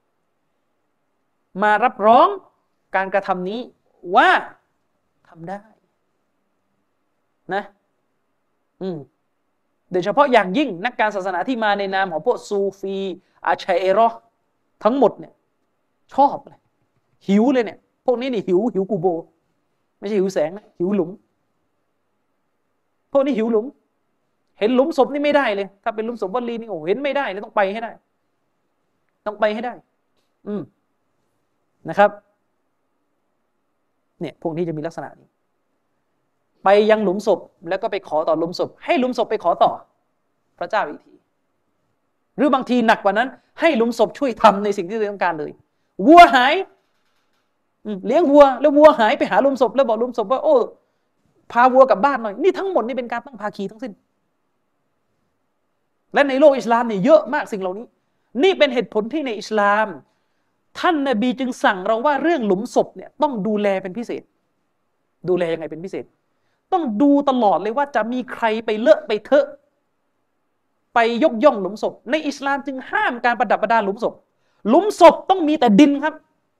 มารับรองการกระทำนี้ว่าทำได้นะอืมโดยเฉพาะอย่างยิ่งนักการศาสนาที่มาในนามของพวกซูฟีอาชัยเอรอทั้งหมดเนี่ยชอบเลยหิวเลยเนี่ยพวกนี้นี่หิวหิวกูโบไม่ใช่หิวแสงนะหิวหลุมพวกนี้หิวหลุมเห็นหลุมศพนี่ไม่ได้เลยถ้าเป็นหลุมศพวลีนี่โอ้เห็นไม่ได้เลยต้องไปให้ได้ต้องไปให้ได้อืมนะครับเนี่ยพวกนี้จะมีลักษณะนี้ไปยังหลุมศพแล้วก็ไปขอต่อหลุมศพให้หลุมศพไปขอต่อพระเจ้าอีกทีหรือบางทีหนักกว่านั้นให้หลุมศพช่วยทำในสิ่งที่ตัวเองต้องการเลยวัวหายเลี้ยงวัวแล้ววัวหายไปหาหลุมศพแล้วบอกหลุมศพว่าโอ้พาวัวกลับบ้านหน่อยนี่ทั้งหมดนี่เป็นการตั้งภาคีทั้งสิ้นและในโลกอิสลามเนี่ยเยอะมากสิ่งเหล่านี้นี่เป็นเหตุผลที่ในอิสลามท่านนบีจึงสั่งเราว่าเรื่องหลุมศพเนี่ยต้องดูแลเป็นพิเศษดูแลยังไงเป็นพิเศษต้องดูตลอดเลยว่าจะมีใครไปเลอะไปเทอะไปยกย่องหลุมศพในอิสลามจึงห้ามการประดับประดาหลุมศพหลุมศพต้องมีแต่ดินครับ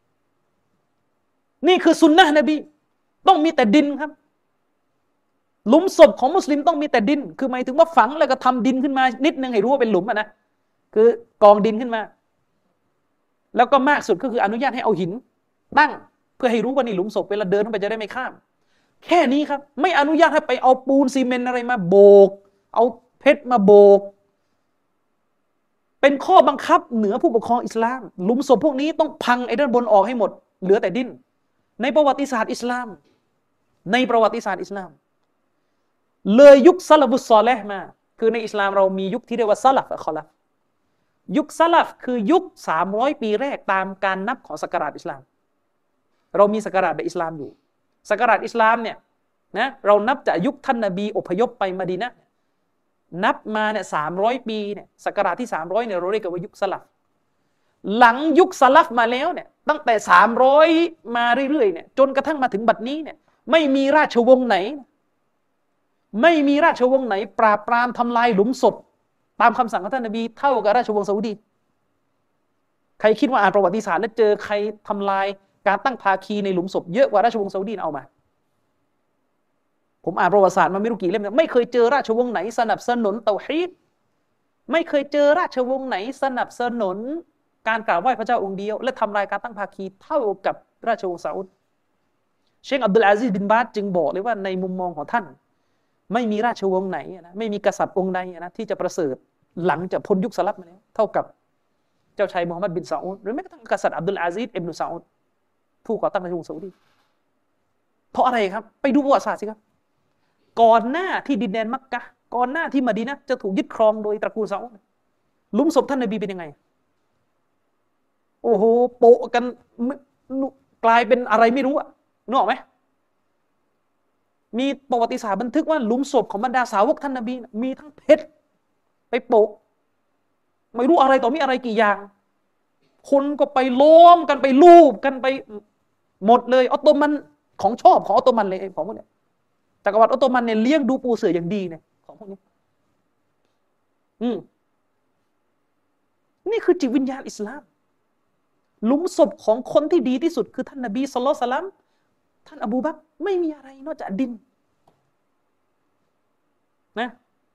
นี่คือสุนนะนบีต้องมีแต่ดินครับหลุมศพของมุสลิมต้องมีแต่ดินคือหมายถึงว่าฝังแล้วก็ทำดินขึ้นมานิดนึงให้รู้ว่าเป็นหลุมอะนะคือกองดินขึ้นมาแล้วก็มากสุดก็คืออนุญาตให้เอาหินตั้งเพื่อให้รู้ว่านี่หลุมศพเวลาเดินเข้าไปจะได้ไม่ข้ามแค่นี้ครับไม่อนุญาตให้ไปเอาปูนซีเมนต์อะไรมาโบกเอาเพชรมาโบกเป็นข้อบังคับเหนือผู้ปกครองอิสลามหลุมศพพวกนี้ต้องพังไอ้ด้านบนออกให้หมดเหลือแต่ดินในประวัติศาสตร์อิสลามในประวัติศาสตร์อิสลามเลยยุคซะลาฟุสซอลิฮ์มาคือในอิสลามเรามียุคที่เรียกว่าซะลัฟกับคอลัฟยุคซะลัฟคือยุคสามร้อยปีแรกตามการนับของศักราชอิสลามเรามีศักราชในอิสลามอยู่ศักราชอิสลามเนี่ยนะเรานับจากยุคท่านนบีอพยพไปมะดีนะห์นับมาเนี่ยสามร้อยปีเนี่ยศักราชที่สามร้อยเนี่ยเราเรียกว่ายุคซะลัฟหลังยุคซะลัฟมาแล้วเนี่ยตั้งแต่สามร้อยมาเรื่อยๆเนี่ยจนกระทั่งมาถึงบัดนี้เนี่ยไม่มีราชวงศ์ไหนไม่มีราชวงศ์ไหนปราบปรามทำลายหลุมศพตามคำสั่งของท่านนบีเท่ากับราชวงศ์ซาอุดีใครคิดว่าอ่านประวัติศาสตร์แล้วเจอใครทำลายการตั้งภาคีในหลุมศพเยอะกว่าราชวงศ์ซาอุดีเอามาผมอ่านประวัติศาสตร์มาไม่รู้กี่เล่มเนี่ยไม่เคยเจอราชวงศ์ไหนสนับสนุนเตาฮีดไม่เคยเจอราชวงศ์ไหนสนับสนุนการกราบไหว้พระเจ้าองค์เดียวและทำลายการตั้งภาคีเท่ากับราชวงศ์ซาอุดเชคอับดุลอาซิซบินบาซจึงบอกเลยว่าในมุมมองของท่านไม่มีราชวงศ์ไหนนะไม่มีกษัตริย์องค์ใดนะที่จะประเสริฐหลังจากพ้นยุคสลับมาแล้วเท่ากับเจ้าชายมูฮัมหมัดบินซาอุดหรือแม้กระทั่งกษัตริย์อับดุลอาซิซอิบนุซาอุดผู้ก่อตั้งราชวงศ์ซาอุดีเพราะอะไรครับไปดูประวัติศาสตร์สิครับก่อนหน้าที่ดินแดนมักกะฮ์ก่อนหน้าที่มะดีนะห์จะถูกยึดครองโดยตระกูลซาอุดหลุมศพท่านนบีเป็นยังไงโอ้โหโปะกันกลายเป็นอะไรไม่รู้อะนึกออกไหมมีประวัติศาสตร์บันทึกว่าหลุมศพของบรรดาสาวกท่านนบีมีทั้งเพชรไปโปะไม่รู้อะไรต่อมีอะไรกี่อย่างคนก็ไปล้อมกันไปลูบกันไปหมดเลยออตโตมันของชอบของออตโตมันเลยของพวกนี้จักรวรรดิออตโตมันเนี่ยเลี้ยงดูปูเสืออย่างดีเนี่ยของพวกนี้อืมนี่คือจิตวิญญาณอิสลามหลุมศพของคนที่ดีที่สุดคือท่านนบีศ็อลลัลลอฮุอะลัยฮิวะซัลลัมท่านอบูบักรไม่มีอะไรนอกจากดินนะ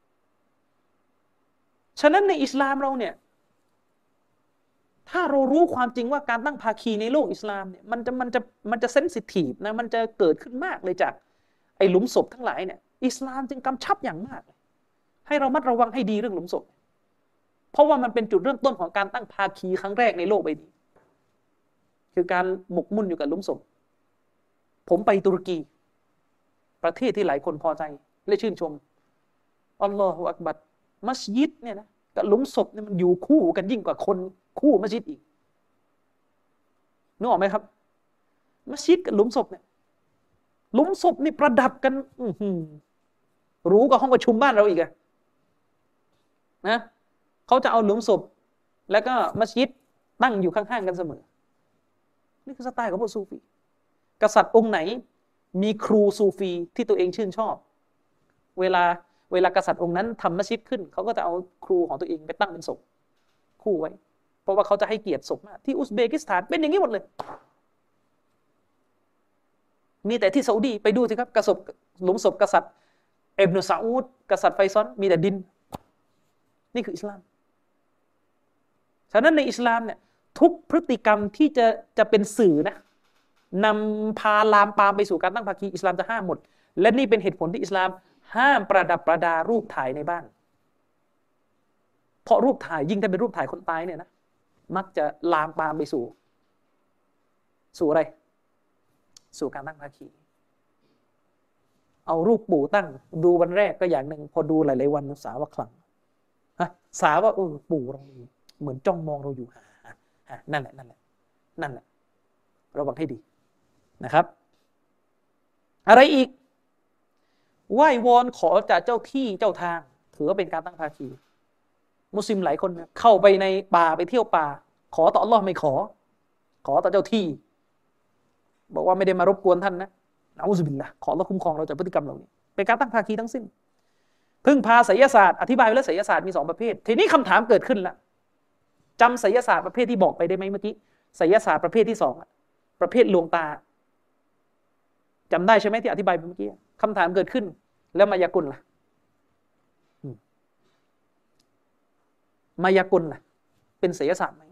ฉะนั้นในอิสลามเราเนี่ยถ้าเรารู้ความจริงว่าการตั้งภาคีในโลกอิสลามเนี่ยมันจะมันจะมันจะเซนซิทีฟนะมันจะเกิดขึ้นมากเลยจากไอ้หลุมศพทั้งหลายเนี่ยอิสลามจึงกำชับอย่างมากให้เรามัดระวังให้ดีเรื่องหลุมศพเพราะว่ามันเป็นจุดเริ่มต้นของการตั้งภาคีครั้งแรกในโลกใบนี้คือการหมกมุ่นอยู่กับหลุมศพผมไปตุรกีประเทศที่หลายคนพอใจและชื่นชมอัลลอฮฺอักบัรมัสยิดเนี่ยนะกับหลุมศพเนี่ยมันอยู่คู่กันยิ่งกว่าคนคู่มัสยิดอีกนึกออกไหมครับมัสยิดกับหลุมศพเนี่ยหลุมศพนี่ประดับกันรู้กว่าห้องประชุมบ้านเราอีกอะนะเขาจะเอาหลุมศพแล้วก็มัสยิดตั้งอยู่ข้างๆกันเสมอนี่คือสไตล์ของพวกซูฟีกษัตริย์องค์ไหนมีครูซูฟีที่ตัวเองชื่นชอบเวลาเวลากษัตริย์องค์นั้นทำมัสยิดขึ้นเขาก็จะเอาครูของตัวเองไปตั้งเป็นศพคู่ไว้เพราะว่าเขาจะให้เกียรติศพมากที่อุซเบกิสถานเป็นอย่างนี้หมดเลยมีแต่ที่ซาอุดีไปดูสิครับกษัตริย์หลุมศพกษัตริย์อิบนุซาอุดกษัตริย์ไฟซอนมีแต่ดินนี่คืออิสลามฉะนั้นในอิสลามเนี่ยทุกพฤติกรรมที่จะจะเป็นสื่อนะนำพาลามปามไปสู่การตั้งภาคีอิสลามจะห้ามหมดและนี่เป็นเหตุผลที่อิสลามห้ามประดับประดารูปถ่ายในบ้านเพราะรูปถ่ายยิ่งถ้าเป็นรูปถ่ายคนตายเนี่ยนะมักจะลามปามไปสู่สู่อะไรสู่การตั้งภาคีเอารูปปู่ตั้งดูวันแรกก็อย่างหนึ่งพอดูหลายๆวันสาวว่าคลั่งฮะสาว่าเออปู่เราเหมือนจ้องมองเราอยู่ฮะฮะนั่นแหละนั่นแหละนั่นแหละระวังให้ดีนะครับอะไรอีกไหว้วอนขอจากเจ้าที่เจ้าทางถือว่าเป็นการตั้งภาคีมุสลิมหลายคนเข้าไปในป่าไปเที่ยวป่าขอต่ออัลเลาะห์ไม่ขอขอต่อเจ้าที่บอกว่าไม่ได้มารบกวนท่านนะนะอูซุบิลละขออัลเลาะห์คุ้มครองเราจากพฤติกรรมเหล่านี้เป็นการตั้งภาคีทั้งสิ้นพึ่งพาไสยศาสตร์อธิบายไว้แล้วไสยศาสตร์มีสองประเภททีนี้คำถามเกิดขึ้นละจำไสยศาสตร์ประเภทที่บอกไปได้ไหมเมื่อกี้ไสยศาสตร์ประเภทที่สองประเภทลวงตาจำได้ใช่ไหมที่อธิบายไปเมื่อกี้คำถามเกิดขึ้นแล้วมายากลล่ะมายากลล่ะเป็นไสยศาสตร์ไหม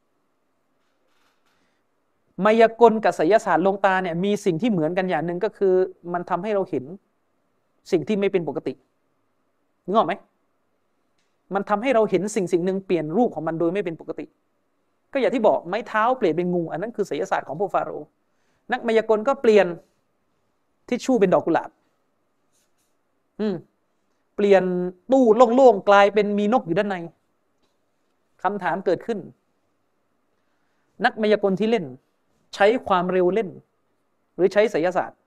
มายากลกับไสยศาสตร์ลวงตาเนี่ยมีสิ่งที่เหมือนกันอย่างหนึ่งก็คือมันทำให้เราเห็นสิ่งที่ไม่เป็นปกตินึกออกไหมมันทำให้เราเห็นสิ่งสิ่งหนึ่งเปลี่ยนรูปของมันโดยไม่เป็นปกติก็อย่างที่บอกไม้เท้าเปลี่ยนเป็นงูอันนั้นคือไสยศาสตร์ของพวกฟาโรห์นักมายากลก็เปลี่ยนทิชชู่เป็นดอกกุหลาบอืมเปลี่ยนตู้โล่งๆกลายเป็นมีนกอยู่ด้านในคำถามเกิดขึ้นนักมายากลที่เล่นใช้ความเร็วเล่นหรือใช้ไสยศาสตร์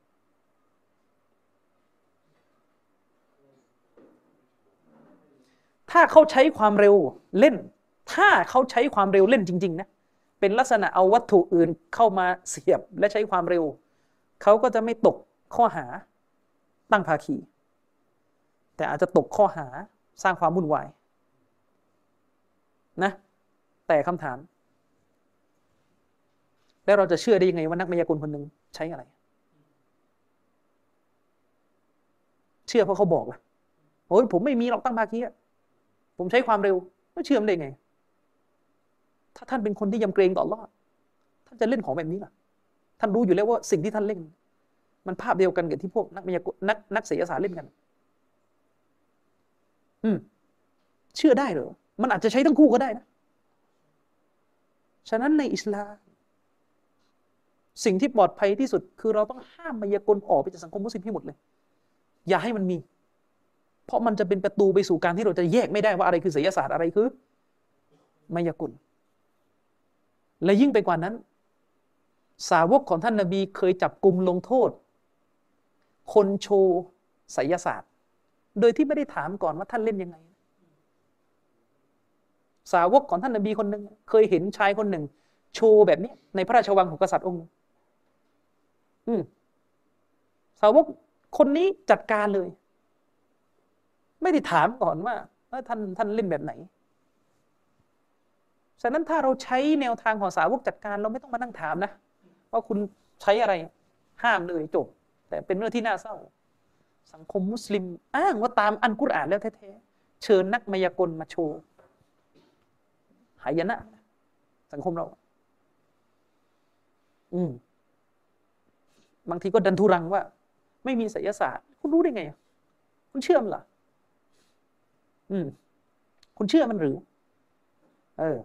ถ้าเขาใช้ความเร็วเล่นถ้าเขาใช้ความเร็วเล่นจริงๆนะเป็นลักษณะเอาวัตถุอื่นเข้ามาเสียบและใช้ความเร็วเขาก็จะไม่ตกข้อหาตั้งภาคีแต่อาจจะตกข้อหาสร้างความวุ่นวายนะแต่คำถามแล้วเราจะเชื่อได้ยังไงว่านักมายากลคนหนึ่งใช้อะไรเชื่อเพราะเขาบอกล่ะโอ้ยผมไม่มีหรอกตั้งภาคีผมใช้ความเร็วไม่เชื่อมได้ไงถ้าท่านเป็นคนที่ยำเกรงต่ออัลเลาะห์ท่านจะเล่นของแบบนี้ล่ะท่านรู้อยู่แล้วว่าสิ่งที่ท่านเล่นมันภาพเดียวกันกับที่พวกนักมายากลนักนักไสยศาสตร์เล่นกันอืมเชื่อได้เหรอมันอาจจะใช้ทั้งคู่ก็ได้นะฉะนั้นในอิสลามสิ่งที่ปลอดภัยที่สุดคือเราต้องห้ามมายากลออกไปจากสังคมมุสลิมให้หมดเลยอย่าให้มันมีเพราะมันจะเป็นประตูไปสู่การที่เราจะแยกไม่ได้ว่าอะไรคือไสยศาสตร์อะไรคือมายากลและยิ่งไปกว่านั้นสาวกของท่านนบีเคยจับกุมลงโทษคนโชว์ไสยศาสตร์โดยที่ไม่ได้ถามก่อนว่าท่านเล่นยังไงสาวกของท่านนบีคนหนึ่งเคยเห็นชายคนหนึ่งโชว์แบบนี้ในพระราชวังของกษัตริย์องค์อืมสาวกคนนี้จัดการเลยไม่ได้ถามก่อนว่าท่านท่านเล่นแบบไหนฉะนั้นถ้าเราใช้แนวทางของสาวกจัดการเราไม่ต้องมานั่งถามนะว่าคุณใช้อะไรห้ามเลยจบแต่เป็นเรื่องที่น่าเศร้าสังคมมุสลิมอ้างว่าตามอัลกุรอานแล้วแท้ๆเชิญนักมายากลมาโชว์หายนะสังคมเราอืมบางทีก็ดันทุรังว่าไม่มีไสยศาสตร์คุณรู้ได้ไงคุณเชื่อมันเหรออืมคุณเชื่อมันหรือเออ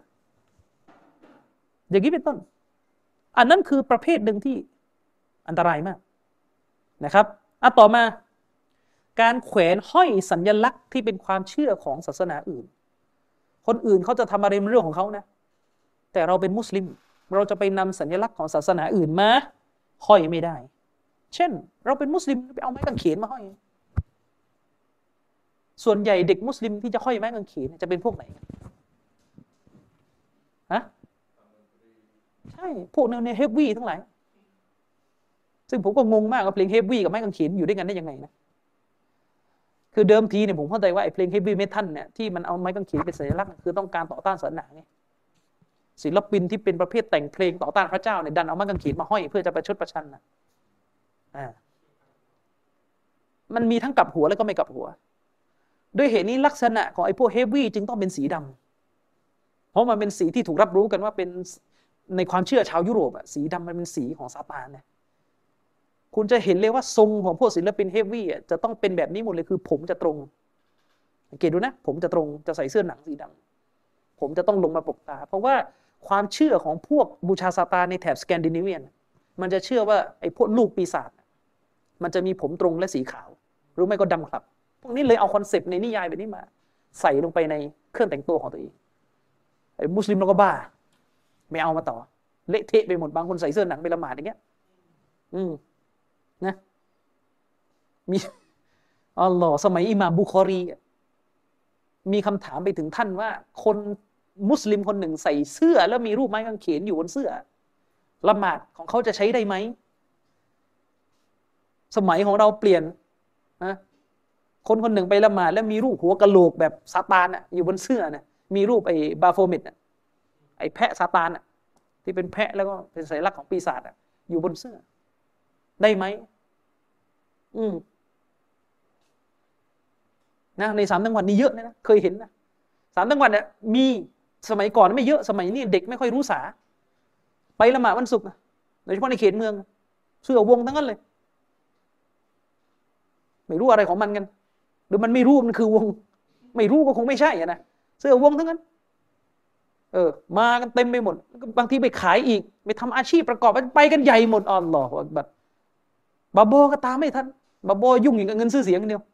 อย่างนี้เป็นต้นอันนั้นคือประเภทหนึ่งที่อันตรายมากนะครับอ่ะต่อมาการแขวนห้อยสัญลักษณ์ที่เป็นความเชื่อของศาสนาอื่นคนอื่นเขาจะทำอะไรเป็นเรื่องของเขานะแต่เราเป็นมุสลิมเราจะไปนำสัญลักษณ์ของศาสนาอื่นมาห้อยไม่ได้เช่นเราเป็นมุสลิมไปเอาไม้กางเขนมาห้อยส่วนใหญ่เด็กมุสลิมที่จะห้อยไม้กางเขนจะเป็นพวกไหนฮะใช่พวกแนวเฮฟวี่ทั้งหลายซึ่งผมก็งงมากว่าเพลงเฮฟวี่กับไม้กางเขนอยู่ด้วยกันได้ยังไงนะคือเดิมทีเนี่ยผมเข้าใจว่าไอ้เพลงเฮฟวี่เมทัลเนี่ยที่มันเอาไม้กางเขนเป็นสัญลักษณ์คือต้องการต่อต้านศาสนาไงศิลปินที่เป็นประเภทแต่งเพลงต่อต้านพระเจ้าเนี่ยดันเอาไม้กางเขนมาห้อยเพื่อจะประชดประชันนะอ่ามันมีทั้งกลับหัวแล้วก็ไม่กลับหัวด้วยเหตุนี้ลักษณะของไอ้พวกเฮฟวี่จึงต้องเป็นสีดำเพราะมันเป็นสีที่ถูกรับรู้กันว่าเป็นในความเชื่อชาวยุโรปอะสีดำมันเป็นสีของซาตานเนี่ยคุณจะเห็นเลยว่าทรงของพวกศิลปินเฮฟวี่จะต้องเป็นแบบนี้หมดเลยคือผมจะตรงสังเกตดูนะผมจะตรงจะใส่เสื้อหนังสีดำผมจะต้องลงมาปกตาเพราะว่าความเชื่อของพวกบูชาซาตานในแถบสแกนดิเนเวียนมันจะเชื่อว่าไอ้พวกลูกปีศาจมันจะมีผมตรงและสีขาวหรือไม่ก็ดำครับพวกนี้เลยเอาคอนเซปต์ในนิยายแบบนี้มาใส่ลงไปในเครื่องแต่งตัวของตัวเองไอ้มุสลิมเราก็บ้าไม่เอามาต่อเละเทะไปหมดบางคนใส่เสื้อหนังไปละหมาดอย่างเงี้ยอืมนะมีอัลลอฮ์สมัยอิหม่ามบุคอรีมีคำถามไปถึงท่านว่าคนมุสลิมคนหนึ่งใส่เสื้อแล้วมีรูปไม้กางเขนอยู่บนเสื้อละหมาดของเขาจะใช้ได้ไหมสมัยของเราเปลี่ยนนะคนคนหนึ่งไปละหมาดแล้วมีรูปหัวกะโหลกแบบซาตานอ่ะอยู่บนเสื้อน่ะมีรูปไอ้บาโฟเมตอ่ะไอ้แพะซาตานอ่ะที่เป็นแพะแล้วก็เป็นสัญลักษณ์ของปีศาจอ่ะอยู่บนเสื้อได้ไหมอืมนะในสามจังหวัดนี้เยอะนะนะเคยเห็นนะสามจังหวัดเนี่ยมีสมัยก่อนไม่เยอะสมัยนี้เด็กไม่ค่อยรู้สาไปละหมาดวันศุกร์โดยเฉพาะในเขตเมืองเสื้อวงทั้งนั้นเลยไม่รู้อะไรของมันกันหรือมันไม่รู้มันคือวงไม่รู้ก็คงไม่ใช่อะนะเสื้อวงทั้งนั้นเออมากันเต็มไปหมดบางทีไปขายอีกไปทำอาชีพประกอบไปกันใหญ่หมดอัลลอฮฺอักบัรบาโบก็ตามไม่ทันบาโบยุ่งอยู่กับเงินซื้อเสียงเดียว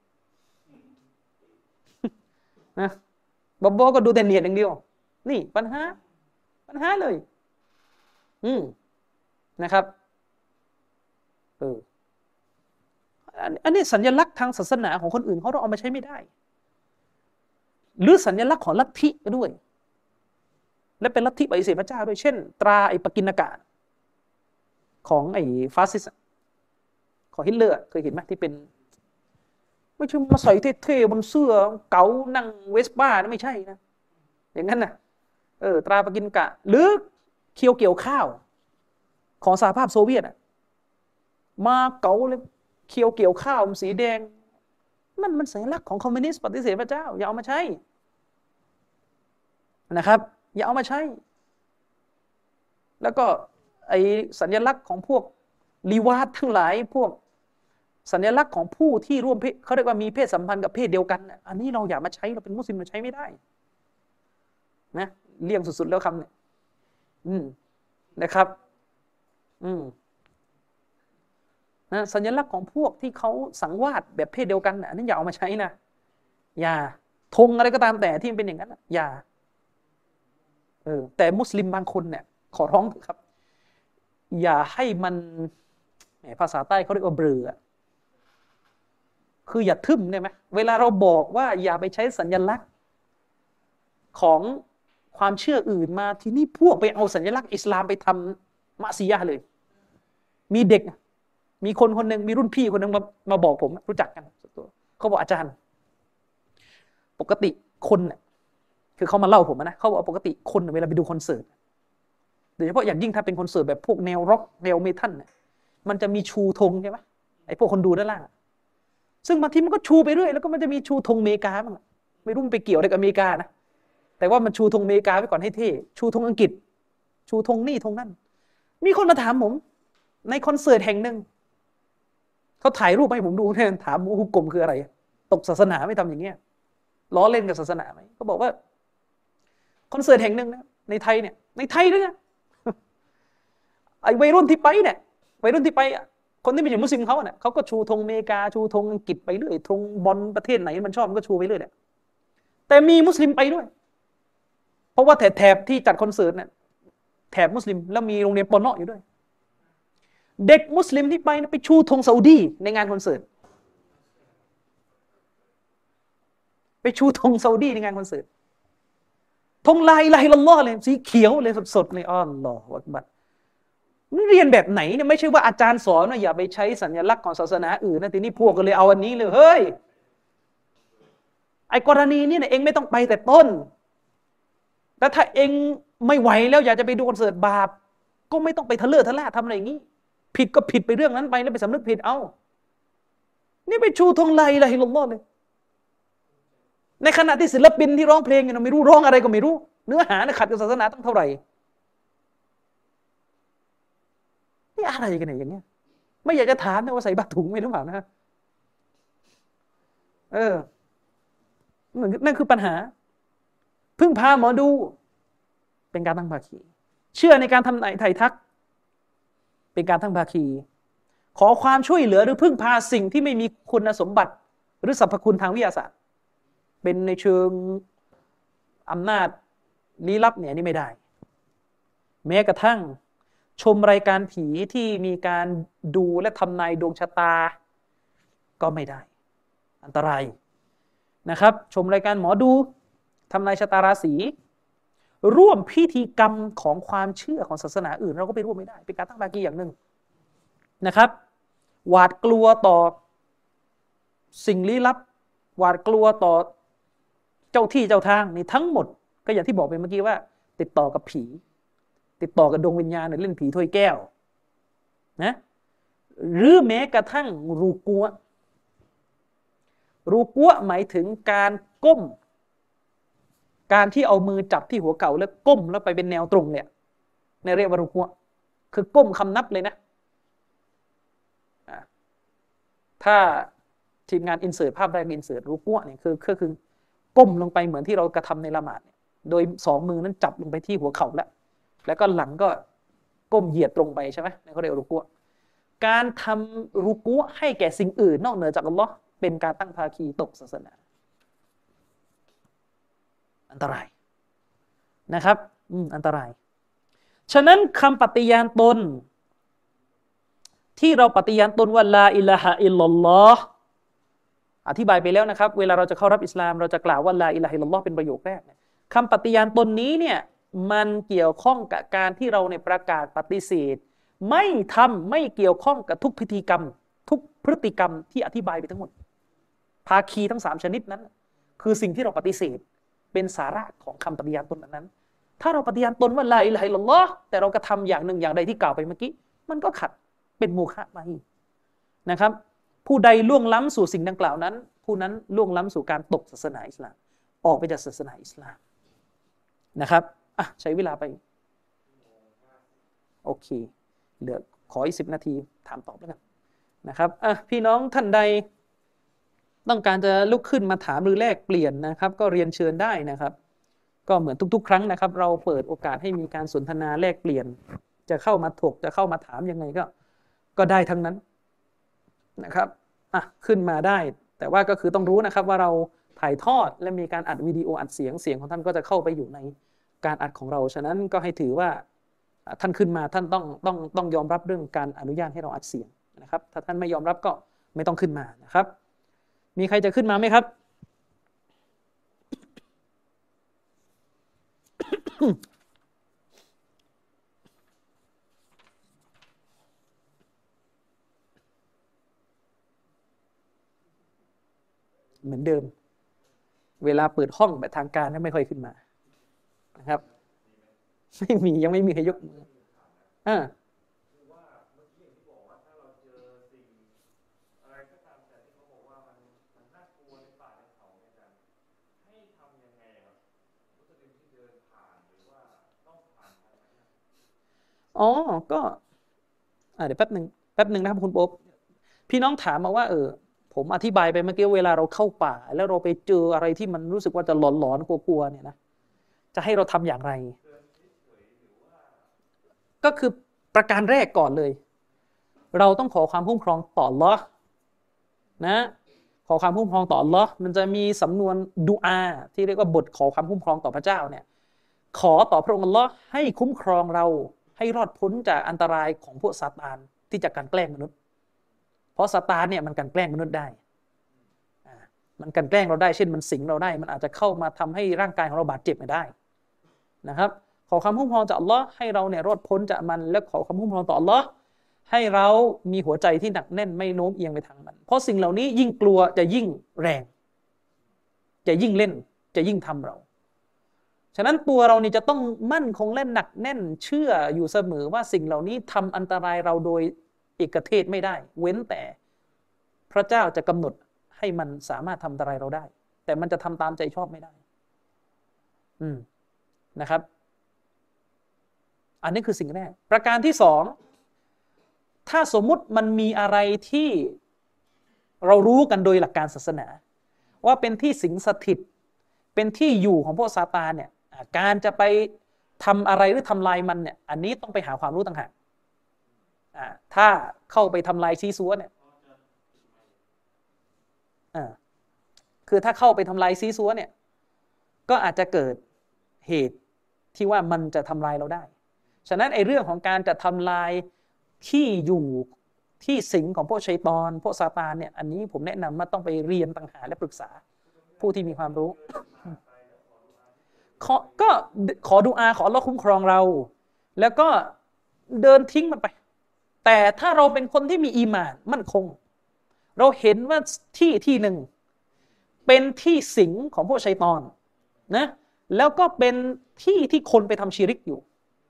นะบาโบก็ดูแต่เนียดอย่างเดียวนี่ปัญหาปัญหาเลยอืมนะครับเอออันนี้สัญลักษณ์ทางศาสนาของคนอื่นเขาเราเอามาใช้ไม่ได้หรือสัญลักษณ์ของลัทธิด้วยและเป็นลัทธิปฏิเสธพระเจ้าด้วยเช่นตราไอ้ปกิณกะของไอ้ฟาสซิสต์ของฮิตเลอร์เคยเห็นไหมที่เป็นไม่ใช่มาใส่เท่ๆบนเสื้อเก๋านั่งเวสป้านะไม่ใช่นะอย่างนั้นนะเออตราปกิณกะหรือเคียวเกี่ยวข้าวของสหภาพโซเวียตมาเก๋าเลยเคียวเกี่ยวข้าวสีแดงนั่นมันสัญลักษณ์ของคอมมิวนิสต์ปฏิเสธพระเจ้าอย่าเอามาใช้นะครับอย่าเอามาใช้แล้วก็ไอสัญลักษณ์ของพวกลีวาดทั้งหลายพวกสัญลักษณ์ของผู้ที่ร่วมเพศเขาเรียกว่ามีเพศสัมพันธ์กับเพศเดียวกันอันนี้เราอย่ามาใช้เราเป็นมุสลิมเราใช้ไม่ได้นะเลี่ยงสุดๆแล้วคำเนี่ยอืมนะครับอืมนะสัญลักษณ์ของพวกที่เขาสังวาสแบบเพศเดียวกันอันนี้อย่าเอามาใช้นะอย่าธงอะไรก็ตามแต่ที่มันเป็นอย่างนั้นอย่าเออแต่มุสลิมบางคนเนี่ยขอร้องครับอย่าให้มันแหมภาษาใต้เขาเรียกว่าเบลอคืออย่าทึ่มได้ไหมเวลาเราบอกว่าอย่าไปใช้สัญลักษณ์ของความเชื่ออื่นมาทีนี้พวกไปเอาสัญลักษณ์อิสลามไปทำมะซียะห์เลยมีเด็กมีคนคนหนึ่งมีรุ่นพี่คนหนึ่งมามาบอกผมรู้จักกันเขาบอกอาจารย์ปกติคนเนี่ยคือเขามาเล่าผมนะเขาบอกปกติคนเวลาไปดูคอนเสิร์ตโดยเฉพาะอย่างยิ่งถ้าเป็นคอนเสิร์ตแบบพวกแนวร็อกแนวเมทัลเนี่ยมันจะมีชูธงใช่ไหมไอ้พวกคนดูด้านล่างซึ่งบางทีมันก็ชูไปเรื่อยแล้วก็มันจะมีชูธงอเมริกาบ้างไม่รู้มันไปเกี่ยวอะไรกับอเมริกานะแต่ว่ามันชูธงอเมริกาไว้ก่อนให้เท่ชูธงอังกฤษชูธงนี่ธงนั่นมีคนมาถามผมในคอนเสิร์ตแห่งหนึ่งเขาถ่ายรูปให้ผมดูเนี่ยถามว่าฮุกกลมคืออะไรตกศาสนาไม่ทำอย่างเงี้ยล้อเล่นกับศาสนาไหมเขาบอกว่าคอนเสิร์ตแห่งหนึ่งนะในไทยเนี่ยในไทยด้วยนะไอ้วัยรุ่นที่ไปเนี่ยวัยรุ่นที่ไปคนที่ไม่ใช่มุสลิมเขาเนี่ยเขาก็ชูธงอเมริกาชูธงอังกฤษไปเรื่อยธงบอลประเทศไหนมันชอบมันก็ชูไปเรื่อยแหละแต่มีมุสลิมไปด้วยเพราะว่าแถบที่จัดคอนเสิร์ตเนี่ยแถบมุสลิมแล้วมีโรงเรียนปอนเนาะอยู่ด้วยเด็กมุสลิมที่ไปไปชูธงซาอุดีในงานคอนเสิร์ตไปชูธงซาอุดีในงานคอนเสิร์ตธงลายลายละล้อเลยสีเขียวเลยสดๆเลยอัลลอฮฺอักบัรเรียนแบบไหนเนี่ยไม่ใช่ว่าอาจารย์สอนว่าอย่าไปใช้สัญลักษณ์ของศาสนาอื่นนะทีนี้พวกก็เลยเอาอันนี้เลยเฮ้ยไอ้กรณีนี้เนี่ยเองไม่ต้องไปแต่ต้นแล้วถ้าเองไม่ไหวแล้วอยากจะไปดูคอนเสิร์ตบาปก็ไม่ต้องไปทะเลาะทะล่าทำอะไรอย่างนี้ผิดก็ผิดไปเรื่องนั้นไปแล้วไปสำนึกผิดเอานี่ไปชูธงลายละฮิลลอฮ์เลยในขณะที่ศิลปินที่ร้องเพลงเนี่ยไม่รู้ร้องอะไรก็ไม่รู้เนื้อหาเนี่ยขัดกับศาสนาตั้งเท่าไหร่นี่อะไรกันเนี่ยอย่างเงี้ยไม่อยากจะถามนะว่าใส่บาตรถุงไหมหรือเปล่านะเออนั่นคือปัญหาพึ่งพาหมอดูเป็นการตั้งภาคีเชื่อในการทำนายไถ่ทักเป็นการตั้งภาคีขอความช่วยเหลือหรือพึ่งพาสิ่งที่ไม่มีคุณสมบัติหรือสรรพคุณทางวิทยาศาสตร์เป็นในเชิงอำนาจลี้ลับเนี่ยนี่ไม่ได้แม้กระทั่งชมรายการผีที่มีการดูและทำนายดวงชะตาก็ไม่ได้อันตรายนะครับชมรายการหมอดูทำนายชะตาราศีร่วมพิธีกรรมของความเชื่อของศาสนาอื่นเราก็ไปร่วมไม่ได้เป็นการตั้งภาคีอย่างหนึ่งนะครับหวาดกลัวต่อสิ่งลี้ลับหวาดกลัวต่อเจ้าที่เจ้าทางนี่ทั้งหมดก็อย่างที่บอกไปเมื่อกี้ว่าติดต่อกับผีติดต่อกับดวงวิญญาณเล่นผีถ้วยแก้วนะหรือแม้กระทั่งรูกัวรูกัวหมายถึงการก้มการที่เอามือจับที่หัวเข่าแล้วก้มแล้วไปเป็นแนวตรงเนี่ยในเรียกว่ารูกัวคือก้มคำนับเลยนะถ้าทีมงานอินเสิร์ตภาพได้อินเสิร์ตรูกัวเนี่ยคือคือคือก้มลงไปเหมือนที่เรากระทำในละหมาดโดยสองมือนั้นจับลงไปที่หัวเข่าแล้วแล้วก็หลังก็ก้มเหยียดตรงไปใช่ไหมนี่เขาเรียกรูกัวการทำรูกัวให้แก่สิ่งอื่นนอกเหนือจากอัลลอฮ์เป็นการตั้งภาคีตกศาสนาอันตรายนะครับอืมอันตรายฉะนั้นคำปฏิญาณตนที่เราปฏิญาณตนว่าลาอิลาฮะอิลลัลลอฮ์อธิบายไปแล้วนะครับเวลาเราจะเข้ารับอิสลามเราจะกล่าวว่าลาอิลาฮะอิลลัลลอฮ์เป็นประโยคแรกคำปฏิญาณตนนี้เนี่ยมันเกี่ยวข้องกับการที่เราในประกาศปฏิเสธไม่ทำไม่เกี่ยวข้องกับทุกพิธีกรรมทุกพฤติกรรมที่อธิบายไปทั้งหมดภาคีทั้งสามชนิดนั้นคือสิ่งที่เราปฏิเสธเป็นสาระของคำปฏิญาณตนนั้นถ้าเราปฏิญาณตนว่าลาอิลาฮะอิลลัลลอฮ์แต่เรากระทำอย่างหนึ่งอย่างใดที่กล่าวไปเมื่อกี้มันก็ขัดเป็นโมฆะไปนะครับผู้ใดล่วงล้ำสู่สิ่งดังกล่าวนั้นผู้นั้นล่วงล้ำสู่การตกศาสนาอิสลามออกไปจากศาสนาอิสลามนะครับอ่ะใช้เวลาไปโอเคเหลือขออีกสิบนาทีถามตอบแล้วกันนะครับอ่ะพี่น้องท่านใดต้องการจะลุกขึ้นมาถามหรือแลกเปลี่ยนนะครับก็เรียนเชิญได้นะครับก็เหมือนทุกๆครั้งนะครับเราเปิดโอกาสให้มีการสนทนาแลกเปลี่ยนจะเข้ามาถกจะเข้ามาถามยังไงก็ก็ได้ทั้งนั้นนะครับอ่ะขึ้นมาได้แต่ว่าก็คือต้องรู้นะครับว่าเราถ่ายทอดและมีการอัดวิดีโออัดเสียงเสียงของท่านก็จะเข้าไปอยู่ในการอัดของเราฉะนั้นก็ให้ถือว่าท่านขึ้นมาท่านต้องต้องต้องยอมรับเรื่องการอนุญาตให้เราอัดเสียงนะครับถ้าท่านไม่ยอมรับก็ไม่ต้องขึ้นมานะครับมีใครจะขึ้นมาไหมครับ เหมือนเดิมเวลาเปิดห้องแบบทางการไม่ค่อยขึ้นมานะครับไม่มียังไม่มีใครยกมืออ่าอ๋อก็อ่าเดี๋ยวแป๊บหนึ่งแป๊บหนึ่งนะครับคุณโป๊บพี่น้องถามมาว่าเออผมอธิบายไปเมื่อกี้เวลาเราเข้าป่าแล้วเราไปเจออะไรที่มันรู้สึกว่าจะหลอนๆกลัวๆเนี่ยนะจะให้เราทำอย่างไรก็คือประการแรกก่อนเลยเราต้องขอความคุ้มครองต่ออัลเลาะห์นะขอความคุ้มครองต่ออัลเลาะห์มันจะมีสำนวนดุอาที่เรียกว่าบทขอความคุ้มครองต่อพระเจ้าเนี่ยขอต่อพระองค์อัลเลาะห์ให้คุ้มครองเราให้รอดพ้นจากอันตรายของพวกซาตานที่จะกลั่นแกล้งมนุษย์เพราะซาตานเนี่ยมันกลั่นแกล้งมนุษย์ได้มันกลั่นแกล้งเราได้เช่นมันสิงเราได้มันอาจจะเข้ามาทำให้ร่างกายของเราบาดเจ็บไม่ได้นะครับขอความคุ้มครองจากอัลเลาะห์ให้เราเนี่ยรอดพ้นจากมันและขอความคุ้มครองต่ออัลเลาะห์ให้เรามีหัวใจที่หนักแน่นไม่โน้มเอียงไปทางมันเพราะสิ่งเหล่านี้ยิ่งกลัวจะยิ่งแรงจะยิ่งเล่นจะยิ่งทำเราฉะนั้นตัวเรานี่จะต้องมั่นคงและหนักแน่นเชื่ออยู่เสมอว่าสิ่งเหล่านี้ทำอันตรายเราโดยเอกเทศไม่ได้เว้นแต่พระเจ้าจะกำหนดให้มันสามารถทำอันตรายเราได้แต่มันจะทำตามใจชอบไม่ได้อืมนะครับอันนี้คือสิ่งแรกประการที่สองถ้าสมมุติมันมีอะไรที่เรารู้กันโดยหลักการศาสนาว่าเป็นที่สิงสถิตเป็นที่อยู่ของพวกซาตานเนี่ยการจะไปทำอะไรหรือทำลายมันเนี่ยอันนี้ต้องไปหาความรู้ต่างหากถ้าเข้าไปทำลายชี้ซัวเนี่ยคือถ้าเข้าไปทำลายซีซัวเนี่ยก็อาจจะเกิดเหตุที่ว่ามันจะทำลายเราได้ฉะนั้นไอ้เรื่องของการจะทำลายที่อยู่ที่สิงของพวกชัยฏอนพวกซาตานเนี่ยอันนี้ผมแนะนำว่าต้องไปเรียนต่างหากและปรึกษาผู้ที่มีความรู้ขอก็ขอดุอาขออัลเลาะห์คุ้มครองเราแล้วก็เดินทิ้งมันไปแต่ถ้าเราเป็นคนที่มีอีหม่านมั่นคงเราเห็นว่าที่ที่หนึ่งเป็นที่สิงของพวกชัยฏอนนะแล้วก็เป็นที่ที่คนไปทำชิริกอยู่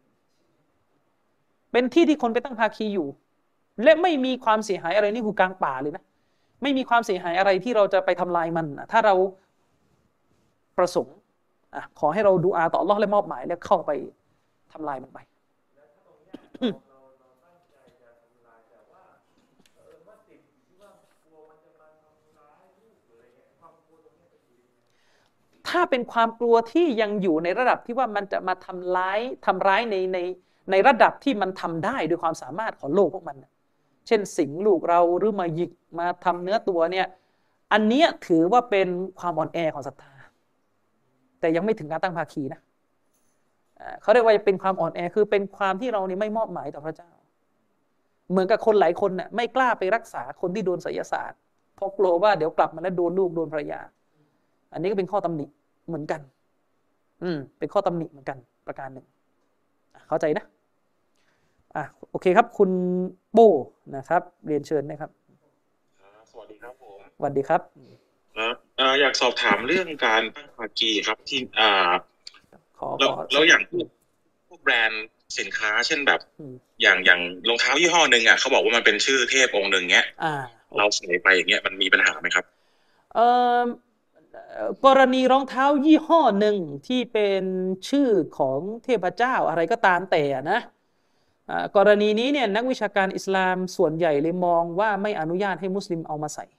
เป็นที่ที่คนไปตั้งภาคีอยู่และไม่มีความเสียหายอะไรนี่คือกลางป่าเลยนะไม่มีความเสียหายอะไรที่เราจะไปทำลายมันถ้าเราประสงค์อ่ะขอให้เราดูอาต่ออัลเลาะห์และมอบหมายแล้วเข้าไปทำลายมันไปถ้าเป็นความกลัวที่ยังอยู่ในระดับที่ว่ามันจะมาทำร้ายทำร้ายในในในระดับที่มันทำได้ด้วยความสามารถของโลกพวกมันเช่นสิงลูกเราหรือมาหยิกมาทำเนื้อตัวเนี่ยอันนี้ถือว่าเป็นความอ่อนแอของศรัทธาแต่ยังไม่ถึงการตั้งภาคีนะเขาเรียกว่าเป็นความอ่อนแอคือเป็นความที่เรานี่ไม่มอบหมายต่อพระเจ้าเหมือนกับคนหลายคนน่ะไม่กล้าไปรักษาคนที่โดนไสยศาสตร์เพราะกลัวว่าเดี๋ยวกลับมาแล้วโดนลูกโดนภรรยาอันนี้ก็เป็นข้อตำหนิเหมือนกันอืมเป็นข้อตำหนิเหมือนกันประการหนึ่งเข้าใจนะอ่ะโอเคครับคุณโบนะครับเรียนเชิญนะครับสวัสดีครับผมสวัสดีครับครับอยากสอบถามเรื่องการตั้งภาคีครับที่อ่าขอแล้วแล้วอย่างพวกแบรนด์สินค้าเช่นแบบอย่างอย่างรองเท้ายี่ห้อหนึ่งอ่ะเขาบอกว่ามันเป็นชื่อเทพองค์หนึ่งเงี้ยเราใส่ไปอย่างเงี้ยมันมีปัญหาไหมครับเอ่อกรณีรองเท้ายี่ห้อหนึ่งที่เป็นชื่อของเทพเจ้าอะไรก็ตามแต่นะกรณีนี้เนี่ยนักวิชาการอิสลามส่วนใหญ่เลยมองว่าไม่อนุญาตให้มุสลิมเอามาใส่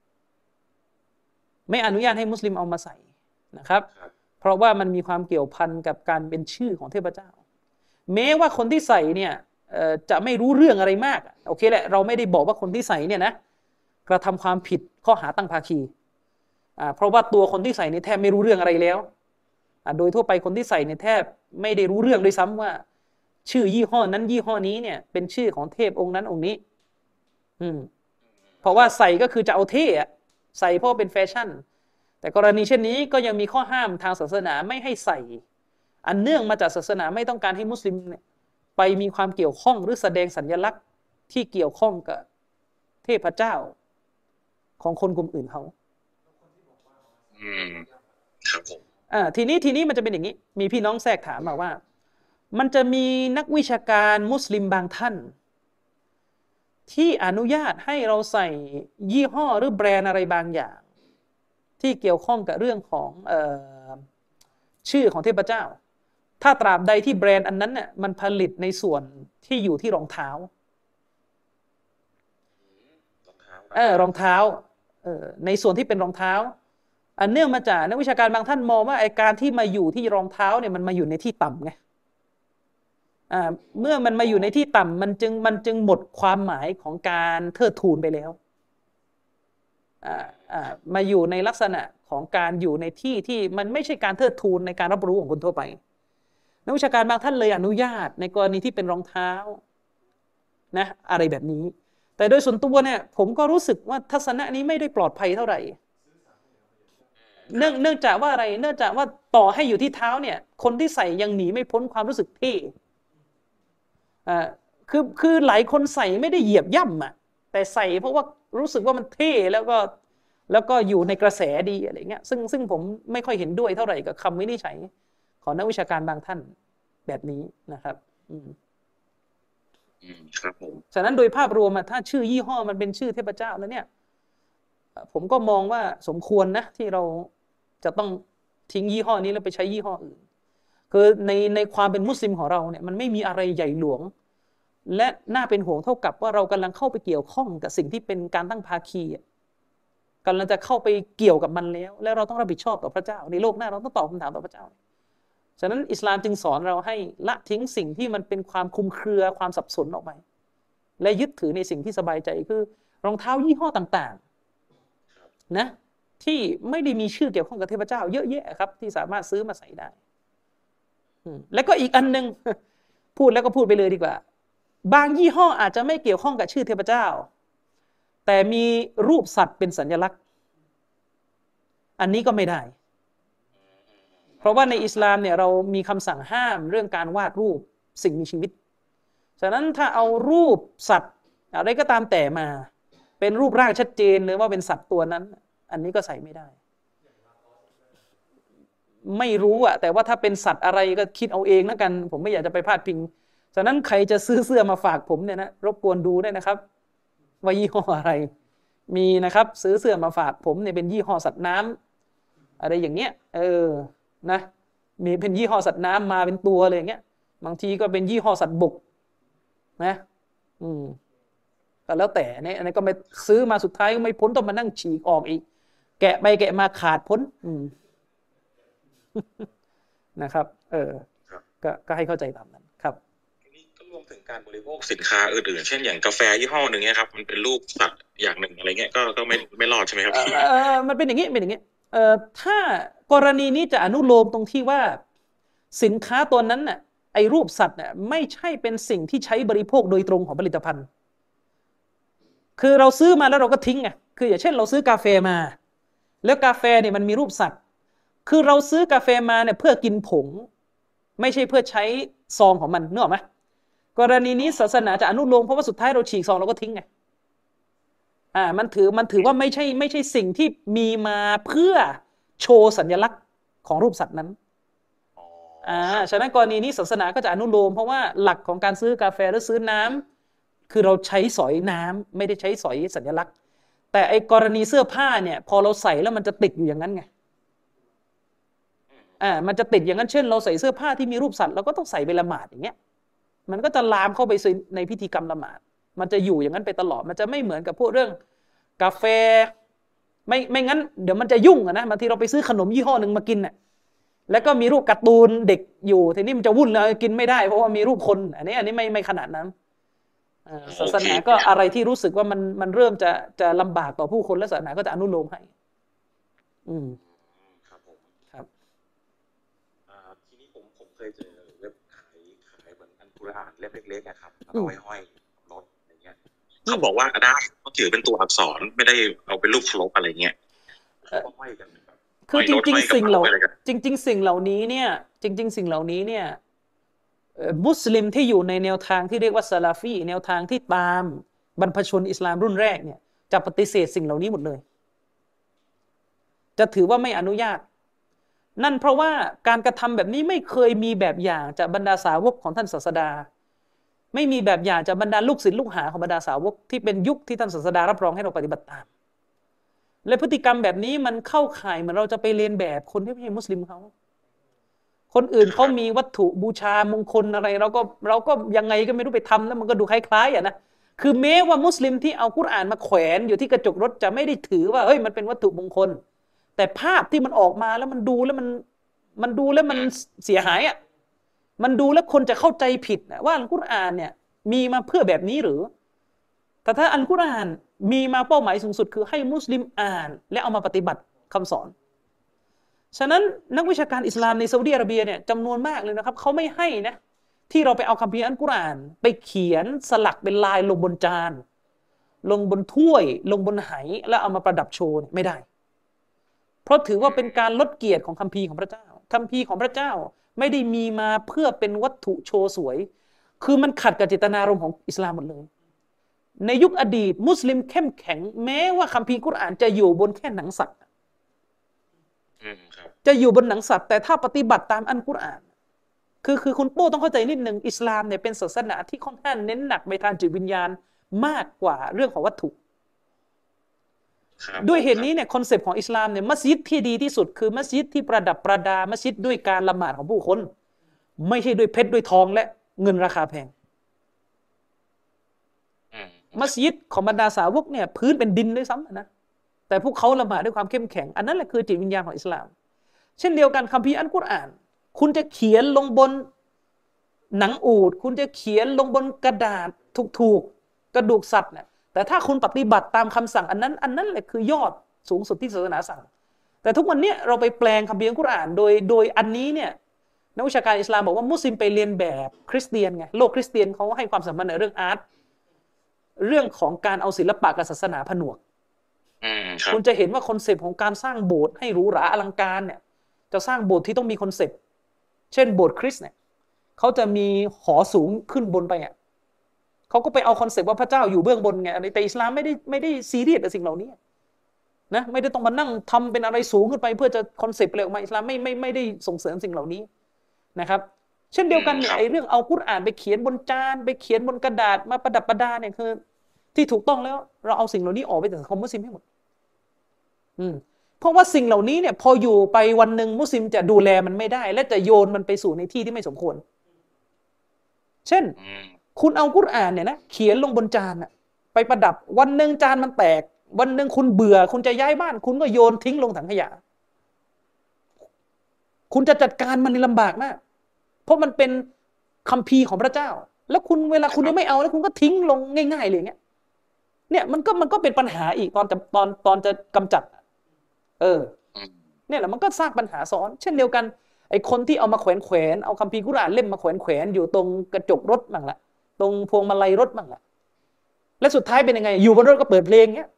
ไม่อนุญาตให้มุสลิมเอามาใส่นะครับเพราะว่ามันมีความเกี่ยวพันกับการเป็นชื่อของเทพเจ้าแม้ว่าคนที่ใส่เนี่ยจะไม่รู้เรื่องอะไรมากโอเคแหละเราไม่ได้บอกว่าคนที่ใส่เนี่ยนะกระทำความผิดข้อหาตั้งภาคีเพราะว่าตัวคนที่ใส่เนี่ยแทบไม่รู้เรื่องอะไรแล้วโดยทั่วไปคนที่ใส่เนี่ยแทบไม่ได้รู้เรื่องด้วยซ้ำว่าชื่อยี่ห้อนั้นยี่ห้อนี้เนี่ยเป็นชื่อของเทพองค์นั้นองค์นี้อืมเพราะว่าใส่ก็คือจะเอาเท่ใส่เพราะเป็นแฟชั่นแต่กรณีเช่นนี้ก็ยังมีข้อห้ามทางศาสนาไม่ให้ใส่อันเนื่องมาจากศาสนาไม่ต้องการให้มุสลิมเนี่ยไปมีความเกี่ยวข้องหรือแสดงสัญลักษณ์ที่เกี่ยวข้องกับเทพเจ้าของคนกลุ่มอื่นเขาอืมครับผมอ่าทีนี้ทีนี้มันจะเป็นอย่างนี้มีพี่น้องแทรกถามมาว่ามันจะมีนักวิชาการมุสลิมบางท่านที่อนุญาตให้เราใส่ยี่ห้อหรือแบรนด์อะไรบางอย่างที่เกี่ยวข้องกับเรื่องของเอ่อชื่อของเทพเจ้าถ้าตราบใดที่แบรนด์อันนั้นเนี่ยมันผลิตในส่วนที่อยู่ที่รองเท้าเออรองเท้าเออในส่วนที่เป็นรองเท้าอันเนื่องมาจากนักวิชาการบางท่านมองว่าไอ้การที่มาอยู่ที่รองเท้าเนี่ยมันมาอยู่ในที่ต่ำไงอ่าเมื่อมันมาอยู่ในที่ต่ำมันจึงมันจึงหมดความหมายของการเทิดทูนไปแล้วอ่าอ่ามาอยู่ในลักษณะของการอยู่ในที่ที่มันไม่ใช่การเทิดทูนในการรับรู้ของคนทั่วไปนักวิชาการบางท่านเลยอนุญาตในกรณีที่เป็นรองเท้านะอะไรแบบนี้แต่โดยส่วนตัวเนี่ยผมก็รู้สึกว่าทัศนะนี้ไม่ได้ปลอดภัยเท่าไหร่เนื่องเนื่องจากว่าอะไรเนื่องจากว่าต่อให้อยู่ที่เท้าเนี่ยคนที่ใส่ยังหนีไม่พ้นความรู้สึกเท่อ่าคือคือหลายคนใส่ไม่ได้เหยียบย่ำอ่ะแต่ใส่เพราะว่ารู้สึกว่ามันเท่แล้วก็แล้วก็อยู่ในกระแสดีอะไรเงี้ยซึ่งซึ่งผมไม่ค่อยเห็นด้วยเท่าไหร่กับคำวินิจฉัยของนักวิชาการบางท่านแบบนี้นะครับอืมครับผมฉะนั้นโดยภาพรวมถ้าชื่อยี่ห้อมันเป็นชื่อเทพเจ้าแล้วเนี่ยผมก็มองว่าสมควรนะที่เราจะต้องทิ้งยี่ห้อนี้แล้วไปใช้ยี่ห้ออื่นคือในในความเป็นมุสลิมของเราเนี่ยมันไม่มีอะไรใหญ่หลวงและน่าเป็นห่วงเท่ากับว่าเรากำลังเข้าไปเกี่ยวข้องกับสิ่งที่เป็นการตั้งภาคีกำลังจะเข้าไปเกี่ยวกับมันแล้วและเราต้องรับผิดชอบต่อพระเจ้าในโลกหน้าเราต้องตอบคำถามต่อพระเจ้าฉะนั้นอิสลามจึงสอนเราให้ละทิ้งสิ่งที่มันเป็นความคลุมเครือความสับสนออกไปและยึดถือในสิ่งที่สบายใจคือรองเท้ายี่ห้อต่างๆนะที่ไม่ได้มีชื่อเกี่ยวข้องกับเทพเจ้าเยอะแยะครับที่สามารถซื้อมาใส่ได้แล้วก็อีกอันนึงพูดแล้วก็พูดไปเลยดีกว่าบางยี่ห้ออาจจะไม่เกี่ยวข้องกับชื่อเทพเจ้าแต่มีรูปสัตว์เป็นสัญลักษณ์อันนี้ก็ไม่ได้เพราะว่าในอิสลามเนี่ยเรามีคำสั่งห้ามเรื่องการวาดรูปสิ่งมีชีวิตฉะนั้นถ้าเอารูปสัตว์อะไรก็ตามแต่มาเป็นรูปร่างชัดเจนเลยว่าเป็นสัตว์ตัวนั้นอันนี้ก็ใส่ไม่ได้ไม่รู้อะแต่ว่าถ้าเป็นสัตว์อะไรก็คิดเอาเองแล้วกันผมไม่อยากจะไปพาดพิงฉะนั้นใครจะซื้อเสื้อมาฝากผมเนี่ยนะรบกวนดูด้วยนะครับว่ายี่ห้ออะไรมีนะครับซื้อเสื้อมาฝากผมเนี่ยเป็นยี่ห้อสัตว์น้ำอะไรอย่างเงี้ยเออนะมีเป็นยี่ห้อสัตว์น้ำมาเป็นตัวเลยอย่างเงี้ยบางทีก็เป็นยี่ห้อสัตว์บกนะอืมก็แล้วแต่เนี่ยอันนี้ก็ไม่ซื้อมาสุดท้ายก็ไม่พ้นต้องมานั่งฉีกออกอีกแกะไปแกะมาขาดพ้นอืมนะครับเออก็ก็ให้เข้าใจตามนั้นครับนี่ก็รวมถึงการบริโภคสินค้าอื่นๆเช่นอย่างกาแฟยี่ห้อหนึ่งเนี่ยครับมันเป็นรูปสัตว์อย่างหนึ่งอะไรเงี้ยก็ก็ไม่ไม่รอดใช่ไหมครับเออมันเป็นอย่างนี้เป็นอย่างนี้เอ่อถ้ากรณีนี้จะอนุโลมตรงที่ว่าสินค้าตัวนั้นน่ะไอ้รูปสัตว์น่ะไม่ใช่เป็นสิ่งที่ใช้บริโภคโดยตรงของผลิตภัณฑ์คือเราซื้อมาแล้วเราก็ทิ้งไงคืออย่างเช่นเราซื้อกาแฟมาแล้วกาแฟเนี่ยมันมีรูปสัตว์คือเราซื้อกาแฟมาเนี่ยเพื่อกินผงไม่ใช่เพื่อใช้ซองของมันนึกออกไหมกรณีนี้ศาสนาจะอนุโลมเพราะว่าสุดท้ายเราฉีกซองเราก็ทิ้งไงอ่ามันถือมันถือว่าไม่ใช่ไม่ใช่สิ่งที่มีมาเพื่อโชว์สัญลักษณ์ของรูปสัตว์นั้นอ่าฉะนั้นกรณีนี้ศาสนาก็จะอนุโลมเพราะว่าหลักของการซื้อกาแฟหรือซื้อน้ำคือเราใช้สอยน้ำไม่ได้ใช้สอยสัญลักษณ์แต่ไอ้กรณีเสื้อผ้าเนี่ยพอเราใส่แล้วมันจะติดอยู่อย่างนั้นไงอ่ามันจะติดอย่างนั้นเช่นเราใส่เสื้อผ้าที่มีรูปสัตว์เราก็ต้องใส่ไปละหมาดอย่างเงี้ยมันก็จะลามเข้าไปในพิธีกรรมละหมาดมันจะอยู่อย่างนั้นไปตลอดมันจะไม่เหมือนกับพวกเรื่องกาแฟไม่ไม่งั้นเดี๋ยวมันจะยุ่งอะนะบางทีเราไปซื้อขนมยี่ห้อหนึ่งมากินน่ะแล้วก็มีรูปการ์ตูนเด็กอยู่ทีนี้มันจะวุ่นเลยกินไม่ได้เพราะว่ามีรูปคนอันนี้อันนี้ไม่ไม่ขนาดนั้นศาสนาก็อะไรที่รู้สึกว่ามันมันเริ่มจะจะลำบากต่อผู้คนและศาสนาก็จะอนุโลมให้อืมครับผมครับอ่าทีนี้ผมผมเคยเจอเว็บขายขายเหมือนอัลกุรอานเล่มเล็กๆนะครับเอาไว้ห้อยรถอะไรเงี้ยเขาบอกว่าได้เขาถือเป็นตัวอักษรไม่ได้เอาเป็นรูปเคารพอะไรเงี้ยเขาห้อยกันคือจริงๆสิ่งเหล่าจริงๆสิ่งเหล่านี้เนี่ยจริงๆสิ่งเหล่านี้เนี่ยมุสลิมที่อยู่ในแนวทางที่เรียกว่าซาลาฟีแนวทางที่ตามบรรพชนอิสลามรุ่นแรกเนี่ยจะปฏิเสธสิ่งเหล่านี้หมดเลยจะถือว่าไม่อนุญาตนั่นเพราะว่าการกระทำแบบนี้ไม่เคยมีแบบอย่างจากบรรดาสาวกของท่านศาสดาไม่มีแบบอย่างจากบรรดาลูกศิษย์ลูกหาของบรรดาสาวกที่เป็นยุคที่ท่านศาสดารับรองให้เราปฏิบัติตามและพฤติกรรมแบบนี้มันเข้าข่ายเหมือนเราจะไปเลียนแบบคนที่ไม่ใช่มุสลิมเขาคนอื่นเขามีวัตถุบูชามงคลอะไรเราก็เราก็ยังไงก็ไม่รู้ไปทำแล้วมันก็ดูคล้ายๆอ่ะนะคือแม้ว่ามุสลิมที่เอากุรอานมาแขวนอยู่ที่กระจกรถจะไม่ได้ถือว่าเฮ้ยมันเป็นวัตถุมงคลแต่ภาพที่มันออกมาแล้วมันดูแล้วมันมันดูแล้วมันเสียหายอ่ะมันดูแล้วคนจะเข้าใจผิดนะว่าอัลกุรอานเนี่ยมีมาเพื่อแบบนี้หรือแต่ถ้าอัลกุรอานมีมาเป้าหมายสูงสุดคือให้มุสลิมอ่านและเอามาปฏิบัติคำสอนฉะนั้นนักวิชาการอิสลามในซาอุดิอาระเบียเนี่ยจำนวนมากเลยนะครับเขาไม่ให้นะที่เราไปเอาคัมภีร์อัลกุรอานไปเขียนสลักเป็นลายลงบนจานลงบนถ้วยลงบนไหแล้วเอามาประดับโชว์ไม่ได้เพราะถือว่าเป็นการลดเกียรติของคัมภีร์ของพระเจ้าคัมภีร์ของพระเจ้าไม่ได้มีมาเพื่อเป็นวัตถุโชว์สวยคือมันขัดกับเจตนารมณ์ของอิสลามหมดเลยในยุคอดีตมุสลิมเข้มแข็งแม้ว่าคัมภีร์กุรอานจะอยู่บนแค่หนังสัตว์จะอยู่บนหนังสัตว์แต่ถ้าปฏิบัติตามอัลกุรอานคือคือคุณโป้ต้องเข้าใจนิดนึงอิสลามเนี่ยเป็นศาสนาที่ค่อนข้างเน้นหนักไปทางจิตวิญญาณมากกว่าเรื่องของวัตถุด้วยเหตุนี้เนี่ยคอนเซปต์ของอิสลามเนี่ยมัสยิดที่ดีที่สุดคือมัสยิดที่ประดับประดามัสยิดด้วยการละหมาดของผู้คนไม่ใช่ด้วยเพชรด้วยทองและเงินราคาแพงมัสยิดของบรรดาสาวกเนี่ยพื้นเป็นดินด้วยซ้ำนะแต่พวกเขาละหมาดด้วยความเข้มแข็งอันนั้นแหละคือจิตวิญญาณของอิสลามเช่นเดียวกันคัมภีร์อัลกุรอานคุณจะเขียนลงบนหนังอูฐคุณจะเขียนลงบนกระดาษถูกๆกระดูกสัตว์เนี่ยแต่ถ้าคุณปฏิบัติตามคำสั่งอันนั้นอันนั้นแหละคือยอดสูงสุดที่ศาสนาสั่งแต่ทุกวันนี้เราไปแปลงคัมภีร์อัลกุรอานโดยโดยอันนี้เนี่ยนักวิชาการอิสลามบอกว่ามุสลิมไปเรียนแบบคริสเตียนไงโลกคริสเตียนเขาให้ความสำคัญในเรื่องอาร์ตเรื่องของการเอาศิลปะกับศาสนาผนวกคุณจะเห็นว่าคอนเซปต์ของการสร้างโบสถ์ให้หรูหราอลังการเนี่ยจะสร้างโบสถ์ที่ต้องมีคอนเซปต์เช่นโบสถ์คริสต์เนี่ยเขาจะมีหอสูงขึ้นบนไปอ่ะเขาก็ไปเอาคอนเซปต์ว่าพระเจ้าอยู่เบื้องบนไงแต่อิสลามไม่ได้ไม่ได้ซีเรียสกับสิ่งเหล่านี้นะไม่ได้ต้องมานั่งทำเป็นอะไรสูงขึ้นไปเพื่อจะคอนเซปต์อะไรออกมาอิสลามไม่ไม่ไม่ได้ส่งเสริมสิ่งเหล่านี้นะครับเช่นเดียวกันเนี่ยไอ้เรื่องเอากุรอานไปเขียนบนจานไปเขียนบนกระดาษมาประดับประดาเนี่ยคือที่ถูกต้องแล้วเราเอาสิ่งเหล่านี้ออกไปจากสังคมมุสลิมให้หมดอืมเพราะว่าสิ่งเหล่านี้เนี่ยพออยู่ไปวันหนึ่งมุสลิมจะดูแลมันไม่ได้และจะโยนมันไปสู่ในที่ที่ไม่สมควรเช่นคุณเอากุรอานเนี่ยนะเขียนลงบนจานน่ะไปประดับวันหนึ่งจานมันแตกวันหนึ่งคุณเบื่อคุณจะย้ายบ้านคุณก็โยนทิ้งลงถังขยะคุณจะจัดการมันลำบากมากเพราะมันเป็นคัมภีร์ของพระเจ้าแล้วคุณเวลาคุณยังไม่เอาแล้วคุณก็ทิ้งลงง่ายๆเลยอย่างเงี้ยเนี่ยมันก็มันก็เป็นปัญหาอีกตอนจะตอนตอนจะกำจัดเออเนี่ยแหละมันก็สร้างปัญหาซ้อนเช่นเดียวกันไอ้คนที่เอามาแขวนแขวนเอาคัมภีร์กุรอานเล่มมาแขวนแขวนอยู่ตรงกระจกรถบ้างละตรงพวงมาลัยรถบ้างละและสุดท้ายเป็นยังไงอยู่บนรถก็เปิดเพลงเงี้ย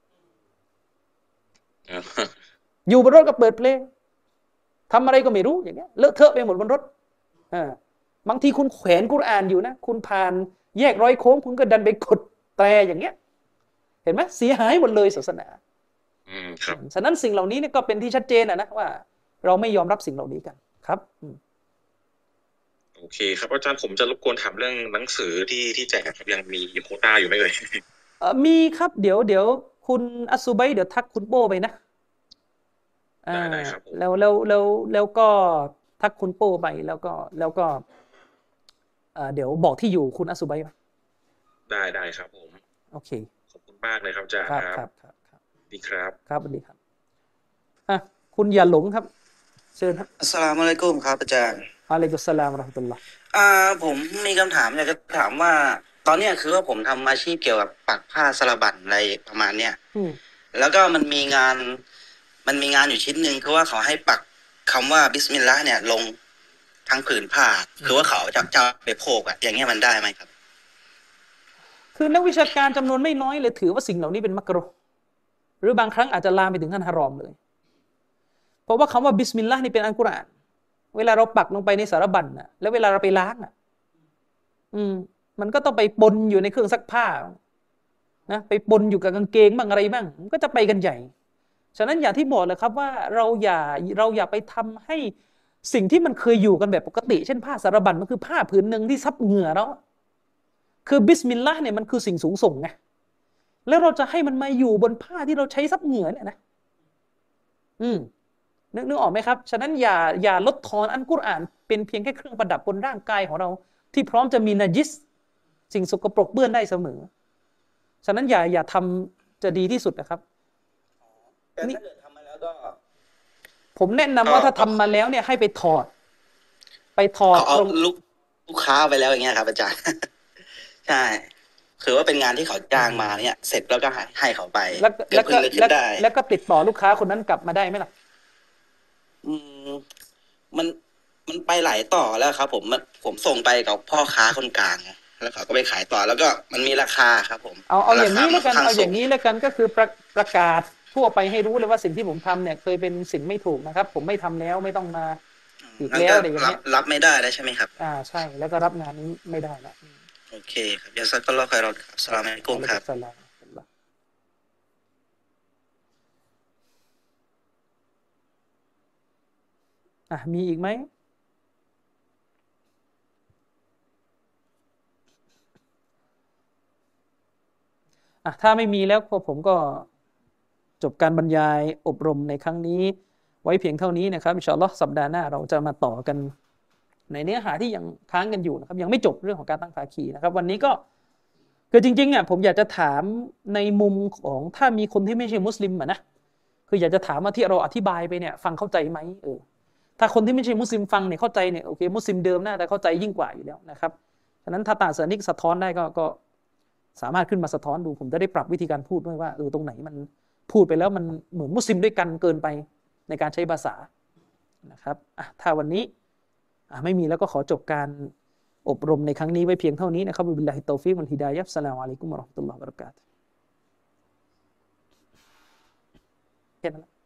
อยู่บนรถก็เปิดเพลงทำอะไรก็ไม่รู้อย่างเงี้ยเลอะเทอะไปหมดบนรถอ่าบางทีคุณแขวนกุรอานอยู่นะคุณผ่านแยกร้อยโค้งคุณก็ดันไปกดแตรอย่างเงี้ยเห็นไหมเสียหายหมดเลยศาสนาอืมครับฉะนั้นสิ่งเหล่านี้เนี่ยก็เป็นที่ชัดเจนนะนะว่าเราไม่ยอมรับสิ่งเหล่านี้กันครับโอเคครับอาจารย์ผมจะรบกวนถามเรื่องหนังสือที่ที่แจกครับยังมีโควต้าอยู่ไหมเอ่ยเออมีครับเดี๋ยวเดี๋ยวคุณอัสซุบัยเดี๋ยวทักคุณโป้ไปนะได้ได้ครับแล้วแล้วแล้วแล้วก็ทักคุณโป้ไปแล้วก็แล้วก็เดี๋ยวบอกที่อยู่คุณอัสซุบัยได้ได้ครับผมโอเคขอบคุณมากเลยครับอาจารย์ครับครับครับดีครับครับสวัสดีครับอ่ะคุณอย่าหลงครับเชิญครับอัสสลามุอะลัยกุมครับอาจารย์อะลัยกุสสลามวะเราะห์มะตุลลอฮ์อ่าผมมีคำถามอยากจะถามว่าตอนนี้คือว่าผมทำอาชีพเกี่ยวกับปักผ้าสลับบั่นอะไรประมาณเนี้ยแล้วก็มันมีงานมันมีงานอยู่ชิ้นหนึ่งคือว่าเขาให้ปักคำว่าบิสมิลลาห์เนี่ยลงทั้งผืนผ้าคือว่าเขาจะจะไปโพกอะอย่างเงี้ยมันได้ไหมครับคือนักวิชาการจำนวนไม่น้อยเลยถือว่าสิ่งเหล่านี้เป็นมักรุฮ์หรือบางครั้งอาจจะลามไปถึงขั้นฮารอมเลยเพราะว่าคำว่าบิสมิลลาห์นี่เป็นอัลกุรอานเวลาเราปักลงไปในสารบัญน่ะแล้วเวลาเราไปล้างอ่ะอืมมันก็ต้องไปปนอยู่ในเครื่องซักผ้านะไปปนอยู่กับกางเกงบ้างอะไรบ้างมันก็จะไปกันใหญ่ฉะนั้นอย่างที่บอกเลยครับว่าเราอย่าเราอย่าไปทำให้สิ่งที่มันเคยอยู่กันแบบปกติเช่นผ้าสารบัญมันคือผ้าผืนนึงที่ซับเหงื่อเราคือบิสมิลลาห์เนี่ยมันคือสิ่งสูงส่งไงแล้วเราจะให้มันมาอยู่บนผ้าที่เราใช้ซับเหงื่อเนี่ยนะอืมนึกนึกออกไหมครับฉะนั้นอย่าอย่าลดทอนอัลกุรอานเป็นเพียงแค่เครื่องประดับบนร่างกายของเราที่พร้อมจะมีนะญิสสิ่งสกปรกเปื้อนได้เสมอฉะนั้นอย่าอย่าทำจะดีที่สุดนะครับแต่ถ้าเกิดทำมาแล้วก็ผมแนะนำว่าถ้าทำมาแล้วเนี่ยให้ไปถอดไปถอดเอาลูกลูกค้าไปแล้วอย่างเงี้ยครับอาจารย์ใช่คือว่าเป็นงานที่เขาจ้างมาเนี่ยเสร็จแล้วก็ให้เขาไปแล้วแล้วก็แล้วก็ติดต่อลูกค้าคนนั้นกลับมาได้ไหมล่ะอืมมันมันไปหลายต่อแล้วครับผมผมส่งไปกับพ่อค้าคนกลางแล้วเขาก็ไปขายต่อแล้วก็มันมีราคาครับผมเอาเอาอย่างนี้แล้วกันเอาอย่างนี้แล้วกันก็คือประประกาศทั่วไปให้รู้เลยว่าสิ่งที่ผมทำเนี่ยเคยเป็นสิ่งไม่ถูกนะครับผมไม่ทำแล้วไม่ต้องมาอีกแล้วอะไรอย่างเงี้ยรับไม่ได้แล้วใช่ไหมครับอ่าใช่แล้วก็รับงานนี้ไม่ได้ละโอเคครับยาซักก็รอใครรอครับอัสสลามุอะลัยกุมครับอ่ะมีอีกไหมอ่ะถ้าไม่มีแล้วผมก็จบการบรรยายอบรมในครั้งนี้ไว้เพียงเท่านี้นะครับอินชาอัลลอฮ์สัปดาห์หน้าเราจะมาต่อกันในเนื้อหาที่ยังค้างกันอยู่นะครับยังไม่จบเรื่องของการตั้งภาคีนะครับวันนี้ก็คือจริงๆอ่ะผมอยากจะถามในมุมของถ้ามีคนที่ไม่ใช่มุสลิมอ่ะนะคืออยากจะถามว่าที่เราอธิบายไปเนี่ยฟังเข้าใจไหมเออถ้าคนที่ไม่ใช่มุสลิมฟังเนี่ยเข้าใจเนี่ยโอเคมุสลิมเดิมน่าจะเข้าใจยิ่งกว่าอยู่แล้วนะครับฉะนั้นถ้าตาเสนิกสะท้อนได้ก็ก็สามารถขึ้นมาสะท้อนดูผมจะได้ปรับวิธีการพูดด้วยว่าเออตรงไหนมันพูดไปแล้วมันเหมือนมุสลิมด้วยกันเกินไปในการใช้ภาษานะครับอ่ะถ้าวันนี้อ่ะไม่มีแล้วก็ขอจบการอบรมในครั้งนี้ไว้เพียงเท่านี้นะครับบิลลาฮิตตอฟิกวัลฮิดายะฮ์อัสสลามุอะลัยกุมวะเราะห์มะตุลลอฮิวะบะเราะกาตุฮ์แค่นั้น